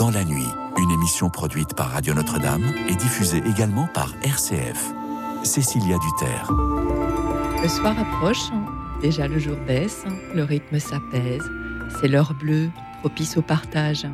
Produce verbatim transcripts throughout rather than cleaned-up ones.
Dans la nuit, une émission produite par Radio Notre-Dame et diffusée également par R C F. Cécilia Duterre. Le soir approche, déjà le jour baisse, le rythme s'apaise, c'est l'heure bleue, propice au partage.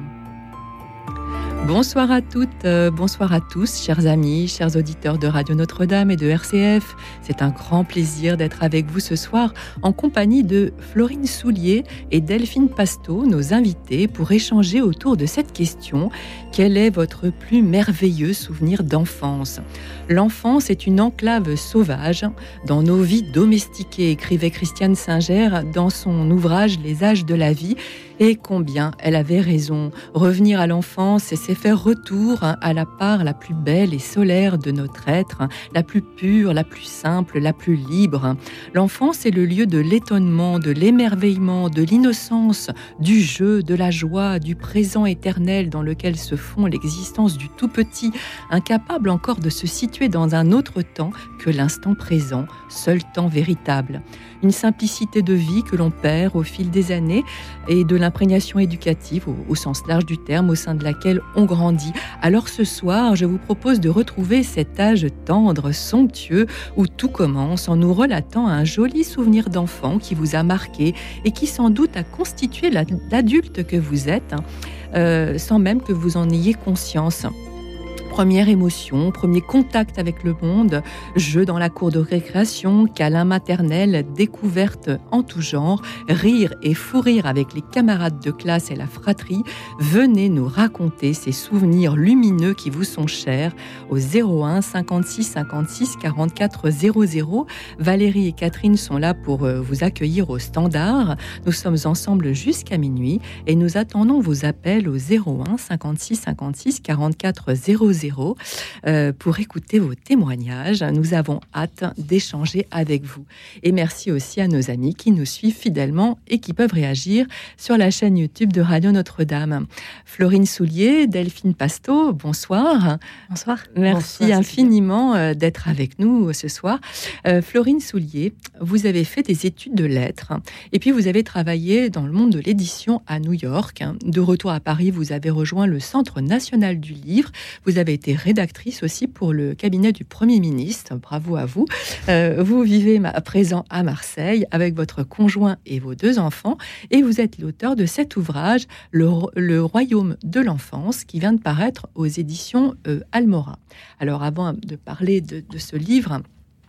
Bonsoir à toutes, euh, bonsoir à tous, chers amis, chers auditeurs de Radio Notre-Dame et de R C F. C'est un grand plaisir d'être avec vous ce soir en compagnie de Florine Soulier et Delphine Pasteau, nos invités, pour échanger autour de cette question. Quel est votre plus merveilleux souvenir d'enfance ? L'enfance est une enclave sauvage dans nos vies domestiquées, écrivait Christiane Singer dans son ouvrage Les âges de la vie. Et combien elle avait raison. Revenir à l'enfance, c'est faire retour à la part la plus belle et solaire de notre être, la plus pure, la plus simple, la plus libre. L'enfance est le lieu de l'étonnement, de l'émerveillement, de l'innocence, du jeu, de la joie, du présent éternel dans lequel se fond l'existence du tout petit, incapable encore de se situer dans un autre temps que l'instant présent, seul temps véritable. Une simplicité de vie que l'on perd au fil des années et de l'imprégnation éducative au, au sens large du terme au sein de laquelle on grandit. Alors ce soir, je vous propose de retrouver cet âge tendre, somptueux, où tout commence en nous relatant un joli souvenir d'enfant qui vous a marqué et qui sans doute a constitué l'adulte que vous êtes, hein, euh, sans même que vous en ayez conscience. Première émotion, premier contact avec le monde, jeu dans la cour de récréation, câlin maternel, découverte en tout genre, rire et fou rire avec les camarades de classe et la fratrie. Venez nous raconter ces souvenirs lumineux qui vous sont chers au zéro un cinquante-six cinquante-six quarante-quatre zéro zéro. Valérie et Catherine sont là pour vous accueillir au standard. Nous sommes ensemble jusqu'à minuit et nous attendons vos appels au zéro un cinquante-six cinquante-six quarante-quatre zéro zéro. Euh, pour écouter vos témoignages. Nous avons hâte d'échanger avec vous. Et merci aussi à nos amis qui nous suivent fidèlement et qui peuvent réagir sur la chaîne YouTube de Radio Notre-Dame. Florine Soulier, Delphine Pasteau, bonsoir. Bonsoir. Merci bonsoir, infiniment euh, d'être avec nous ce soir. Euh, Florine Soulier, vous avez fait des études de lettres et puis vous avez travaillé dans le monde de l'édition à New York. De retour à Paris, vous avez rejoint le Centre national du livre. Vous avez été rédactrice aussi pour le cabinet du Premier ministre. Bravo à vous. Euh, vous vivez à présent à Marseille avec votre conjoint et vos deux enfants et vous êtes l'auteur de cet ouvrage, Le, le Royaume de l'enfance, qui vient de paraître aux éditions euh, Almora. Alors avant de parler de, de ce livre,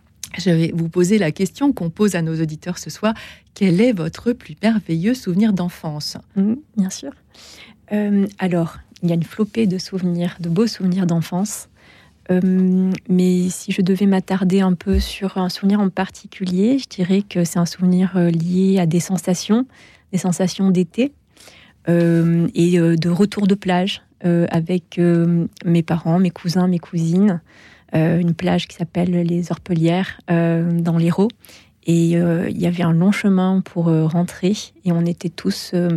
je vais vous poser la question qu'on pose à nos auditeurs ce soir. Quel est votre plus merveilleux souvenir d'enfance ? Mmh, Bien sûr. Euh, alors, il y a une flopée de souvenirs, de beaux souvenirs d'enfance. Euh, mais si je devais m'attarder un peu sur un souvenir en particulier, je dirais que c'est un souvenir lié à des sensations, des sensations d'été euh, et euh, de retour de plage euh, avec euh, mes parents, mes cousins, mes cousines. Euh, une plage qui s'appelle les Orpelières euh, dans l'Hérault. Et euh, il y avait un long chemin pour euh, rentrer et on était tous... Euh,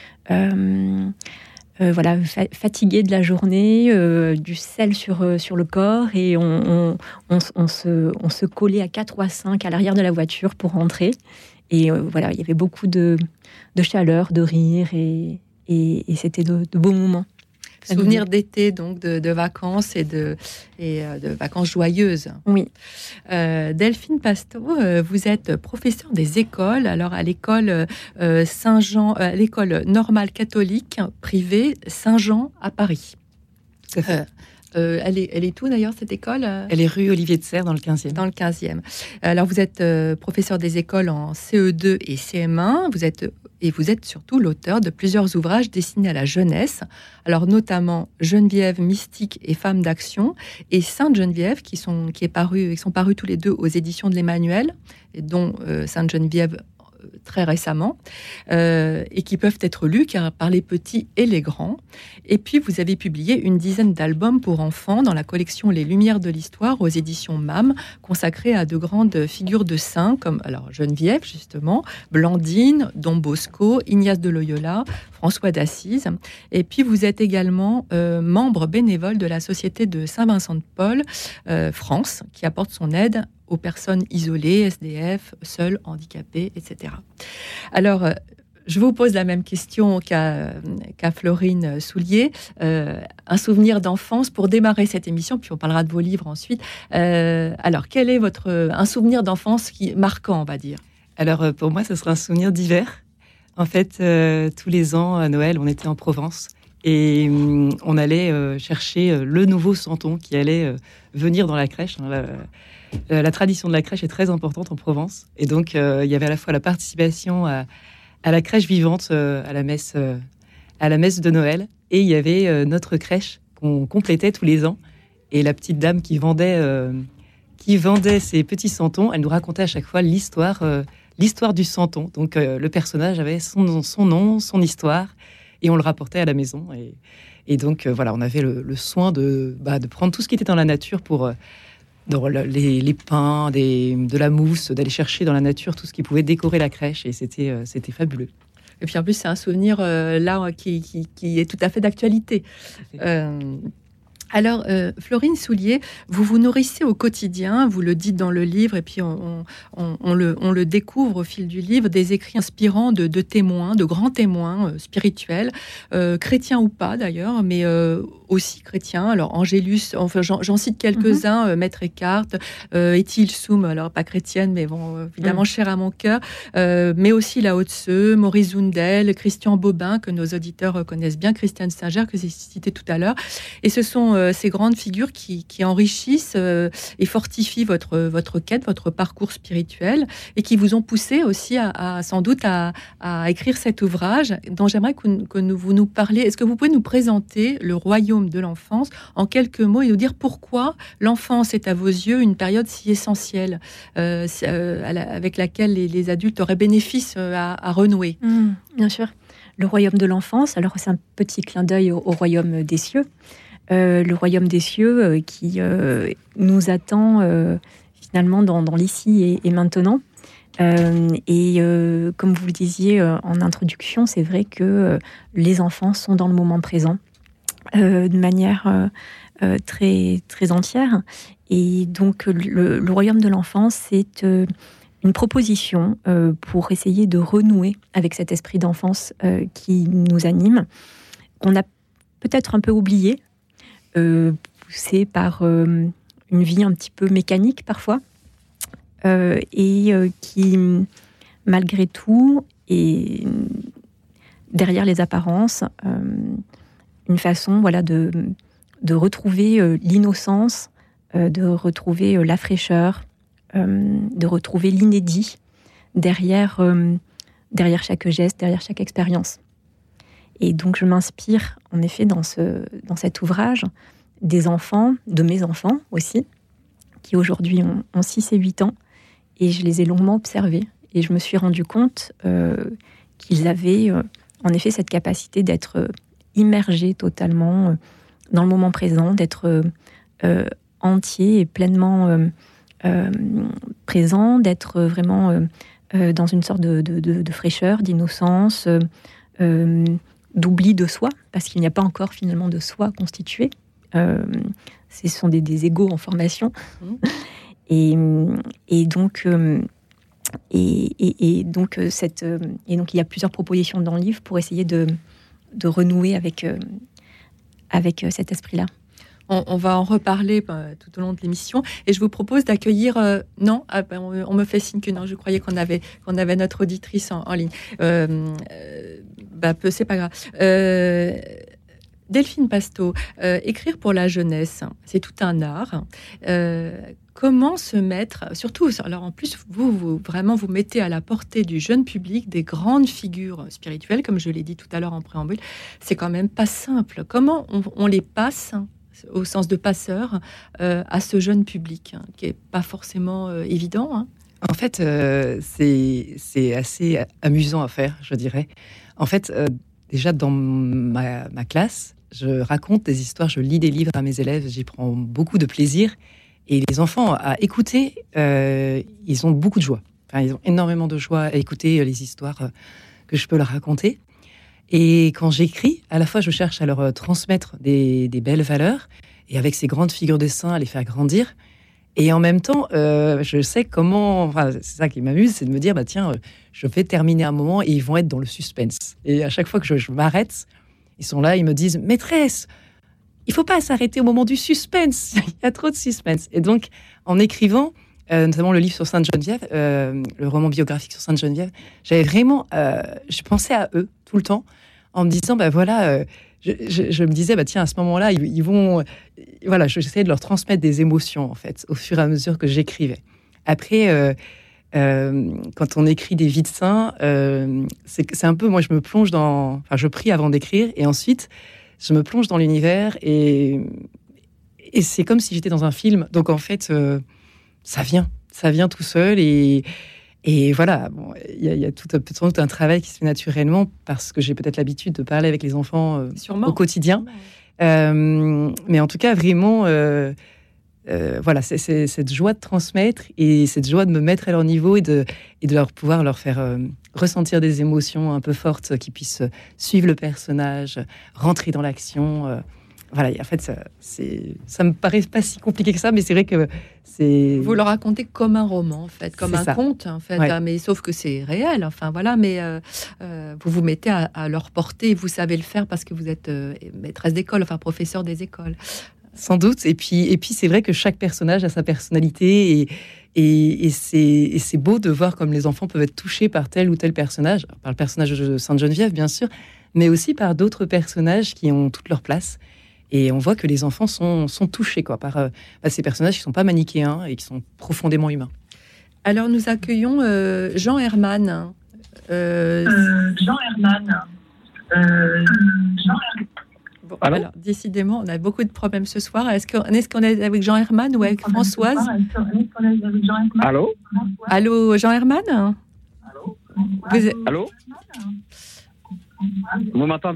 euh, Euh, voilà, fa- fatigué de la journée, euh, du sel sur, euh, sur le corps, et on, on, on, on, se, on se collait à quatre ou à cinq à l'arrière de la voiture pour rentrer. Et euh, voilà, il y avait beaucoup de, de chaleur, de rire, et, et, et c'était de, de beaux moments. Souvenir d'été, donc de, de vacances et, de, et euh, de vacances joyeuses. Oui. Euh, Delphine Pasteau, euh, vous êtes professeure des écoles. Alors à l'école euh, Saint-Jean, euh, à l'école normale catholique privée Saint-Jean à Paris. Euh, euh, elle est, elle est où d'ailleurs cette école ? Elle est rue Olivier de Serres dans le quinzième. Dans le quinzième. Alors vous êtes euh, professeur des écoles en C E deux et C M un. Vous êtes Et vous êtes surtout l'auteur de plusieurs ouvrages destinés à la jeunesse, alors notamment Geneviève mystique et femme d'action et Sainte Geneviève qui sont qui est paru, qui sont parus tous les deux aux éditions de l'Emmanuel, et dont euh, Sainte Geneviève très récemment, euh, et qui peuvent être lus car par les petits et les grands. Et puis vous avez publié une dizaine d'albums pour enfants dans la collection Les Lumières de l'Histoire aux éditions M A M, consacrée à de grandes figures de saints comme alors Geneviève justement, Blandine, Don Bosco, Ignace de Loyola, François d'Assise. Et puis vous êtes également euh, membre bénévole de la Société de Saint-Vincent de Paul euh, France, qui apporte son aide aux personnes isolées, S D F, seules, handicapées, et cetera. Alors, je vous pose la même question qu'à, qu'à Florine Soulier. Euh, un souvenir d'enfance pour démarrer cette émission, puis on parlera de vos livres ensuite. Euh, alors, quel est votre un souvenir d'enfance qui marquant, on va dire? Alors, pour moi, ce sera un souvenir d'hiver. En fait, euh, tous les ans, à Noël, on était en Provence et euh, on allait euh, chercher le nouveau santon qui allait euh, venir dans la crèche. La, la, la tradition de la crèche est très importante en Provence. Et donc, euh, il y avait à la fois la participation à à la crèche vivante, euh, à la messe, euh, à la messe de Noël, et il y avait euh, notre crèche qu'on complétait tous les ans. Et la petite dame qui vendait, euh, qui vendait ses petits santons, elle nous racontait à chaque fois l'histoire, euh, l'histoire du santon. Donc euh, le personnage avait son, son nom, son histoire, et on le rapportait à la maison. Et, et donc euh, voilà, on avait le, le soin de, bah, de prendre tout ce qui était dans la nature pour euh, dans les, les pains, des, de la mousse, d'aller chercher dans la nature tout ce qui pouvait décorer la crèche, et c'était, euh, c'était fabuleux. Et puis en plus, c'est un souvenir euh, là qui, qui, qui est tout à fait d'actualité. Euh, alors, euh, Florine Soulier, vous vous nourrissez au quotidien, vous le dites dans le livre, et puis on, on, on, le, on le découvre au fil du livre, des écrits inspirants de, de témoins, de grands témoins euh, spirituels, euh, chrétiens ou pas d'ailleurs, mais euh, aussi chrétiens. Alors, Angélus, enfin, j'en, j'en cite quelques-uns, mm-hmm. euh, Maître Eckhart, euh, Éthyl Soum, alors pas chrétienne, mais bon, euh, évidemment mm. chère à mon cœur, euh, mais aussi Lao Tse, Maurice Zundel, Christian Bobin, que nos auditeurs connaissent bien, Christiane Singer, que j'ai cité tout à l'heure. Et ce sont euh, ces grandes figures qui, qui enrichissent euh, et fortifient votre, votre quête, votre parcours spirituel, et qui vous ont poussé aussi à, à sans doute à, à écrire cet ouvrage dont j'aimerais que, que nous, vous nous parliez. Est-ce que vous pouvez nous présenter le royaume de l'enfance en quelques mots et nous dire pourquoi l'enfance est à vos yeux une période si essentielle euh, euh, à la, avec laquelle les, les adultes auraient bénéfice euh, à, à renouer? Mmh, bien sûr. Le royaume de l'enfance, alors c'est un petit clin d'œil au, au royaume des cieux. Euh, le royaume des cieux euh, qui euh, nous attend euh, finalement dans, dans l'ici et, et maintenant. Euh, et euh, comme vous le disiez euh, en introduction, c'est vrai que euh, les enfants sont dans le moment présent euh, de manière euh, euh, très, très entière. Et donc le, le royaume de l'enfance, c'est euh, une proposition euh, pour essayer de renouer avec cet esprit d'enfance euh, qui nous anime, qu'on a peut-être un peu oublié, Euh, poussé par euh, une vie un petit peu mécanique parfois, euh, et euh, qui, malgré tout, est derrière les apparences, euh, une façon voilà, de, de retrouver euh, l'innocence, euh, de retrouver euh, la fraîcheur, euh, de retrouver l'inédit derrière, euh, derrière chaque geste, derrière chaque expérience. Et donc, je m'inspire, en effet, dans, ce, dans cet ouvrage, des enfants, de mes enfants aussi, qui aujourd'hui ont, ont six et huit ans, et je les ai longuement observés. Et je me suis rendu compte euh, qu'ils avaient, euh, en effet, cette capacité d'être euh, immergés totalement euh, dans le moment présent, d'être euh, euh, entiers et pleinement euh, euh, présents, d'être vraiment euh, euh, dans une sorte de, de, de, de fraîcheur, d'innocence, euh, euh, d'oubli de soi, parce qu'il n'y a pas encore finalement de soi constitué. Euh, ce sont des, des égos en formation. Mmh. Et, et donc, euh, et, et, et donc cette, et donc il y a plusieurs propositions dans le livre pour essayer de, de renouer avec, euh, avec cet esprit-là. On, on va en reparler euh, tout au long de l'émission. Et je vous propose d'accueillir... Euh, non, ah, ben, on, on me fait signe que non. Je croyais qu'on avait, qu'on avait notre auditrice en, en ligne. Euh, euh, bah, peu, c'est pas grave. Euh, Delphine Pasteau, euh, écrire pour la jeunesse, c'est tout un art. Euh, comment se mettre... Surtout, alors en plus, vous, vous vraiment vous mettez à la portée du jeune public des grandes figures spirituelles, comme je l'ai dit tout à l'heure en préambule. C'est quand même pas simple. Comment on, on les passe au sens de passeur, euh, à ce jeune public, hein, qui n'est pas forcément euh, évident. Hein. En fait, euh, c'est, c'est assez amusant à faire, je dirais. En fait, euh, déjà dans ma, ma classe, je raconte des histoires, je lis des livres à mes élèves, j'y prends beaucoup de plaisir. Et les enfants, à écouter, euh, ils ont beaucoup de joie. Enfin, ils ont énormément de joie à écouter les histoires que je peux leur raconter. Et quand j'écris, à la fois, je cherche à leur transmettre des, des belles valeurs, et avec ces grandes figures de saints, à les faire grandir. Et en même temps, euh, je sais comment... Enfin, c'est ça qui m'amuse, c'est de me dire, bah, tiens, euh, je vais terminer un moment et ils vont être dans le suspense. Et à chaque fois que je, je m'arrête, ils sont là, ils me disent, maîtresse, il ne faut pas s'arrêter au moment du suspense. Il y a trop de suspense. Et donc, en écrivant, euh, notamment le livre sur Sainte-Geneviève, euh, le roman biographique sur Sainte-Geneviève, j'avais vraiment... Euh, je pensais à eux tout le temps, en me disant, bah voilà... Euh, Je, je, je me disais, bah tiens, à ce moment-là, ils, ils vont... Voilà, j'essayais de leur transmettre des émotions, en fait, au fur et à mesure que j'écrivais. Après, euh, euh, quand on écrit des vies de saints, euh, c'est, c'est un peu... Moi, je me plonge dans... Enfin, je prie avant d'écrire, et ensuite, je me plonge dans l'univers, et, et c'est comme si j'étais dans un film. Donc, en fait, euh, ça vient. Ça vient tout seul, et... Et voilà, bon, il y, y a tout, tout, tout un travail qui se fait naturellement parce que j'ai peut-être l'habitude de parler avec les enfants euh, au quotidien. Euh, mais en tout cas, vraiment, euh, euh, voilà, c'est, c'est cette joie de transmettre et cette joie de me mettre à leur niveau et de, et de leur pouvoir leur faire euh, ressentir des émotions un peu fortes qui puissent suivre le personnage, rentrer dans l'action. Euh, Voilà, en fait, ça, c'est, ça me paraît pas si compliqué que ça, mais c'est vrai que c'est... Vous le racontez comme un roman, en fait, comme c'est un ça. conte, en fait, Ouais. hein, mais sauf que c'est réel, enfin voilà, mais euh, euh, vous vous mettez à, à leur portée, et vous savez le faire parce que vous êtes euh, maîtresse d'école, enfin professeur des écoles. Sans doute, et puis, et puis c'est vrai que chaque personnage a sa personnalité, et, et, et, c'est, et c'est beau de voir comme les enfants peuvent être touchés par tel ou tel personnage, par le personnage de Sainte-Geneviève, bien sûr, mais aussi par d'autres personnages qui ont toute leur place. Et on voit que les enfants sont, sont touchés quoi, par, euh, par ces personnages qui ne sont pas manichéens et qui sont profondément humains. Alors, nous accueillons euh, Jean Herman. Euh, euh, Jean Herman. Euh, Jean Herman. Bon, alors, décidément, on a beaucoup de problèmes ce soir. Est-ce, que, est-ce qu'on est avec Jean Herman ou avec Françoise ? Allô ? Allô, Jean Herman ? Allô ? Vous êtes... Allô ? Vous m'entendez ?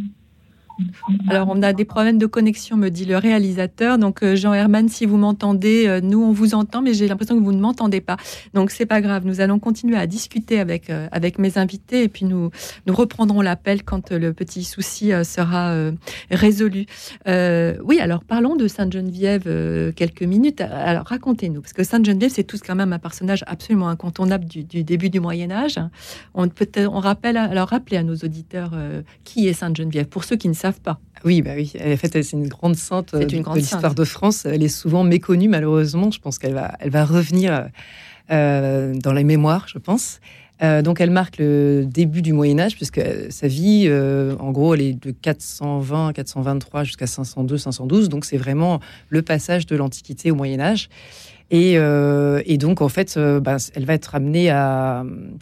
Alors, on a des problèmes de connexion, me dit le réalisateur. Donc, euh, Jean Herman, si vous m'entendez, euh, nous, on vous entend, mais j'ai l'impression que vous ne m'entendez pas. Donc, c'est pas grave. Nous allons continuer à discuter avec, euh, avec mes invités et puis nous, nous reprendrons l'appel quand euh, le petit souci euh, sera euh, résolu. Euh, oui, alors, parlons de Sainte-Geneviève euh, quelques minutes. Alors, racontez-nous, parce que Sainte-Geneviève, c'est tout quand même un personnage absolument incontournable du, du début du Moyen-Âge. On, peut-être, on rappelle, alors, rappelez à nos auditeurs euh, qui est Sainte-Geneviève, pour ceux qui ne savent pas. Oui, bah oui. En fait, c'est une grande sainte c'est une de, grande de l'histoire sainte. de France. Elle est souvent méconnue, malheureusement. Je pense qu'elle va, elle va revenir euh, dans les mémoires, je pense. Euh, donc, elle marque le début du Moyen-Âge, puisque sa vie, euh, en gros, elle est de quatre cent vingt à quatre cent vingt-trois jusqu'à cinq cent deux, cinq cent douze. Donc, c'est vraiment le passage de l'Antiquité au Moyen-Âge. Et, euh, et donc, en fait, euh, bah, elle va être amenée à,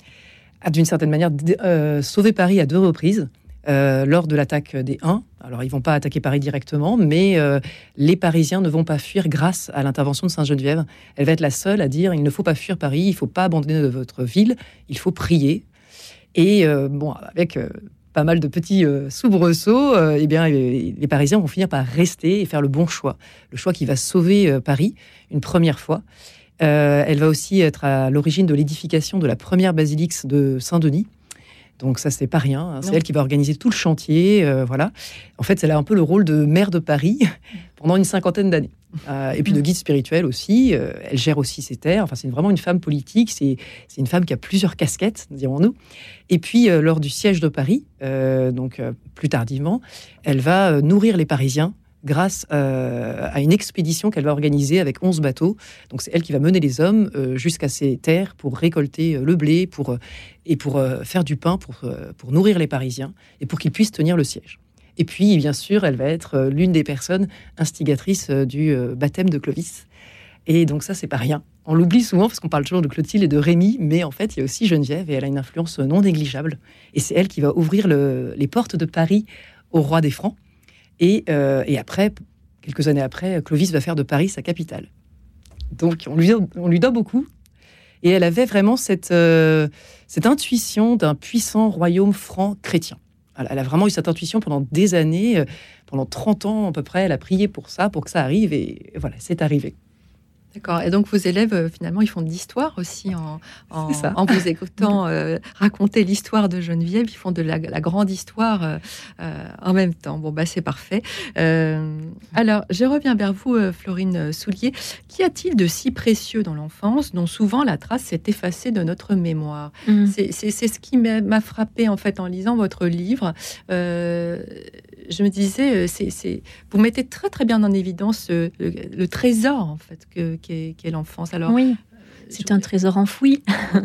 à d'une certaine manière, euh, sauver Paris à deux reprises. Euh, lors de l'attaque des Huns. Alors, ils ne vont pas attaquer Paris directement, mais euh, les Parisiens ne vont pas fuir grâce à l'intervention de Sainte-Geneviève. Elle va être la seule à dire, il ne faut pas fuir Paris, il ne faut pas abandonner votre ville, il faut prier. Et euh, bon, avec euh, pas mal de petits euh, soubresauts, euh, eh bien, les, les Parisiens vont finir par rester et faire le bon choix. Le choix qui va sauver euh, Paris une première fois. Euh, elle va aussi être à l'origine de l'édification de la première basilique de Saint-Denis. Donc ça, c'est pas rien. Hein. C'est Non. elle qui va organiser tout le chantier. Euh, voilà. En fait, elle a un peu le rôle de maire de Paris pendant une cinquantaine d'années. Euh, et puis de guide spirituel aussi. Euh, elle gère aussi ses terres. Enfin, c'est vraiment une femme politique. C'est, c'est une femme qui a plusieurs casquettes, dirons-nous. Et puis, euh, lors du siège de Paris, euh, donc euh, plus tardivement, elle va euh, nourrir les Parisiens grâce euh, à une expédition qu'elle va organiser avec onze bateaux. Donc c'est elle qui va mener les hommes euh, jusqu'à ces terres pour récolter euh, le blé pour, euh, et pour euh, faire du pain, pour, euh, pour nourrir les Parisiens et pour qu'ils puissent tenir le siège. Et puis, bien sûr, elle va être euh, l'une des personnes instigatrices euh, du euh, baptême de Clovis. Et donc ça, c'est pas rien. On l'oublie souvent parce qu'on parle toujours de Clotilde et de Rémy, mais en fait, il y a aussi Geneviève et elle a une influence non négligeable. Et c'est elle qui va ouvrir le, les portes de Paris au roi des Francs. Et, euh, et après, quelques années après, Clovis va faire de Paris sa capitale. Donc, on lui, on lui doit beaucoup. Et elle avait vraiment cette, euh, cette intuition d'un puissant royaume franc chrétien. Elle, elle a vraiment eu cette intuition pendant des années, euh, pendant trente ans à peu près. Elle a prié pour ça, pour que ça arrive. Et, et voilà, c'est arrivé. D'accord. Et donc, vos élèves, finalement, ils font de l'histoire aussi en, en, en vous écoutant euh, raconter l'histoire de Geneviève. Ils font de la, la grande histoire euh, euh, en même temps. Bon, bah, c'est parfait. Euh, alors, je reviens vers vous, euh, Florine Soulier. Qu'y a-t-il de si précieux dans l'enfance dont souvent la trace s'est effacée de notre mémoire ? mmh. c'est, c'est, c'est ce qui m'a, m'a frappé, en fait, en lisant votre livre. Euh, je me disais, c'est, c'est, vous mettez très, très bien en évidence le, le, le trésor, en fait, que Qu'est, qu'est l'enfance. Alors, oui, c'est un trésor enfoui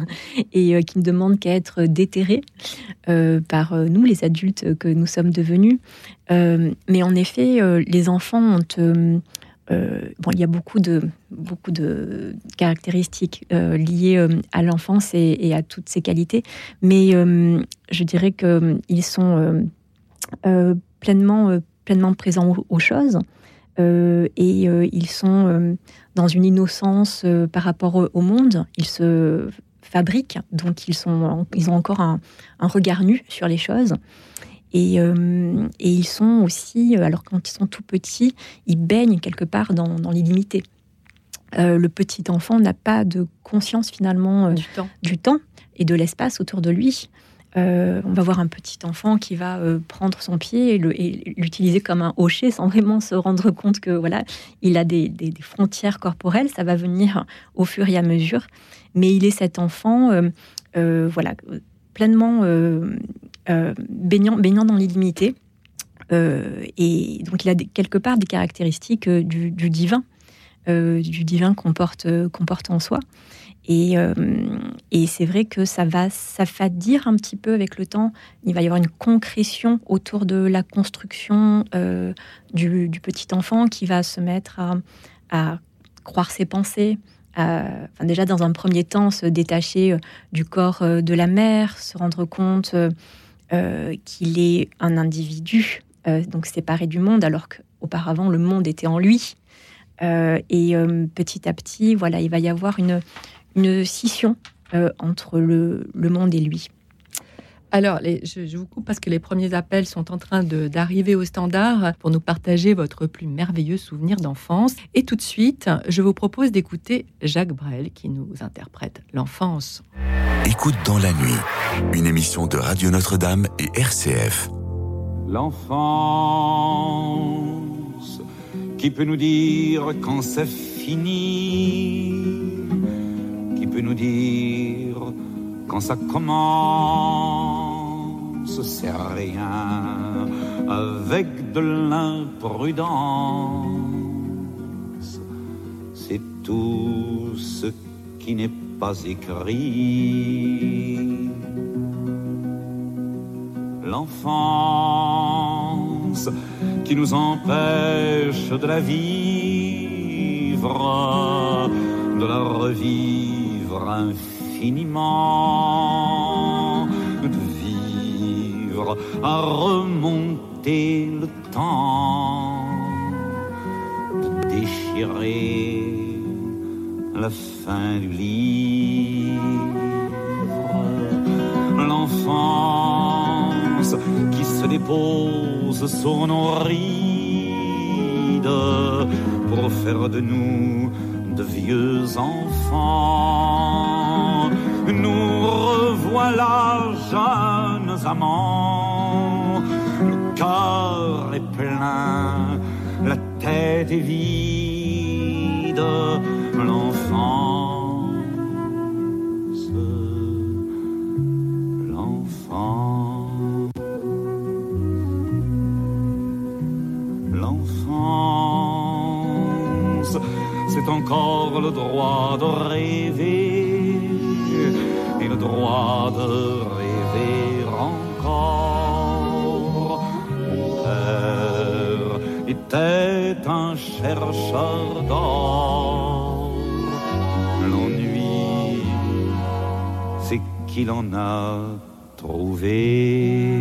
et euh, qui ne demande qu'à être déterré euh, par euh, nous, les adultes que nous sommes devenus. Euh, mais en effet, euh, les enfants ont... Euh, euh, bon, il y a beaucoup de, beaucoup de caractéristiques euh, liées euh, à l'enfance et, et à toutes ses qualités. Mais euh, je dirais qu'ils sont euh, euh, pleinement, euh, pleinement présents aux, aux choses. Euh, et euh, ils sont euh, dans une innocence euh, par rapport au, au monde. Ils se fabriquent, donc ils, sont, ils ont encore un, un regard nu sur les choses. Et, euh, et ils sont aussi, alors quand ils sont tout petits, ils baignent quelque part dans, dans l'illimité. Euh, le petit enfant n'a pas de conscience finalement euh, du temps. du temps et de l'espace autour de lui. Euh, on va voir un petit enfant qui va euh, prendre son pied et, le, et l'utiliser comme un hochet sans vraiment se rendre compte que voilà, il a des, des, des frontières corporelles. Ça va venir au fur et à mesure, mais il est cet enfant, euh, euh, voilà, pleinement euh, euh, baignant, baignant dans l'illimité, euh, et donc il a des, quelque part des caractéristiques euh, du, du divin, euh, du divin qu'on porte, euh, qu'on porte en soi. Et, euh, et c'est vrai que ça va s'affadir un petit peu avec le temps. Il va y avoir une concrétion autour de la construction euh, du, du petit enfant qui va se mettre à, à croire ses pensées, à, enfin déjà dans un premier temps se détacher du corps de la mère, se rendre compte euh, qu'il est un individu, euh, donc séparé du monde, alors qu'auparavant le monde était en lui. Euh, et euh, petit à petit, voilà, il va y avoir une une scission euh, entre le, le monde et lui. Alors, les, je, je vous coupe parce que les premiers appels sont en train de, d'arriver au standard pour nous partager votre plus merveilleux souvenir d'enfance. Et tout de suite, je vous propose d'écouter Jacques Brel qui nous interprète l'enfance. Écoute dans la nuit, une émission de Radio Notre-Dame et R C F. L'enfance, qui peut nous dire quand c'est fini? Qui peut nous dire quand ça commence? C'est rien avec de l'imprudence. C'est tout ce qui n'est pas écrit. L'enfance qui nous empêche de la vivre, de la revivre infiniment, de vivre à remonter le temps, de déchirer la fin du livre. L'enfance qui se dépose sur nos rides pour faire de nous de vieux enfants. Nous revoilà jeunes amants, le cœur est plein, la tête est vide. L'enfance, l'enfant, l'enfance, c'est encore le droit de rêver et le droit de rêver encore. Mon père était un chercheur d'or. L'ennui, c'est qu'il en a trouvé.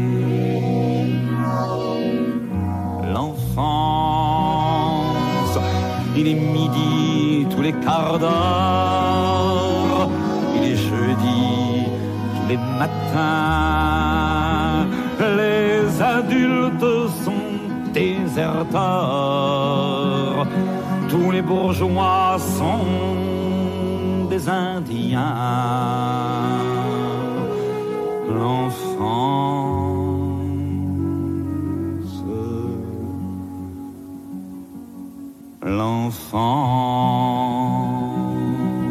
L'enfance, il est midi tous les quarts d'heure, il est jeudi tous les matins. Les adultes sont déserteurs, tous les bourgeois sont des Indiens. L'enfance, l'enfant.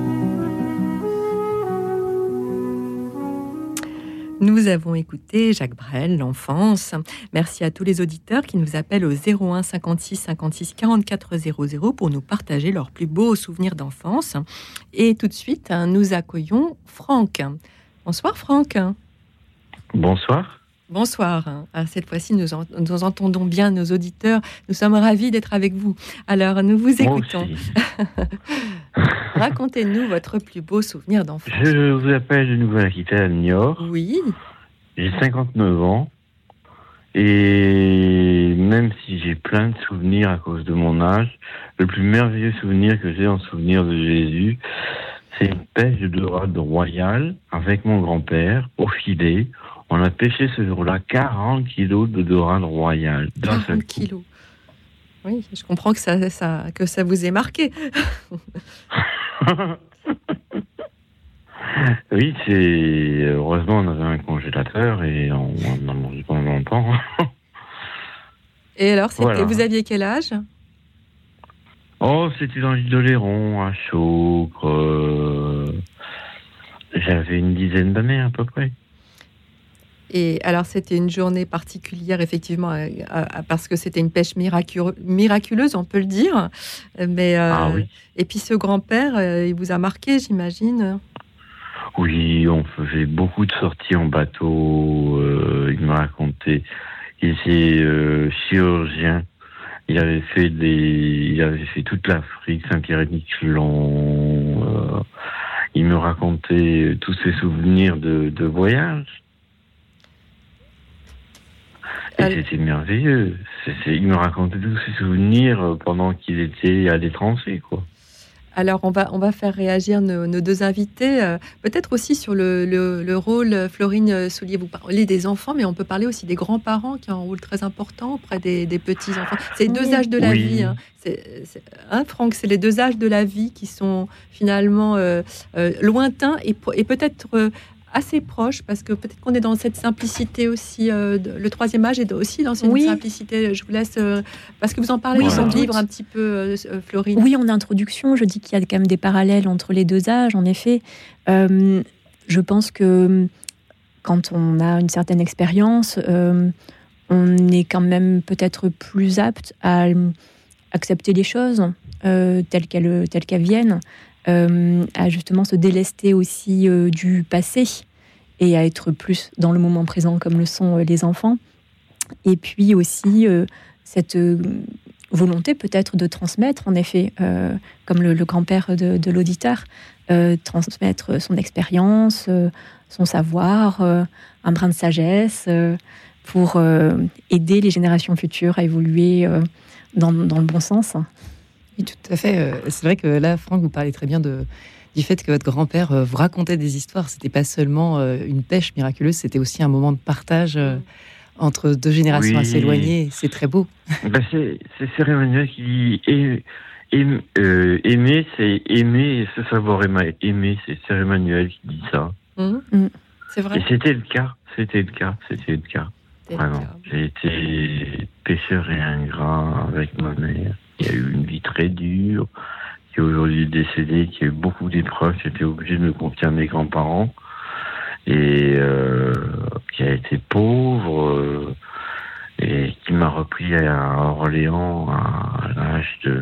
Nous avons écouté Jacques Brel, l'enfance. Merci à tous les auditeurs qui nous appellent au zéro un cinquante-six cinquante-six quarante-quatre zéro zéro pour nous partager leurs plus beaux souvenirs d'enfance. Et tout de suite, nous accueillons Franck. Bonsoir Franck. Bonsoir. Bonsoir. Ah, cette fois-ci, nous, en, nous entendons bien nos auditeurs. Nous sommes ravis d'être avec vous. Alors, nous vous écoutons. Racontez-nous votre plus beau souvenir d'enfance. Je vous appelle de Nouvelle-Aquitaine à Niort. Oui. J'ai cinquante-neuf ans. Et même si j'ai plein de souvenirs à cause de mon âge, le plus merveilleux souvenir que j'ai en souvenir de Jésus, c'est une pêche de dorade royale avec mon grand-père au filet. On a pêché ce jour-là quarante kilos de dorade royale. quarante kilos. Oui, je comprends que ça, ça, que ça vous ait marqué. Oui, c'est... Heureusement, on avait un congélateur et on en a mangé pendant longtemps. Et alors, c'était... Voilà. Vous aviez quel âge ? Oh, c'était dans l'île d'Oléron, à Chaucre. Euh... J'avais une dizaine d'années à peu près. Et alors, c'était une journée particulière, effectivement, euh, euh, parce que c'était une pêche miracu- miraculeuse, on peut le dire. Mais, euh, ah oui. Et puis, ce grand-père, euh, il vous a marqué, j'imagine. Oui, on faisait beaucoup de sorties en bateau. Euh, il m'a raconté qu'il était euh, chirurgien. Il avait fait des, il avait fait toute l'Afrique, Saint-Pierre-et-Miquelon. Euh, il me racontait tous ses souvenirs de, de voyage. Et Alors... c'était merveilleux. C'est, c'est, il me racontait tous ses souvenirs pendant qu'il était à l'étranger, quoi. Alors, on va, on va faire réagir nos, nos deux invités, euh, peut-être aussi sur le, le, le rôle, Florine Soulier, vous parlez des enfants, mais on peut parler aussi des grands-parents qui ont un rôle très important auprès des, des petits-enfants. C'est les deux âges de la oui. vie. Hein. C'est, c'est, hein, Franck, c'est les deux âges de la vie qui sont finalement euh, euh, lointains et, et peut-être... Euh, assez proche, parce que peut-être qu'on est dans cette simplicité aussi. Euh, de, le troisième âge est aussi dans cette oui. simplicité. Je vous laisse, euh, parce que vous en parlez oui, dans le livre un petit peu, euh, Florine. Oui, en introduction, je dis qu'il y a quand même des parallèles entre les deux âges, en effet. Euh, je pense que quand on a une certaine expérience, euh, on est quand même peut-être plus apte à accepter les choses euh, telles qu'elles, telles qu'elles viennent, euh, à justement se délester aussi euh, du passé et à être plus dans le moment présent comme le sont euh, les enfants. Et puis aussi euh, cette euh, volonté peut-être de transmettre, en effet, euh, comme le, le grand-père de, de l'auditeur, euh, transmettre son expérience, euh, son savoir, euh, un brin de sagesse, euh, pour euh, aider les générations futures à évoluer euh, dans, dans le bon sens. Oui, tout à fait. C'est vrai que là, Franck, vous parlez très bien de, du fait que votre grand-père vous racontait des histoires. C'était pas seulement une pêche miraculeuse, c'était aussi un moment de partage entre deux générations oui. assez éloignées. C'est très beau. Ben c'est, c'est Sœur Emmanuel qui dit aim, aim, euh, aimer, c'est aimer et se savoir aimer. Aimer, c'est Sœur Emmanuel qui dit ça. Mmh. Mmh. C'est vrai. Et c'était le cas. C'était le cas. C'était le cas. C'était Vraiment. Le cas. J'ai été pécheur et ingrat avec ma mère. Il y a eu une vie très dure, qui est aujourd'hui décédée, qui a eu beaucoup d'épreuves. J'étais obligé de me confier à mes grands-parents. Et euh, qui a été pauvre, euh, et qui m'a repris à Orléans à l'âge de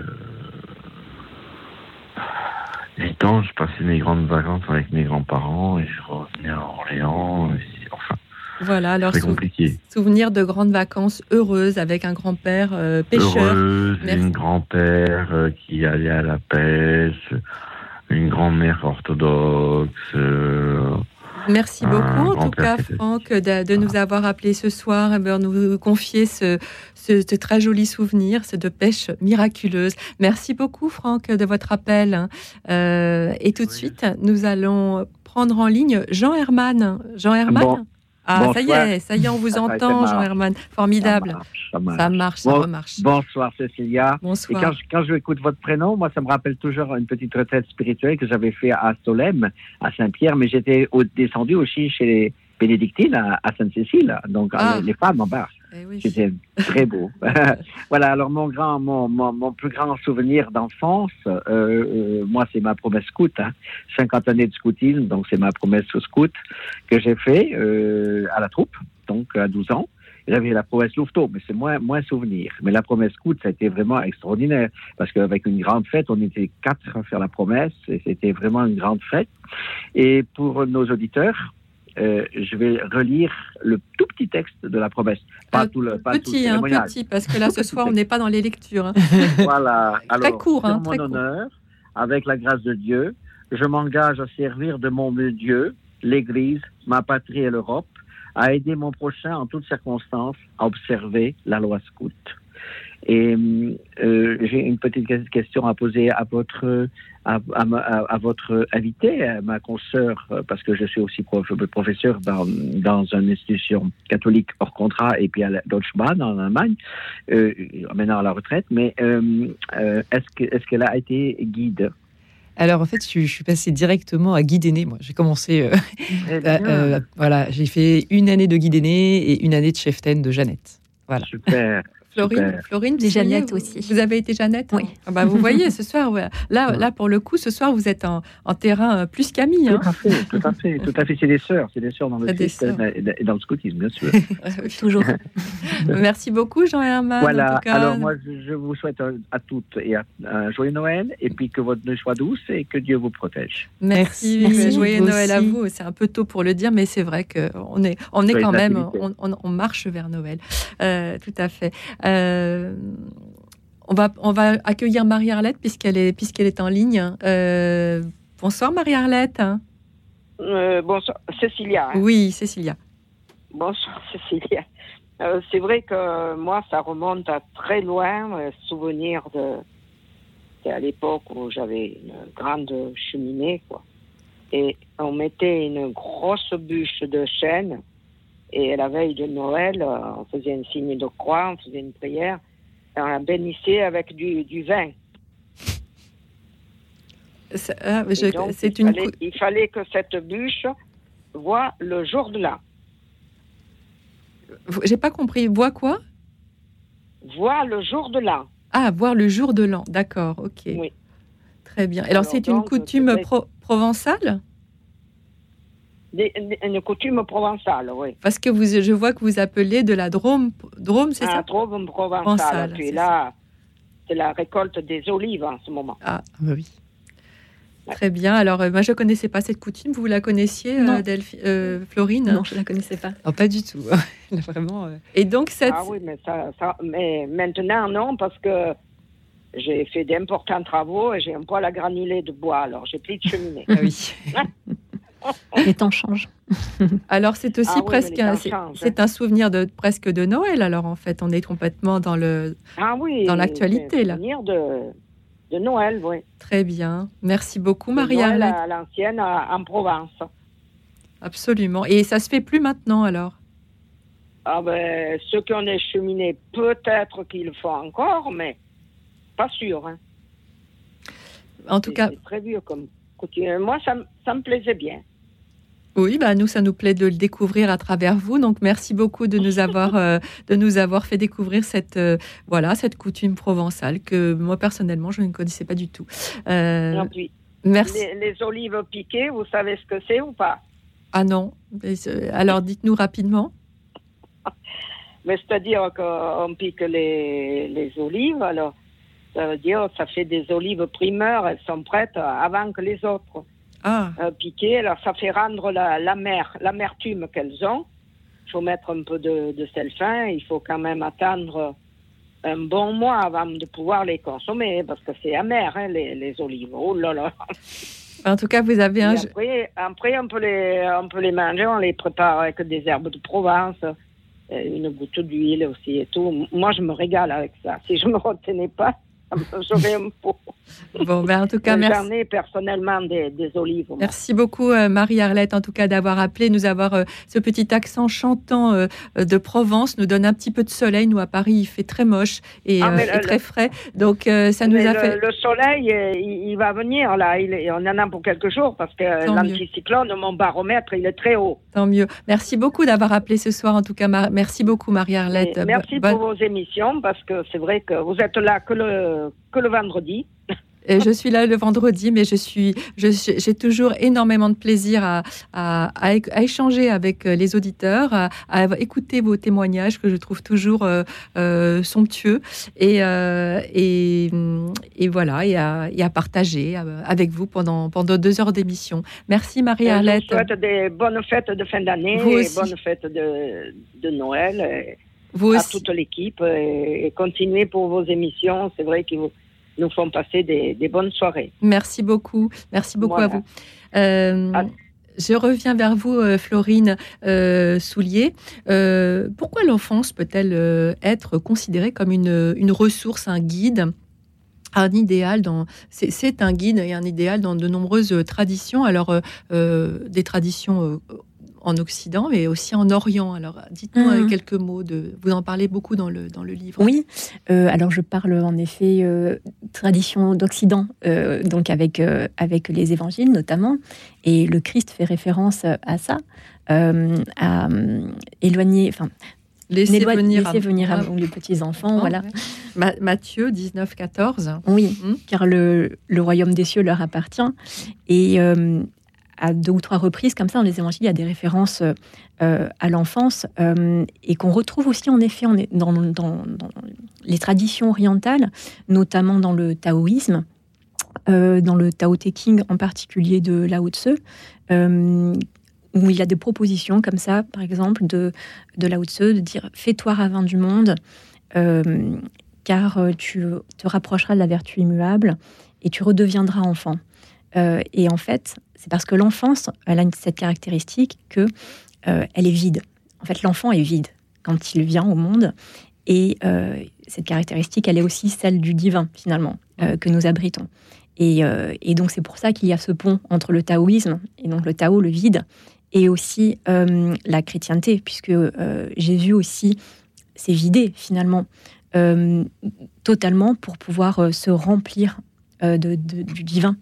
huit ans. Je passais mes grandes vacances avec mes grands-parents, et je revenais à Orléans. Et, enfin, voilà, alors c'est sou- compliqué. Souvenir de grandes vacances heureuses avec un grand-père euh, pêcheur. Heureuse, une grand-père euh, qui allait à la pêche, une grand-mère orthodoxe. Euh, Merci beaucoup, un en tout cas, Franck, de, de nous avoir appelés ce soir et de nous confier ce, ce, ce très joli souvenir, ce de pêche miraculeuse. Merci beaucoup, Franck, de votre appel. Euh, et tout de suite, nous allons prendre en ligne Jean Herman. Jean Herman bon. Ah, Bonsoir. ça y est, ça y est, on vous Ah, entend, Jean-Herman. Formidable. Ça marche, ça marche. Ça marche, ça Bon, remarche. Bonsoir Cécilia. Bonsoir. Et quand, je- quand je écoute votre prénom, moi ça me rappelle toujours une petite retraite spirituelle que j'avais fait à Solesmes, à Saint-Pierre, mais j'étais au, descendu aussi chez les bénédictines à, à Sainte-Cécile, donc Ah. les, les femmes en bas. Eh oui. C'était très beau. Voilà, alors mon grand, mon, mon, mon plus grand souvenir d'enfance, euh, euh, moi c'est ma promesse scout, hein, cinquante années de scoutisme, donc c'est ma promesse au scout que j'ai fait euh, à la troupe, donc à douze ans. J'avais la promesse Louveteau, mais c'est moins, moins souvenir. Mais la promesse scout, ça a été vraiment extraordinaire, parce qu'avec une grande fête, on était quatre à faire la promesse, et c'était vraiment une grande fête. Et pour nos auditeurs, Euh, je vais relire le tout petit texte de la promesse. Pas Euh, tout le pas tout le Petit, hein, cérémonial. petit, parce que là, ce soir, on n'est pas dans les lectures. hein. Voilà. Très Alors, court, hein, sur très mon court. honneur, avec la grâce de Dieu, je m'engage à servir de mon mieux Dieu, l'Église, ma patrie et l'Europe, à aider mon prochain en toutes circonstances à observer la loi scout. Et euh, j'ai une petite question à poser à votre à, à, à, à votre invité, à ma consoeur, parce que je suis aussi prof, professeur dans, dans une institution catholique hors contrat et puis à la Deutsche Bahn en Allemagne, euh, maintenant à la retraite. Mais euh, euh, est-ce que est-ce qu'elle a été guide? Alors en fait, je, suis- je suis passée directement à guide aîné. Moi, j'ai commencé. euh, Très euh, bien. euh, voilà, j'ai fait une année de guide aîné et une année de cheftaine de Jeannette. Voilà. Super. Florine, Super. Florine, Des ça y est, Jeannettes vous- aussi. Vous avez été Jeannette Oui. hein Ah bah, vous voyez, ce soir, ouais. là, là, pour le coup, ce soir, vous êtes en, en terrain euh, plus qu'amis. Hein. Tout à fait, tout à fait, tout à fait. C'est des sœurs, c'est des sœurs dans le C'est des Christ sœurs. et dans le scoutisme, bien sûr. Toujours. Merci beaucoup, Jean-Herman. en Voilà, tout cas. alors moi je je vous souhaite à, à toutes et à, un joyeux Noël et puis que votre nuit soit douce et que Dieu vous protège. Merci, Merci. joyeux Vous Noël à aussi. vous. C'est un peu tôt pour le dire, mais c'est vrai qu'on est, on est Joyeux quand même, nativité. on, on- on marche vers Noël. Euh, tout à fait. Euh, on va, on va accueillir Marie-Arlette puisqu'elle est, puisqu'elle est en ligne. Euh, bonsoir Marie-Arlette. Euh, bonsoir, Cécilia. hein. Oui, Cécilia. Bonsoir, Cécilia. Euh, c'est vrai que moi, ça remonte à très loin, euh, souvenir de. C'est à l'époque où j'avais une grande cheminée, quoi. Et on mettait une grosse bûche de chêne. Et la veille de Noël, euh, on faisait un signe de croix, on faisait une prière. Et on la bénissait avec du, du vin. C'est ah, je- Et donc, c'est il, une. fallait, cou- il fallait que cette bûche voie le jour de l'an. J'ai pas compris. Voix quoi? Voie le jour de l'an. Ah, voir le jour de l'an. D'accord, ok. Oui. Très bien. Alors, Alors, c'est une donc, coutume c'est vrai- pro- provençale? Des- des- une coutume provençale, oui. Parce que vous, je vois que vous appelez de la Drôme. Drôme, c'est Un ça? Drôme provençal. Provençal, Puis c'est là, c'est la récolte des olives en ce moment. Ah, Ah bah oui. très bien. Alors, euh, moi, je ne connaissais pas cette coutume. Vous la connaissiez, euh, Non. Delphi- euh, Florine? Non, je ne la connaissais pas. Non, pas du tout. Là, vraiment. euh, Et donc, cette... Ah oui, mais, ça, ça- mais maintenant, non, parce que j'ai fait d'importants travaux et j'ai un poêle à granulés de bois, alors j'ai plus de cheminée. Ah oui. Les temps changent. alors c'est aussi Ah oui, mais presque les un, temps c'est, changent, c'est un souvenir de presque de Noël. Alors, en fait, on est complètement dans le... Ah oui. Dans l'actualité, c'est un là. souvenir de, de Noël, oui. Très bien. Merci beaucoup, De Noël Marie-Arlette. à l'ancienne, à- en Provence. Absolument. Et ça se fait plus maintenant, alors? Ah ben, ceux qui ont des cheminées, peut-être qu'ils le font encore, mais pas sûr. Hein. En tout C'est- cas, c'est très vieux comme coutume. Moi, ça, me- ça me plaisait bien. oui, bah nous, ça nous plaît de le découvrir à travers vous. Donc, merci beaucoup de nous avoir, euh, de nous avoir fait découvrir cette, euh, voilà, cette coutume provençale que moi, personnellement, je ne connaissais pas du tout. Euh, Et puis, merci. les, les olives piquées, vous savez ce que c'est ou pas? Ah non. Alors, dites-nous rapidement. Mais c'est-à-dire qu'on pique les, les olives, alors ça veut dire ça fait des olives primeurs, elles sont prêtes avant que les autres Ah, euh, piquées. Alors ça fait rendre la, l'amer, l'amertume qu'elles ont. Il faut mettre un peu de, de sel fin, il faut quand même attendre un bon mois avant de pouvoir les consommer, parce que c'est amer, hein, les, les olives. Oh là là. en tout cas, vous avez Et un. après, après on, peut les, on peut les manger, on les prépare avec des herbes de Provence, euh, une goutte d'huile aussi et tout. Moi, je me régale avec ça. Si je me retenais pas, J'aurai un pot. Bon, ben en tout cas, merci. J'en ai personnellement des, des olives. Moi. Merci beaucoup, euh, Marie-Arlette, en tout cas, d'avoir appelé, nous avoir euh, ce petit accent chantant euh, de Provence, nous donne un petit peu de soleil. Nous, à Paris, il fait très moche et, ah, euh, et le, très frais. Donc, euh, ça nous a le, fait... Le soleil, il, il va venir, là. Il, on en a pour quelques jours parce que Tant l'anticyclone, mieux. Mon baromètre, il est très haut. Tant mieux. Merci beaucoup d'avoir appelé ce soir, en tout cas. Mar- merci beaucoup, Marie-Arlette. Et merci Bonne... pour vos émissions parce que c'est vrai que vous êtes là que le, que le vendredi. Et je suis là le vendredi, mais je suis, je, j'ai toujours énormément de plaisir à, à, à, à échanger avec les auditeurs, à, à écouter vos témoignages que je trouve toujours euh, euh, somptueux et, euh, et, et voilà, et à, et à partager avec vous pendant, pendant deux heures d'émission. Merci Marie-Arlette. Je vous souhaite des bonnes fêtes de fin d'année, vous et aussi. bonnes fêtes de, de Noël et vous à aussi. toute l'équipe et, et continuez pour vos émissions. C'est vrai qu'ils vous nous font passer des, des bonnes soirées. Merci beaucoup. Merci beaucoup voilà. à vous. Euh, ah. Je reviens vers vous, euh, Florine euh, Soulier. Euh, pourquoi l'enfance peut-elle euh, être considérée comme une, une ressource, un guide, un idéal dans, c'est, c'est un guide et un idéal dans de nombreuses traditions. Alors, euh, des traditions euh, en Occident, mais aussi en Orient. Alors, dites-nous mmh. quelques mots. De, vous en parlez beaucoup dans le, dans le livre. Oui, euh, alors je parle en effet euh, tradition d'Occident, euh, donc avec, euh, avec les évangiles notamment, et le Christ fait référence à ça, euh, à euh, éloigner... Enfin, Laissez Nélois, venir, laissez à, venir à vous les petits-enfants, voilà. Ouais. Ma- Matthieu dix-neuf quatorze. Oui, mmh. car le, le royaume des cieux leur appartient. Et... Euh, à deux ou trois reprises, comme ça, dans les évangiles, il y a des références euh, à l'enfance euh, et qu'on retrouve aussi, en effet, en, dans, dans, dans les traditions orientales, notamment dans le taoïsme, euh, dans le Tao Te Ching, en particulier de Lao Tse, euh, où il y a des propositions comme ça, par exemple, de, de Lao Tse, de dire « fais-toi ravin du monde, euh, car tu te rapprocheras de la vertu immuable et tu redeviendras enfant. Euh, » Et en fait, c'est parce que l'enfance, elle a cette caractéristique que euh, elle est vide. En fait, l'enfant est vide quand il vient au monde. Et euh, cette caractéristique, elle est aussi celle du divin, finalement, euh, que nous abritons. Et, euh, et donc, c'est pour ça qu'il y a ce pont entre le taoïsme, et donc le Tao, le vide, et aussi euh, la chrétienté, puisque euh, Jésus aussi s'est vidé, finalement, euh, totalement pour pouvoir euh, se remplir euh, de, de, du divin.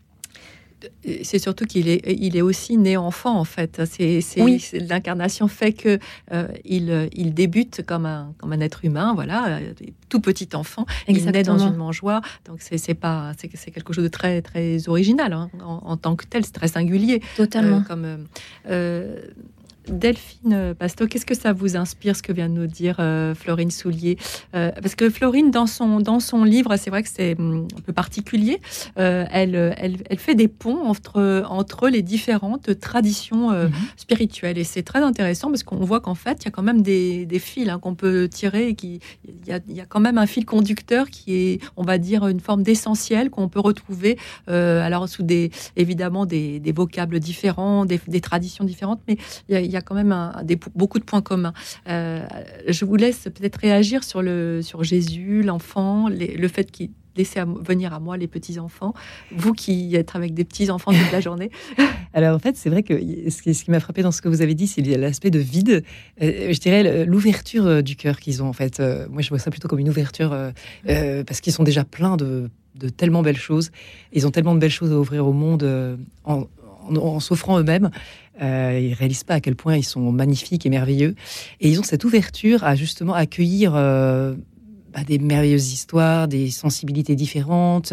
C'est surtout qu'il est, il est aussi né enfant, en fait. C'est, c'est, oui. c'est, l'incarnation fait que euh, il, il débute comme un, comme un être humain, voilà, tout petit enfant. Exactement. Il naît dans une mangeoire, donc c'est, c'est pas, c'est, c'est quelque chose de très, très original hein, en, en tant que tel. C'est très singulier. Totalement. Euh, comme euh, Delphine Pasto, qu'est-ce que ça vous inspire, ce que vient de nous dire euh, Florine Soulier euh, parce que Florine, dans son, dans son livre, c'est vrai que c'est un peu particulier, euh, elle, elle, elle fait des ponts entre, entre les différentes traditions euh, mm-hmm. spirituelles, et c'est très intéressant parce qu'on voit qu'en fait, il y a quand même des, des fils hein, qu'on peut tirer, il y a, y a quand même un fil conducteur qui est, on va dire, une forme d'essentiel qu'on peut retrouver, euh, alors sous des, évidemment des, des vocables différents, des, des traditions différentes, mais il y a, y a quand même un, des, beaucoup de points communs. Euh, je vous laisse peut-être réagir sur, le, sur Jésus, l'enfant, les, le fait qu'il laissait à, venir à moi les petits-enfants, vous qui êtes avec des petits-enfants toute la journée. Alors en fait, c'est vrai que ce qui, ce qui m'a frappé dans ce que vous avez dit, c'est l'aspect de vide, euh, je dirais l'ouverture du cœur qu'ils ont en fait. Euh, moi, je vois ça plutôt comme une ouverture, euh, euh, parce qu'ils sont déjà pleins de, de tellement belles choses. Ils ont tellement de belles choses à ouvrir au monde euh, en, en, en s'offrant eux-mêmes. Euh, ils ne réalisent pas à quel point ils sont magnifiques et merveilleux. Et ils ont cette ouverture à justement accueillir euh, bah, des merveilleuses histoires, des sensibilités différentes,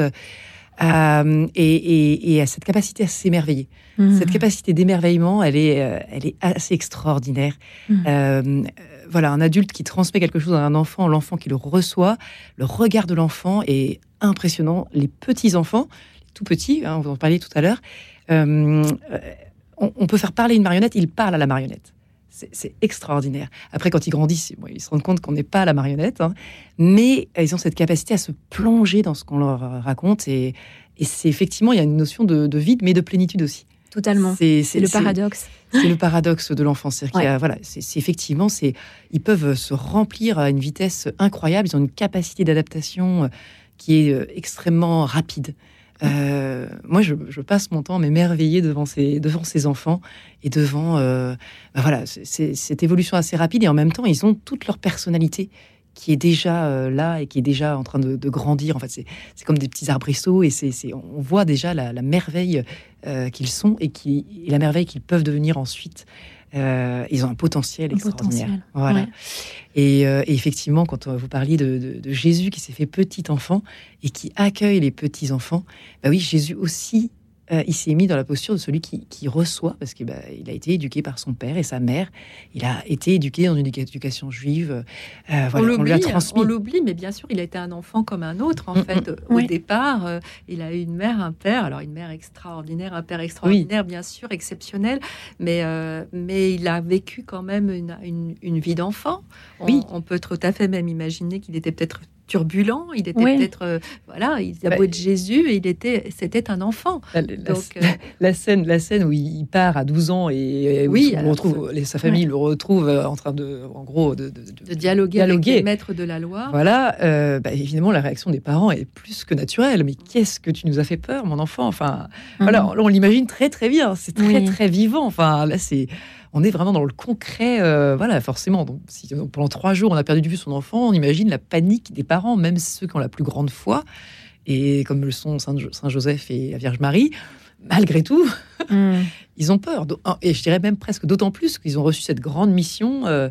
euh, et, et, et à cette capacité à s'émerveiller. Mmh. Cette capacité d'émerveillement, elle est, euh, elle est assez extraordinaire. Mmh. Euh, voilà, un adulte qui transmet quelque chose à un enfant, l'enfant qui le reçoit, le regard de l'enfant est impressionnant. Les petits-enfants, les tout petits, hein, vous en parliez tout à l'heure, euh, On, on peut faire parler une marionnette, ils parlent à la marionnette. C'est, c'est extraordinaire. Après, quand ils grandissent, bon, ils se rendent compte qu'on n'est pas à la marionnette, hein, mais ils ont cette capacité à se plonger dans ce qu'on leur raconte. Et, et c'est effectivement, il y a une notion de, de vide, mais de plénitude aussi. Totalement. C'est, c'est, c'est le paradoxe. C'est, c'est le paradoxe de l'enfance. C'est-à-dire ouais. qu'il y a, voilà, c'est, c'est effectivement, c'est, ils peuvent se remplir à une vitesse incroyable. Ils ont une capacité d'adaptation qui est euh, extrêmement rapide. Euh, moi, je, je passe mon temps à m'émerveiller devant ces, devant ces enfants et devant euh, ben voilà, c'est, cette évolution assez rapide. Et en même temps, ils ont toute leur personnalité qui est déjà euh, là et qui est déjà en train de, de grandir. En fait, c'est, c'est comme des petits arbrisseaux et c'est, c'est, on voit déjà la, la merveille euh, qu'ils sont et, qui, et la merveille qu'ils peuvent devenir ensuite. Euh, ils ont un potentiel un extraordinaire. Potentiel. Voilà. Ouais. Et, euh, et effectivement, quand vous parliez de, de, de Jésus qui s'est fait petit enfant et qui accueille les petits enfants, bah oui, Jésus aussi, euh, il s'est mis dans la posture de celui qui, qui reçoit, parce qu'il bah, a été éduqué par son père et sa mère. Il a été éduqué dans une éducation juive. Euh, voilà, on, on lui a l'oublie, transmis. on l'oublie, mais bien sûr, il a été un enfant comme un autre. En Mm, fait, mm. au Oui. départ, euh, il a eu une mère, un père. Alors une mère extraordinaire, un père extraordinaire, bien sûr, exceptionnel. Mais euh, mais il a vécu quand même une, une, une vie d'enfant. On, Oui. on peut tout à fait même imaginer qu'il était peut-être turbulent. Il était Oui. peut-être, euh, voilà, il a Bah, beau être Jésus, il était, c'était un enfant. La, la- Donc, euh, la scène, la scène où il part à douze ans et, et où Oui, on alors, retrouve, les- sa famille ouais. le retrouve euh, en train de, en gros, de, de- de- de dialoguer, dialoguer. avec les maîtres de la loi. Voilà, euh, bah, évidemment, la réaction des parents est plus que naturelle. Mais qu'est-ce que tu nous as fait peur, mon enfant? Enfin, voilà, Mhm. on, on l'imagine très très bien. C'est très Oui. très vivant. Enfin, là, c'est, on est vraiment dans le concret. euh, voilà, forcément. Donc, si euh, pendant trois jours on a perdu de vue son enfant, on imagine la panique des parents, même ceux qui ont la plus grande foi, et comme le sont Saint, Jo- Saint Joseph et la Vierge Marie. Malgré tout, Mm. ils ont peur. Do- Et je dirais même presque d'autant plus qu'ils ont reçu cette grande mission euh,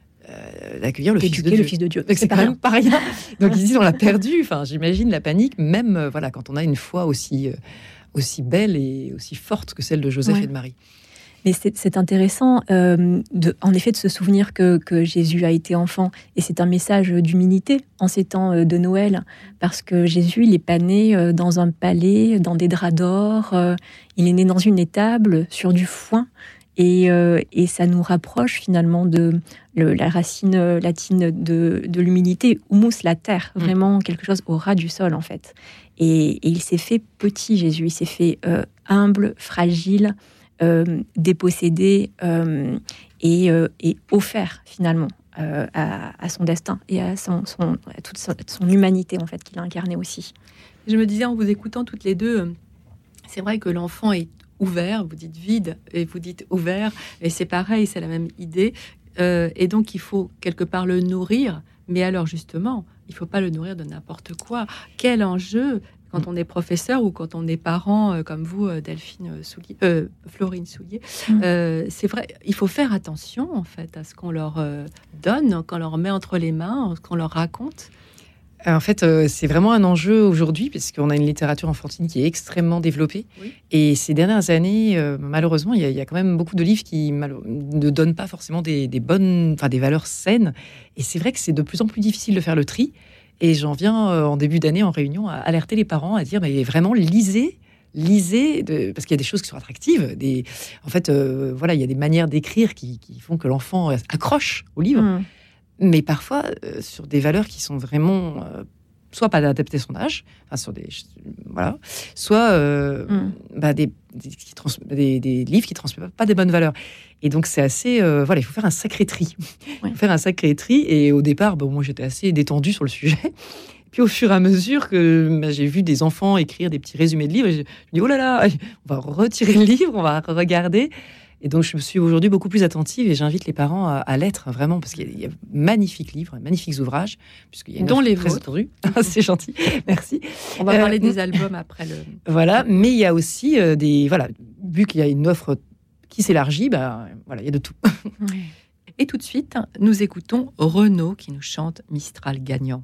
euh, d'accueillir le Fils de D'éduquer Dieu. le Fils de Dieu. Donc, c'est C'est quand pas même pas rien. Donc ils disent on l'a perdu. Enfin, j'imagine la panique, même euh, voilà, quand on a une foi aussi, euh, aussi belle et aussi forte que celle de Joseph Ouais. et de Marie. Mais c'est, c'est intéressant, euh, de, en effet, de se souvenir que, que Jésus a été enfant. Et c'est un message d'humilité en ces temps euh, de Noël, parce que Jésus, il n'est pas né euh, dans un palais, dans des draps d'or. euh, il est né dans une étable, sur du foin. Et, euh, et ça nous rapproche finalement de le- la racine euh, latine de, de l'humilité, humus, la terre, Mm. vraiment quelque chose au ras du sol en fait. Et, et il s'est fait petit, Jésus, il s'est fait euh, humble, fragile, euh, dépossédé euh, et, euh, et offert finalement euh, à, à son destin et à, son, son- à toute son, son humanité en fait qu'il a incarné aussi. Je me disais en vous écoutant toutes les deux, euh, c'est vrai que l'enfant est ouvert, vous dites vide et vous dites ouvert, et c'est pareil, c'est la même idée. Euh, et donc il faut quelque part le nourrir, mais alors justement, il ne faut pas le nourrir de n'importe quoi. Quel enjeu quand on est professeur ou quand on est parent, euh, comme vous, euh, Delphine Soulier, euh, Florine Soulier. Mm. Euh, c'est vrai, il faut faire attention en fait à ce qu'on leur euh, donne, qu'on leur met entre les mains, ce qu'on leur raconte. En fait, euh, c'est vraiment un enjeu aujourd'hui, puisqu'on a une littérature enfantine qui est extrêmement développée. Oui. Et ces dernières années, euh, malheureusement, il y, a- il y a quand même beaucoup de livres qui mal- ne donnent pas forcément des, des bonnes, enfin des valeurs saines. Et c'est vrai que c'est de plus en plus difficile de faire le tri. Et j'en viens euh, en début d'année en réunion à alerter les parents, à dire mais vraiment lisez. Lisez, de, parce qu'il y a des choses qui sont attractives. Des, en fait, euh, voilà, il y a des manières d'écrire qui, qui font que l'enfant accroche au livre. Mm. Mais parfois euh, sur des valeurs qui sont vraiment euh, soit pas adaptées à son âge, enfin sur des voilà, soit euh, Mm. bah, des, des, qui trans- des, des livres qui transmettent pas des bonnes valeurs. Et donc c'est assez euh, voilà, il faut faire un sacré tri, Ouais. il faut faire un sacré tri. Et au départ, bon, moi j'étais assez détendue sur le sujet. Puis au fur et à mesure que bah, j'ai vu des enfants écrire des petits résumés de livres, je me dis oh là là, on va retirer le livre, on va regarder. Et donc, je me suis aujourd'hui beaucoup plus attentive et j'invite les parents à, à l'être vraiment parce qu'il y a, il y a magnifiques livres, magniques ouvrages, puisqu'il y a une Dont offre les très vôtres. attendue. C'est gentil, merci. On va Euh, parler des albums après le. Voilà, mais il y a aussi euh, des voilà, vu qu'il y a une offre qui s'élargit, bah voilà, il y a de tout. Ouais. Et tout de suite, nous écoutons Renaud qui nous chante Mistral gagnant.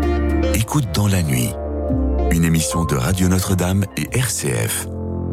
Écoute dans la nuit, une émission de Radio Notre-Dame et R C F.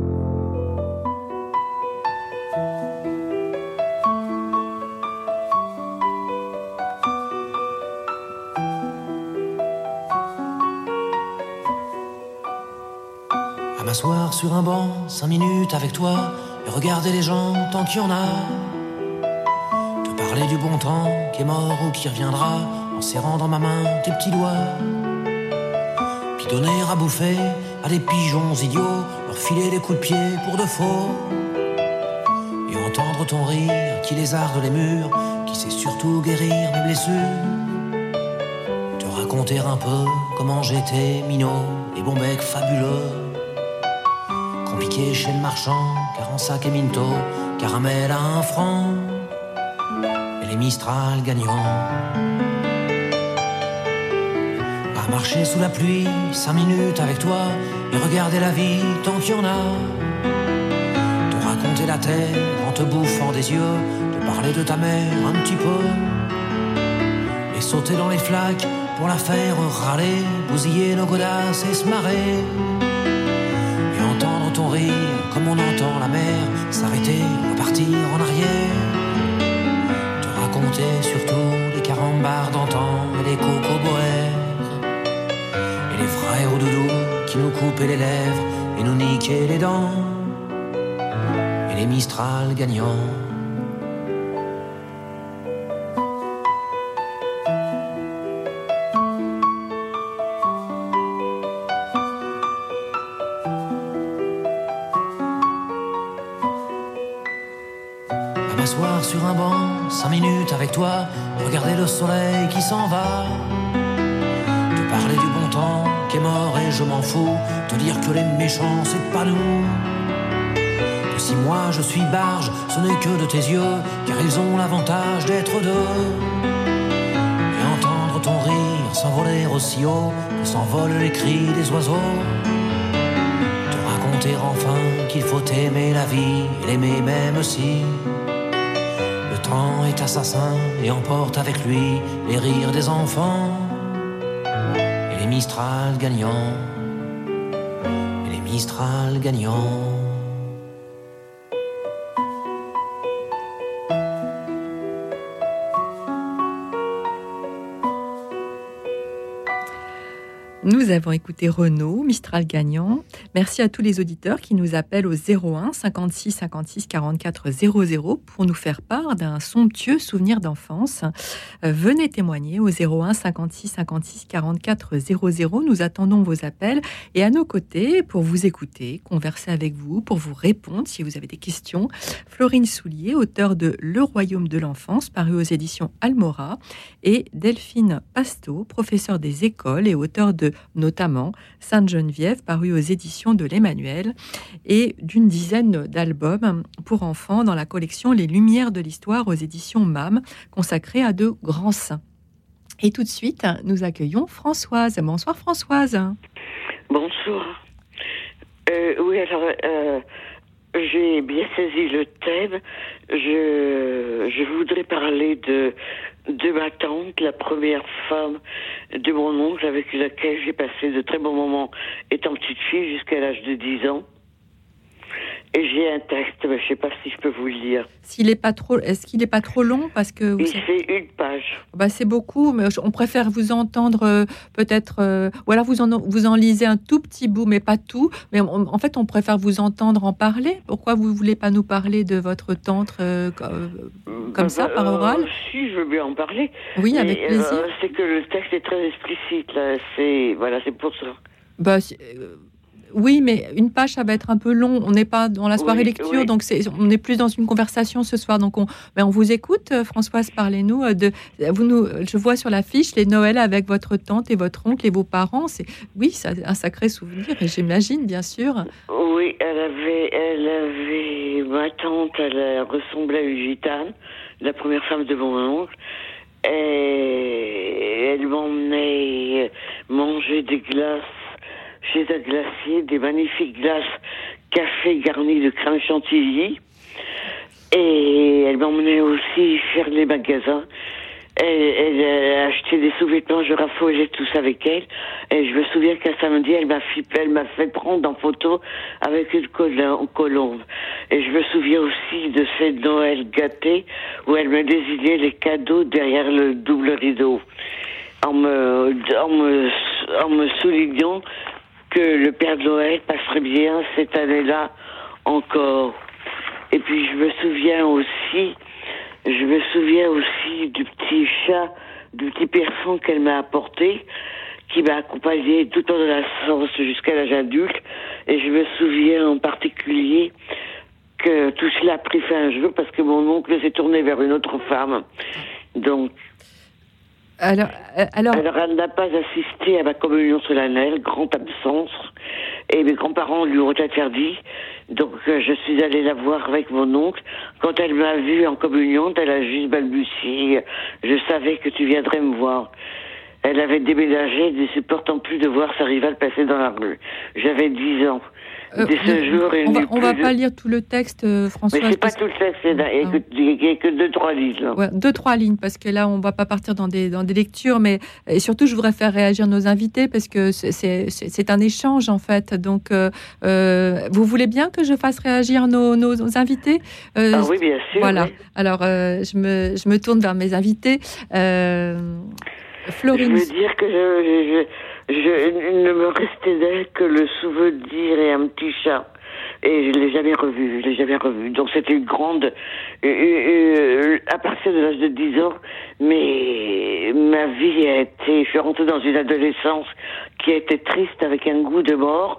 À m'asseoir sur un banc, cinq minutes avec toi, et regarder les gens tant qu'il y en a. Te parler du bon temps qui est mort ou qui reviendra, en serrant dans ma main tes petits doigts. Puis donner à bouffer à des pigeons idiots, leur filer des coups de pied pour de faux. Et entendre ton rire qui lézarde les murs, qui sait surtout guérir mes blessures. Te raconter un peu comment j'étais minot et bon bec fabuleux. Compliqué chez le marchand, car en sac et minto, caramel à un franc, et les Mistral gagnants. À marcher sous la pluie, cinq minutes avec toi, et regarder la vie tant qu'il y en a. Te raconter la terre en te bouffant des yeux, te parler de ta mère un petit peu, et sauter dans les flaques pour la faire râler, bousiller nos godasses et se marrer. Et entendre ton rire comme on entend la mer s'arrêter, repartir en arrière. Te raconter surtout les carambars d'antan et les cocoboères. Et les frères au doudou qui nous coupaient les lèvres et nous niquaient les dents. Et les Mistral gagnants. M'asseoir sur un banc, cinq minutes avec toi, regarder le soleil qui s'en va, te parler du bon temps qui est mort et je m'en fous, te dire que les méchants c'est pas nous, que si moi je suis barge, ce n'est que de tes yeux, car ils ont l'avantage d'être deux, et entendre ton rire s'envoler aussi haut que s'envolent les cris des oiseaux, te raconter enfin qu'il faut aimer la vie et l'aimer même si le temps est assassin et emporte avec lui les rires des enfants et les Mistral gagnants, et les Mistral gagnants. Nous avons écouté Renaud, Mistral gagnant. Merci à tous les auditeurs qui nous appellent au zéro un cinquante-six cinquante-six quarante-quatre zéro zéro pour nous faire part d'un somptueux souvenir d'enfance. Euh, venez témoigner au zéro un cinquante-six cinquante-six quarante-quatre zéro zéro. Nous attendons vos appels et à nos côtés pour vous écouter, converser avec vous, pour vous répondre si vous avez des questions. Florine Soulier, auteure de Le Royaume de l'enfance, paru aux éditions Almora, et Delphine Pasteau, professeure des écoles et auteure de notamment Sainte-Geneviève, paru aux éditions de l'Emmanuel, et d'une dizaine d'albums pour enfants dans la collection Les Lumières de l'Histoire aux éditions M A M, consacrée à de grands saints. Et tout de suite, nous accueillons Françoise. Bonsoir Françoise. Bonsoir. Euh, oui, alors, euh, j'ai bien saisi le thème. Je, je voudrais parler de, de ma tante, la première femme de mon oncle avec laquelle j'ai passé de très bons moments étant petite fille jusqu'à l'âge de dix ans. Et j'ai un texte, mais je ne sais pas si je peux vous le lire. S'il est pas trop, est-ce qu'il n'est pas trop long parce que il fait une page. Bah c'est beaucoup, mais on préfère vous entendre euh, peut-être, euh, ou alors vous en vous en lisez un tout petit bout, mais pas tout. Mais on, en fait, on préfère vous entendre en parler. Pourquoi vous voulez pas nous parler de votre tante euh, euh, comme bah, ça, par oral euh, Si, je veux bien en parler. Oui, avec mais, plaisir. Euh, c'est que le texte est très explicite. Là, c'est voilà, c'est pour ça. Bah. Euh, Oui, mais une page, ça va être un peu long. On n'est pas dans la soirée oui, lecture, oui. donc c'est, on est plus dans une conversation ce soir. Donc, on, ben on vous écoute, Françoise. Parlez-nous de. Vous nous, je vois sur l'affiche les Noëls avec votre tante et votre oncle et vos parents. C'est, oui, c'est un sacré souvenir. Et j'imagine, bien sûr. Oui, elle avait, elle avait ma tante. Elle ressemblait à une gitane, la première femme de mon oncle. Et elle m'emmenait manger des glaces chez un glacier, des magnifiques glaces café garnies de crème chantilly. Et elle m'emmenait aussi faire les magasins. Elle, elle achetait des sous-vêtements, je raffolais tout ça avec elle. Et je me souviens qu'un samedi, elle m'a fait, elle m'a fait prendre en photo avec une colombe. Et je me souviens aussi de ces Noël gâtés où elle me désignait les cadeaux derrière le double rideau. En me, en me, en me soulignant que le Père Noël passerait bien cette année-là encore. Et puis je me souviens aussi, je me souviens aussi du petit chat, du petit persan qu'elle m'a apporté, qui m'a accompagné tout au long de la naissance jusqu'à l'âge adulte. Et je me souviens en particulier que tout cela a pris fin un jour parce que mon oncle s'est tourné vers une autre femme. Donc, Alors, euh, alors... alors, elle n'a pas assisté à ma communion solennelle, grande absence, et mes grands-parents lui ont interdit. Donc, euh, je suis allée la voir avec mon oncle. Quand elle m'a vue en communion, elle a juste balbutié. Je savais que tu viendrais me voir. Elle avait déménagé, ne supportant plus de voir sa rivale passer dans la rue. J'avais dix ans. Euh, Dès ce jour, on va, on va de... pas lire tout le texte, euh, François. Mais c'est pas tout le texte, il n'y a, ah. que, que deux, trois lignes. Ouais, deux, trois lignes, parce que là, on va pas partir dans des, dans des lectures, mais et surtout, je voudrais faire réagir nos invités, parce que c'est, c'est, c'est un échange, en fait. Donc, euh, euh, vous voulez bien que je fasse réagir nos, nos, nos invités euh, Ah oui, bien sûr. Voilà. Oui. Alors, euh, je, me, je me tourne vers mes invités. Euh, Florine. Je veux dire que je, je, je, ne me restait d'elle que le souvenir et un petit chat. Et je l'ai jamais revu, je l'ai jamais revu. Donc c'était une grande, euh, euh, à partir de l'âge de dix ans, mais ma vie a été, je suis rentrée dans une adolescence qui a été triste avec un goût de mort,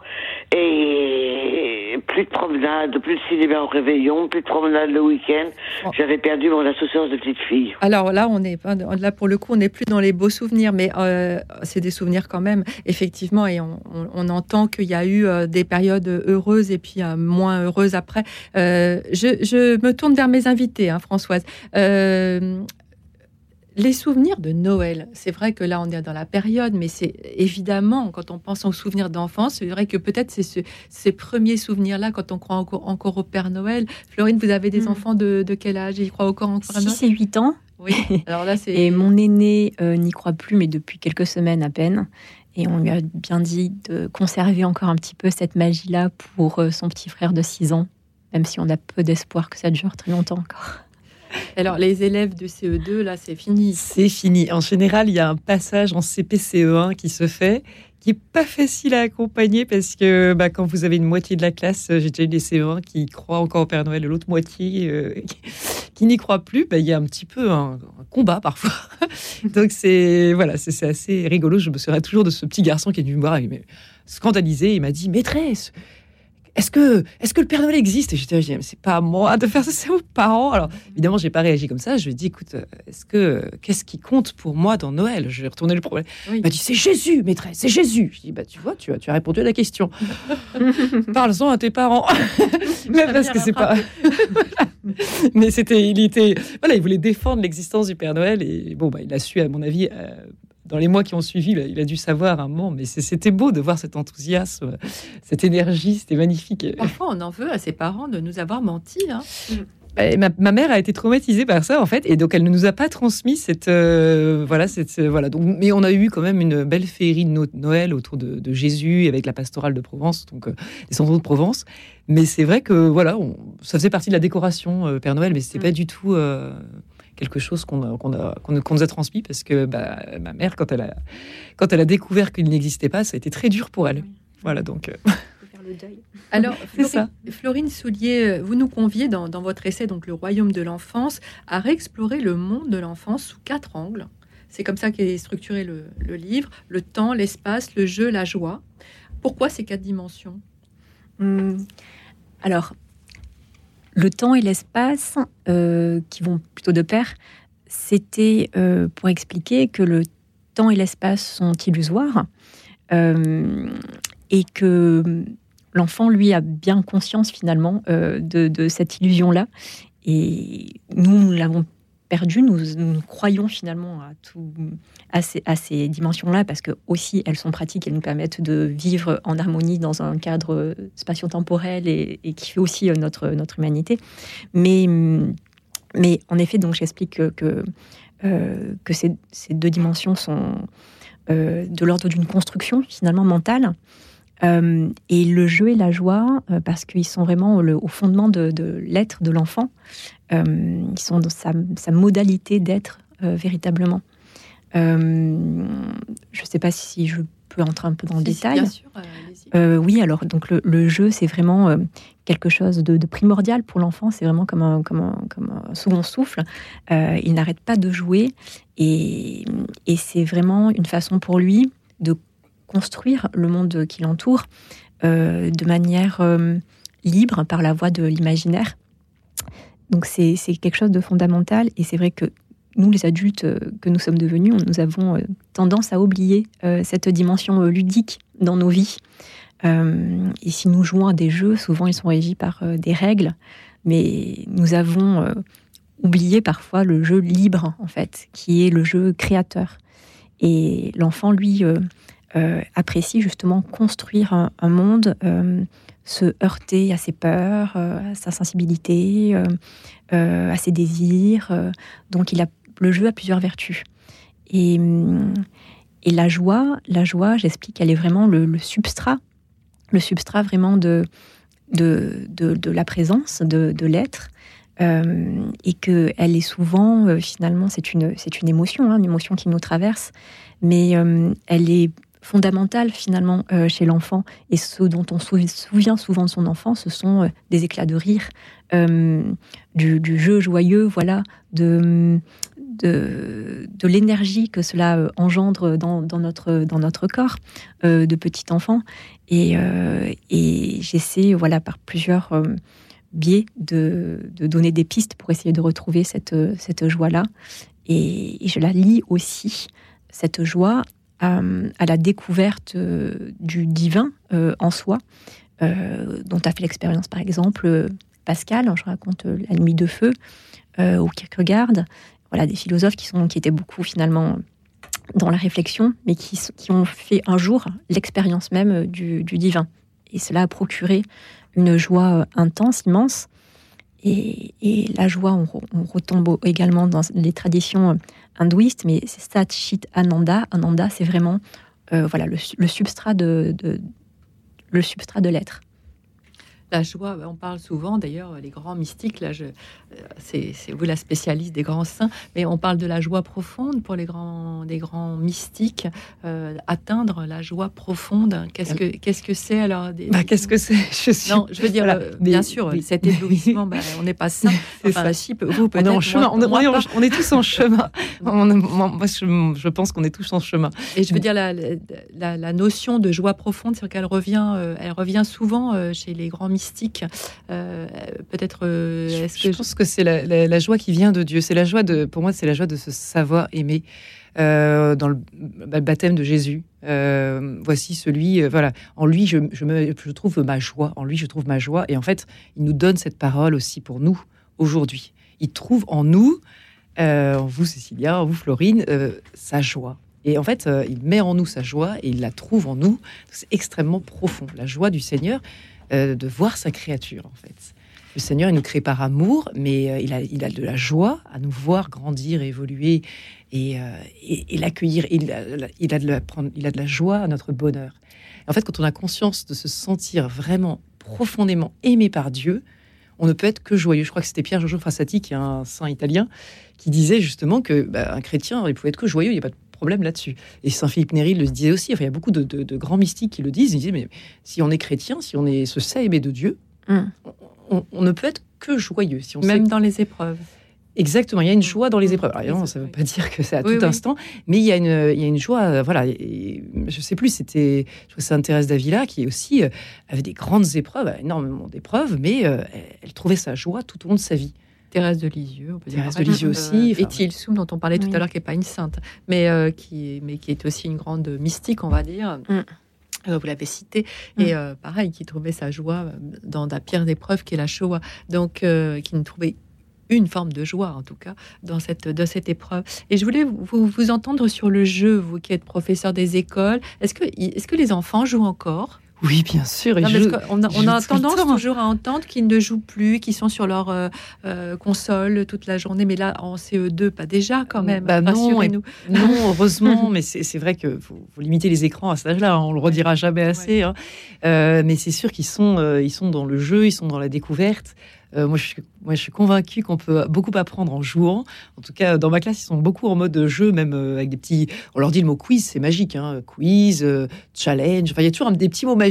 et plus de promenade, plus de cinéma au réveillon, plus de promenade le week-end. Oh. J'avais perdu mon insouciance de petite fille. Alors là, on est là pour le coup, on n'est plus dans les beaux souvenirs, mais euh, c'est des souvenirs quand même, effectivement, et on, on, on entend qu'il y a eu euh, des périodes heureuses et puis euh, moins heureuses après. Euh, je, je me tourne vers mes invités, hein, Françoise. Euh, Les souvenirs de Noël, c'est vrai que là, on est dans la période, mais c'est évidemment, quand on pense aux souvenirs d'enfance, c'est vrai que peut-être c'est ce, ces premiers souvenirs-là, quand on croit encore, encore au Père Noël. Florine, vous avez des mmh. enfants de, de quel âge? Ils croient encore au Père Noël? six et huit ans. Oui, alors là, c'est... Et mon aîné euh, n'y croit plus, mais depuis quelques semaines à peine. Et on lui a bien dit de conserver encore un petit peu cette magie-là pour euh, son petit frère de six ans, même si on a peu d'espoir que ça dure très longtemps encore. Alors, les élèves de C E deux, là, c'est fini. C'est fini. En général, il y a un passage en C P C E un qui se fait, qui n'est pas facile à accompagner parce que bah, quand vous avez une moitié de la classe, j'ai déjà eu des C E un qui croient encore au Père Noël et l'autre moitié euh, qui, qui n'y croient plus, bah, il y a un petit peu un, un combat parfois. Donc, c'est, voilà, c'est, c'est assez rigolo. Je me souviens toujours de ce petit garçon qui est venu me voir, il m'a scandalisé. Il m'a dit « Maîtresse !» Est-ce que, est-ce que le Père Noël existe? Et j'étais dit, c'est pas à moi de faire ça, c'est aux parents. Alors, évidemment, j'ai pas réagi comme ça. Je lui ai dit, écoute, est-ce que, qu'est-ce qui compte pour moi dans Noël? Je vais retourner le problème. Oui. Il m'a dit, c'est Jésus, maîtresse, c'est Jésus. Je dis, bah, tu vois, tu as, tu as répondu à la question. Parle-en à tes parents. Mais parce que c'est pas. Mais c'était, il était, voilà, il voulait défendre l'existence du Père Noël et bon, bah, il a su, à mon avis, euh, dans les mois qui ont suivi, il a dû savoir un moment, mais c'était beau de voir cet enthousiasme, cette énergie, c'était magnifique. Parfois, on en veut à ses parents de nous avoir menti. Hein. Ma, ma mère a été traumatisée par ça, en fait, et donc elle ne nous a pas transmis cette... Euh, voilà, cette euh, voilà. Donc, mais on a eu quand même une belle féerie de no- Noël autour de, de Jésus, avec la pastorale de Provence, donc euh, les cendres de Provence. Mais c'est vrai que, voilà, on, ça faisait partie de la décoration euh, Père Noël, mais c'était mmh. pas du tout... Euh, quelque chose qu'on, a, qu'on, a, qu'on, qu'on nous a transmis parce que bah, ma mère, quand elle, a, quand elle a découvert qu'il n'existait pas, ça a été très dur pour elle. Oui. Voilà, donc... Euh... faire le deuil. Alors, Florine, Florine Soulier, vous nous conviez dans, dans votre essai, donc Le Royaume de l'enfance, à réexplorer le monde de l'enfance sous quatre angles. C'est comme ça qu'est structuré le, le livre. Le temps, l'espace, le jeu, la joie. Pourquoi ces quatre dimensions? hum, Alors... Le temps et l'espace, euh, qui vont plutôt de pair, c'était euh, pour expliquer que le temps et l'espace sont illusoires euh, et que l'enfant, lui, a bien conscience finalement euh, de, de cette illusion-là. Et nous, nous l'avons perdu, nous, nous croyons finalement à, tout, à, ces, à ces dimensions-là parce que aussi elles sont pratiques, elles nous permettent de vivre en harmonie dans un cadre spatio-temporel et, et qui fait aussi notre, notre humanité. Mais, mais en effet, donc j'explique que, que, euh, que ces, ces deux dimensions sont euh, de l'ordre d'une construction finalement mentale. Euh, et le jeu et la joie, euh, parce qu'ils sont vraiment le, au fondement de, de l'être de l'enfant, euh, ils sont dans sa, sa modalité d'être euh, véritablement. Euh, je ne sais pas si je peux entrer un peu dans le si, détail. Bien sûr, euh, euh, oui, alors donc le, le jeu, c'est vraiment euh, quelque chose de, de primordial pour l'enfant. C'est vraiment comme un, comme un, comme un second souffle. Euh, il n'arrête pas de jouer et, et c'est vraiment une façon pour lui de construire le monde qui l'entoure euh, de manière euh, libre par la voie de l'imaginaire. Donc c'est, c'est quelque chose de fondamental et c'est vrai que nous, les adultes que nous sommes devenus, nous avons tendance à oublier cette dimension ludique dans nos vies. Euh, et si nous jouons à des jeux, souvent ils sont régis par euh, des règles, mais nous avons euh, oublié parfois le jeu libre, en fait, qui est le jeu créateur. Et l'enfant, lui, euh, euh, apprécie justement construire un, un monde, euh, se heurter à ses peurs, euh, à sa sensibilité, euh, euh, à ses désirs. Euh, donc il a, le jeu a plusieurs vertus. Et, et la joie, la joie, j'explique qu'elle est vraiment le, le substrat le substrat vraiment de, de, de, de la présence, de, de l'être, euh, et qu'elle est souvent, euh, finalement, c'est une, c'est une émotion, hein, une émotion qui nous traverse, mais euh, elle est fondamentale, finalement, euh, chez l'enfant, et ce dont on se souvient souvent de son enfant, ce sont euh, des éclats de rire, euh, du, du jeu joyeux, voilà, de... De, de l'énergie que cela engendre dans, dans, notre, dans notre corps euh, de petit enfant. Et, euh, et j'essaie, voilà, par plusieurs euh, biais, de, de donner des pistes pour essayer de retrouver cette, cette joie-là. Et, et je la lie aussi, cette joie, à, à la découverte du divin euh, en soi, euh, dont a fait l'expérience, par exemple, Pascal, je raconte La Nuit de Feu, euh, ou Kierkegaard. Voilà, des philosophes qui, sont, qui étaient beaucoup finalement dans la réflexion, mais qui, qui ont fait un jour l'expérience même du, du divin. Et cela a procuré une joie intense, immense. Et, et la joie, on, on retombe également dans les traditions hindouistes, mais c'est Sat Chit Ananda. Ananda, c'est vraiment euh, voilà, le, le, substrat de, de, le substrat de l'être. La joie, on parle souvent, d'ailleurs, les grands mystiques, là, je, c'est, c'est vous la spécialiste des grands saints, mais on parle de la joie profonde pour les grands, des grands mystiques, euh, atteindre la joie profonde. Qu'est-ce que, qu'est-ce que c'est alors des... bah, Qu'est-ce que c'est je suis... Non, je veux dire, voilà, euh, bien mais, sûr, mais... cet éblouissement, bah, on n'est pas saint. Enfin, si, vous, peut-être. On est en chemin, moi, on, moi, est, moi, on est tous en chemin. on, moi, je, je pense qu'on est tous en chemin. Et je veux dire, la, la, la notion de joie profonde, c'est qu'elle revient, euh, elle revient souvent euh, chez les grands mystiques. Mystique, euh, peut-être. Euh, est-ce je que pense je... que c'est la, la, la joie qui vient de Dieu. C'est la joie de, pour moi, c'est la joie de se savoir aimer. Euh, dans le baptême de Jésus, euh, voici celui, euh, voilà, en lui, je, je, me, je trouve ma joie. En lui, je trouve ma joie. Et en fait, il nous donne cette parole aussi pour nous aujourd'hui. Il trouve en nous, euh, en vous, Cécilia, en vous, Florine, euh, sa joie. Et en fait, euh, il met en nous sa joie et il la trouve en nous. C'est extrêmement profond. La joie du Seigneur. Euh, de voir sa créature, en fait. Le Seigneur, il nous crée par amour, mais euh, il, a, il a de la joie à nous voir grandir, évoluer et, euh, et, et l'accueillir. Il a, il, a de la, il a de la joie à notre bonheur. Et en fait, quand on a conscience de se sentir vraiment profondément aimé par Dieu, on ne peut être que joyeux. Je crois que c'était Pierre Giorgio Frassati, qui est un saint italien, qui disait justement que bah, un chrétien, il pouvait être que joyeux, il n'y a pas de problème là-dessus. Et Saint Philippe Néri le disait aussi. Enfin, il y a beaucoup de, de, de grands mystiques qui le disent. Ils disaient, mais si on est chrétien, si on est, se sait aimer de Dieu, mm. on, on, on ne peut être que joyeux. Si on Même sait... dans les épreuves. Exactement, il y a une joie dans les épreuves. Alors, non, ça ne veut pas dire que c'est à oui, tout oui. instant, mais il y a une, il y a une joie. Voilà, et, je ne sais plus, c'était, je crois que c'est Sainte-Thérèse d'Avila qui aussi euh, avait des grandes épreuves, énormément d'épreuves, mais euh, elle, elle trouvait sa joie tout au long de sa vie. Thérèse de Lisieux, on peut dire. Thérèse de Lisieux aussi. Euh, et Tilsum, dont on parlait tout oui. à l'heure, qui n'est pas une sainte, mais, euh, qui, mais qui est aussi une grande mystique, on va dire. Mm. Euh, vous l'avez cité. Mm. Et euh, pareil, qui trouvait sa joie dans la pire épreuve qui est la Shoah. Donc, euh, qui ne trouvait une forme de joie, en tout cas, dans cette, dans cette épreuve. Et je voulais vous, vous entendre sur le jeu, vous qui êtes professeur des écoles. Est-ce que, est-ce que les enfants jouent encore ? Oui, bien sûr. Non, je, on a, on a tendance toujours à entendre qu'ils ne jouent plus, qu'ils sont sur leur euh, euh, console toute la journée. Mais là, en C E deux, pas déjà quand même. Bah non, rassurez-nous. Et, non, heureusement. Mais c'est, c'est vrai qu'il faut, faut limiter les écrans à cet âge-là. Hein, on le redira jamais assez. Ouais. Hein. Euh, mais c'est sûr qu'ils sont, euh, ils sont dans le jeu, ils sont dans la découverte. Euh, moi, je suis, moi, je suis convaincue qu'on peut beaucoup apprendre en jouant. En tout cas, dans ma classe, ils sont beaucoup en mode jeu, même euh, avec des petits... On leur dit le mot quiz, c'est magique. Hein, quiz, euh, challenge. Enfin, il y a toujours des petits mots magiques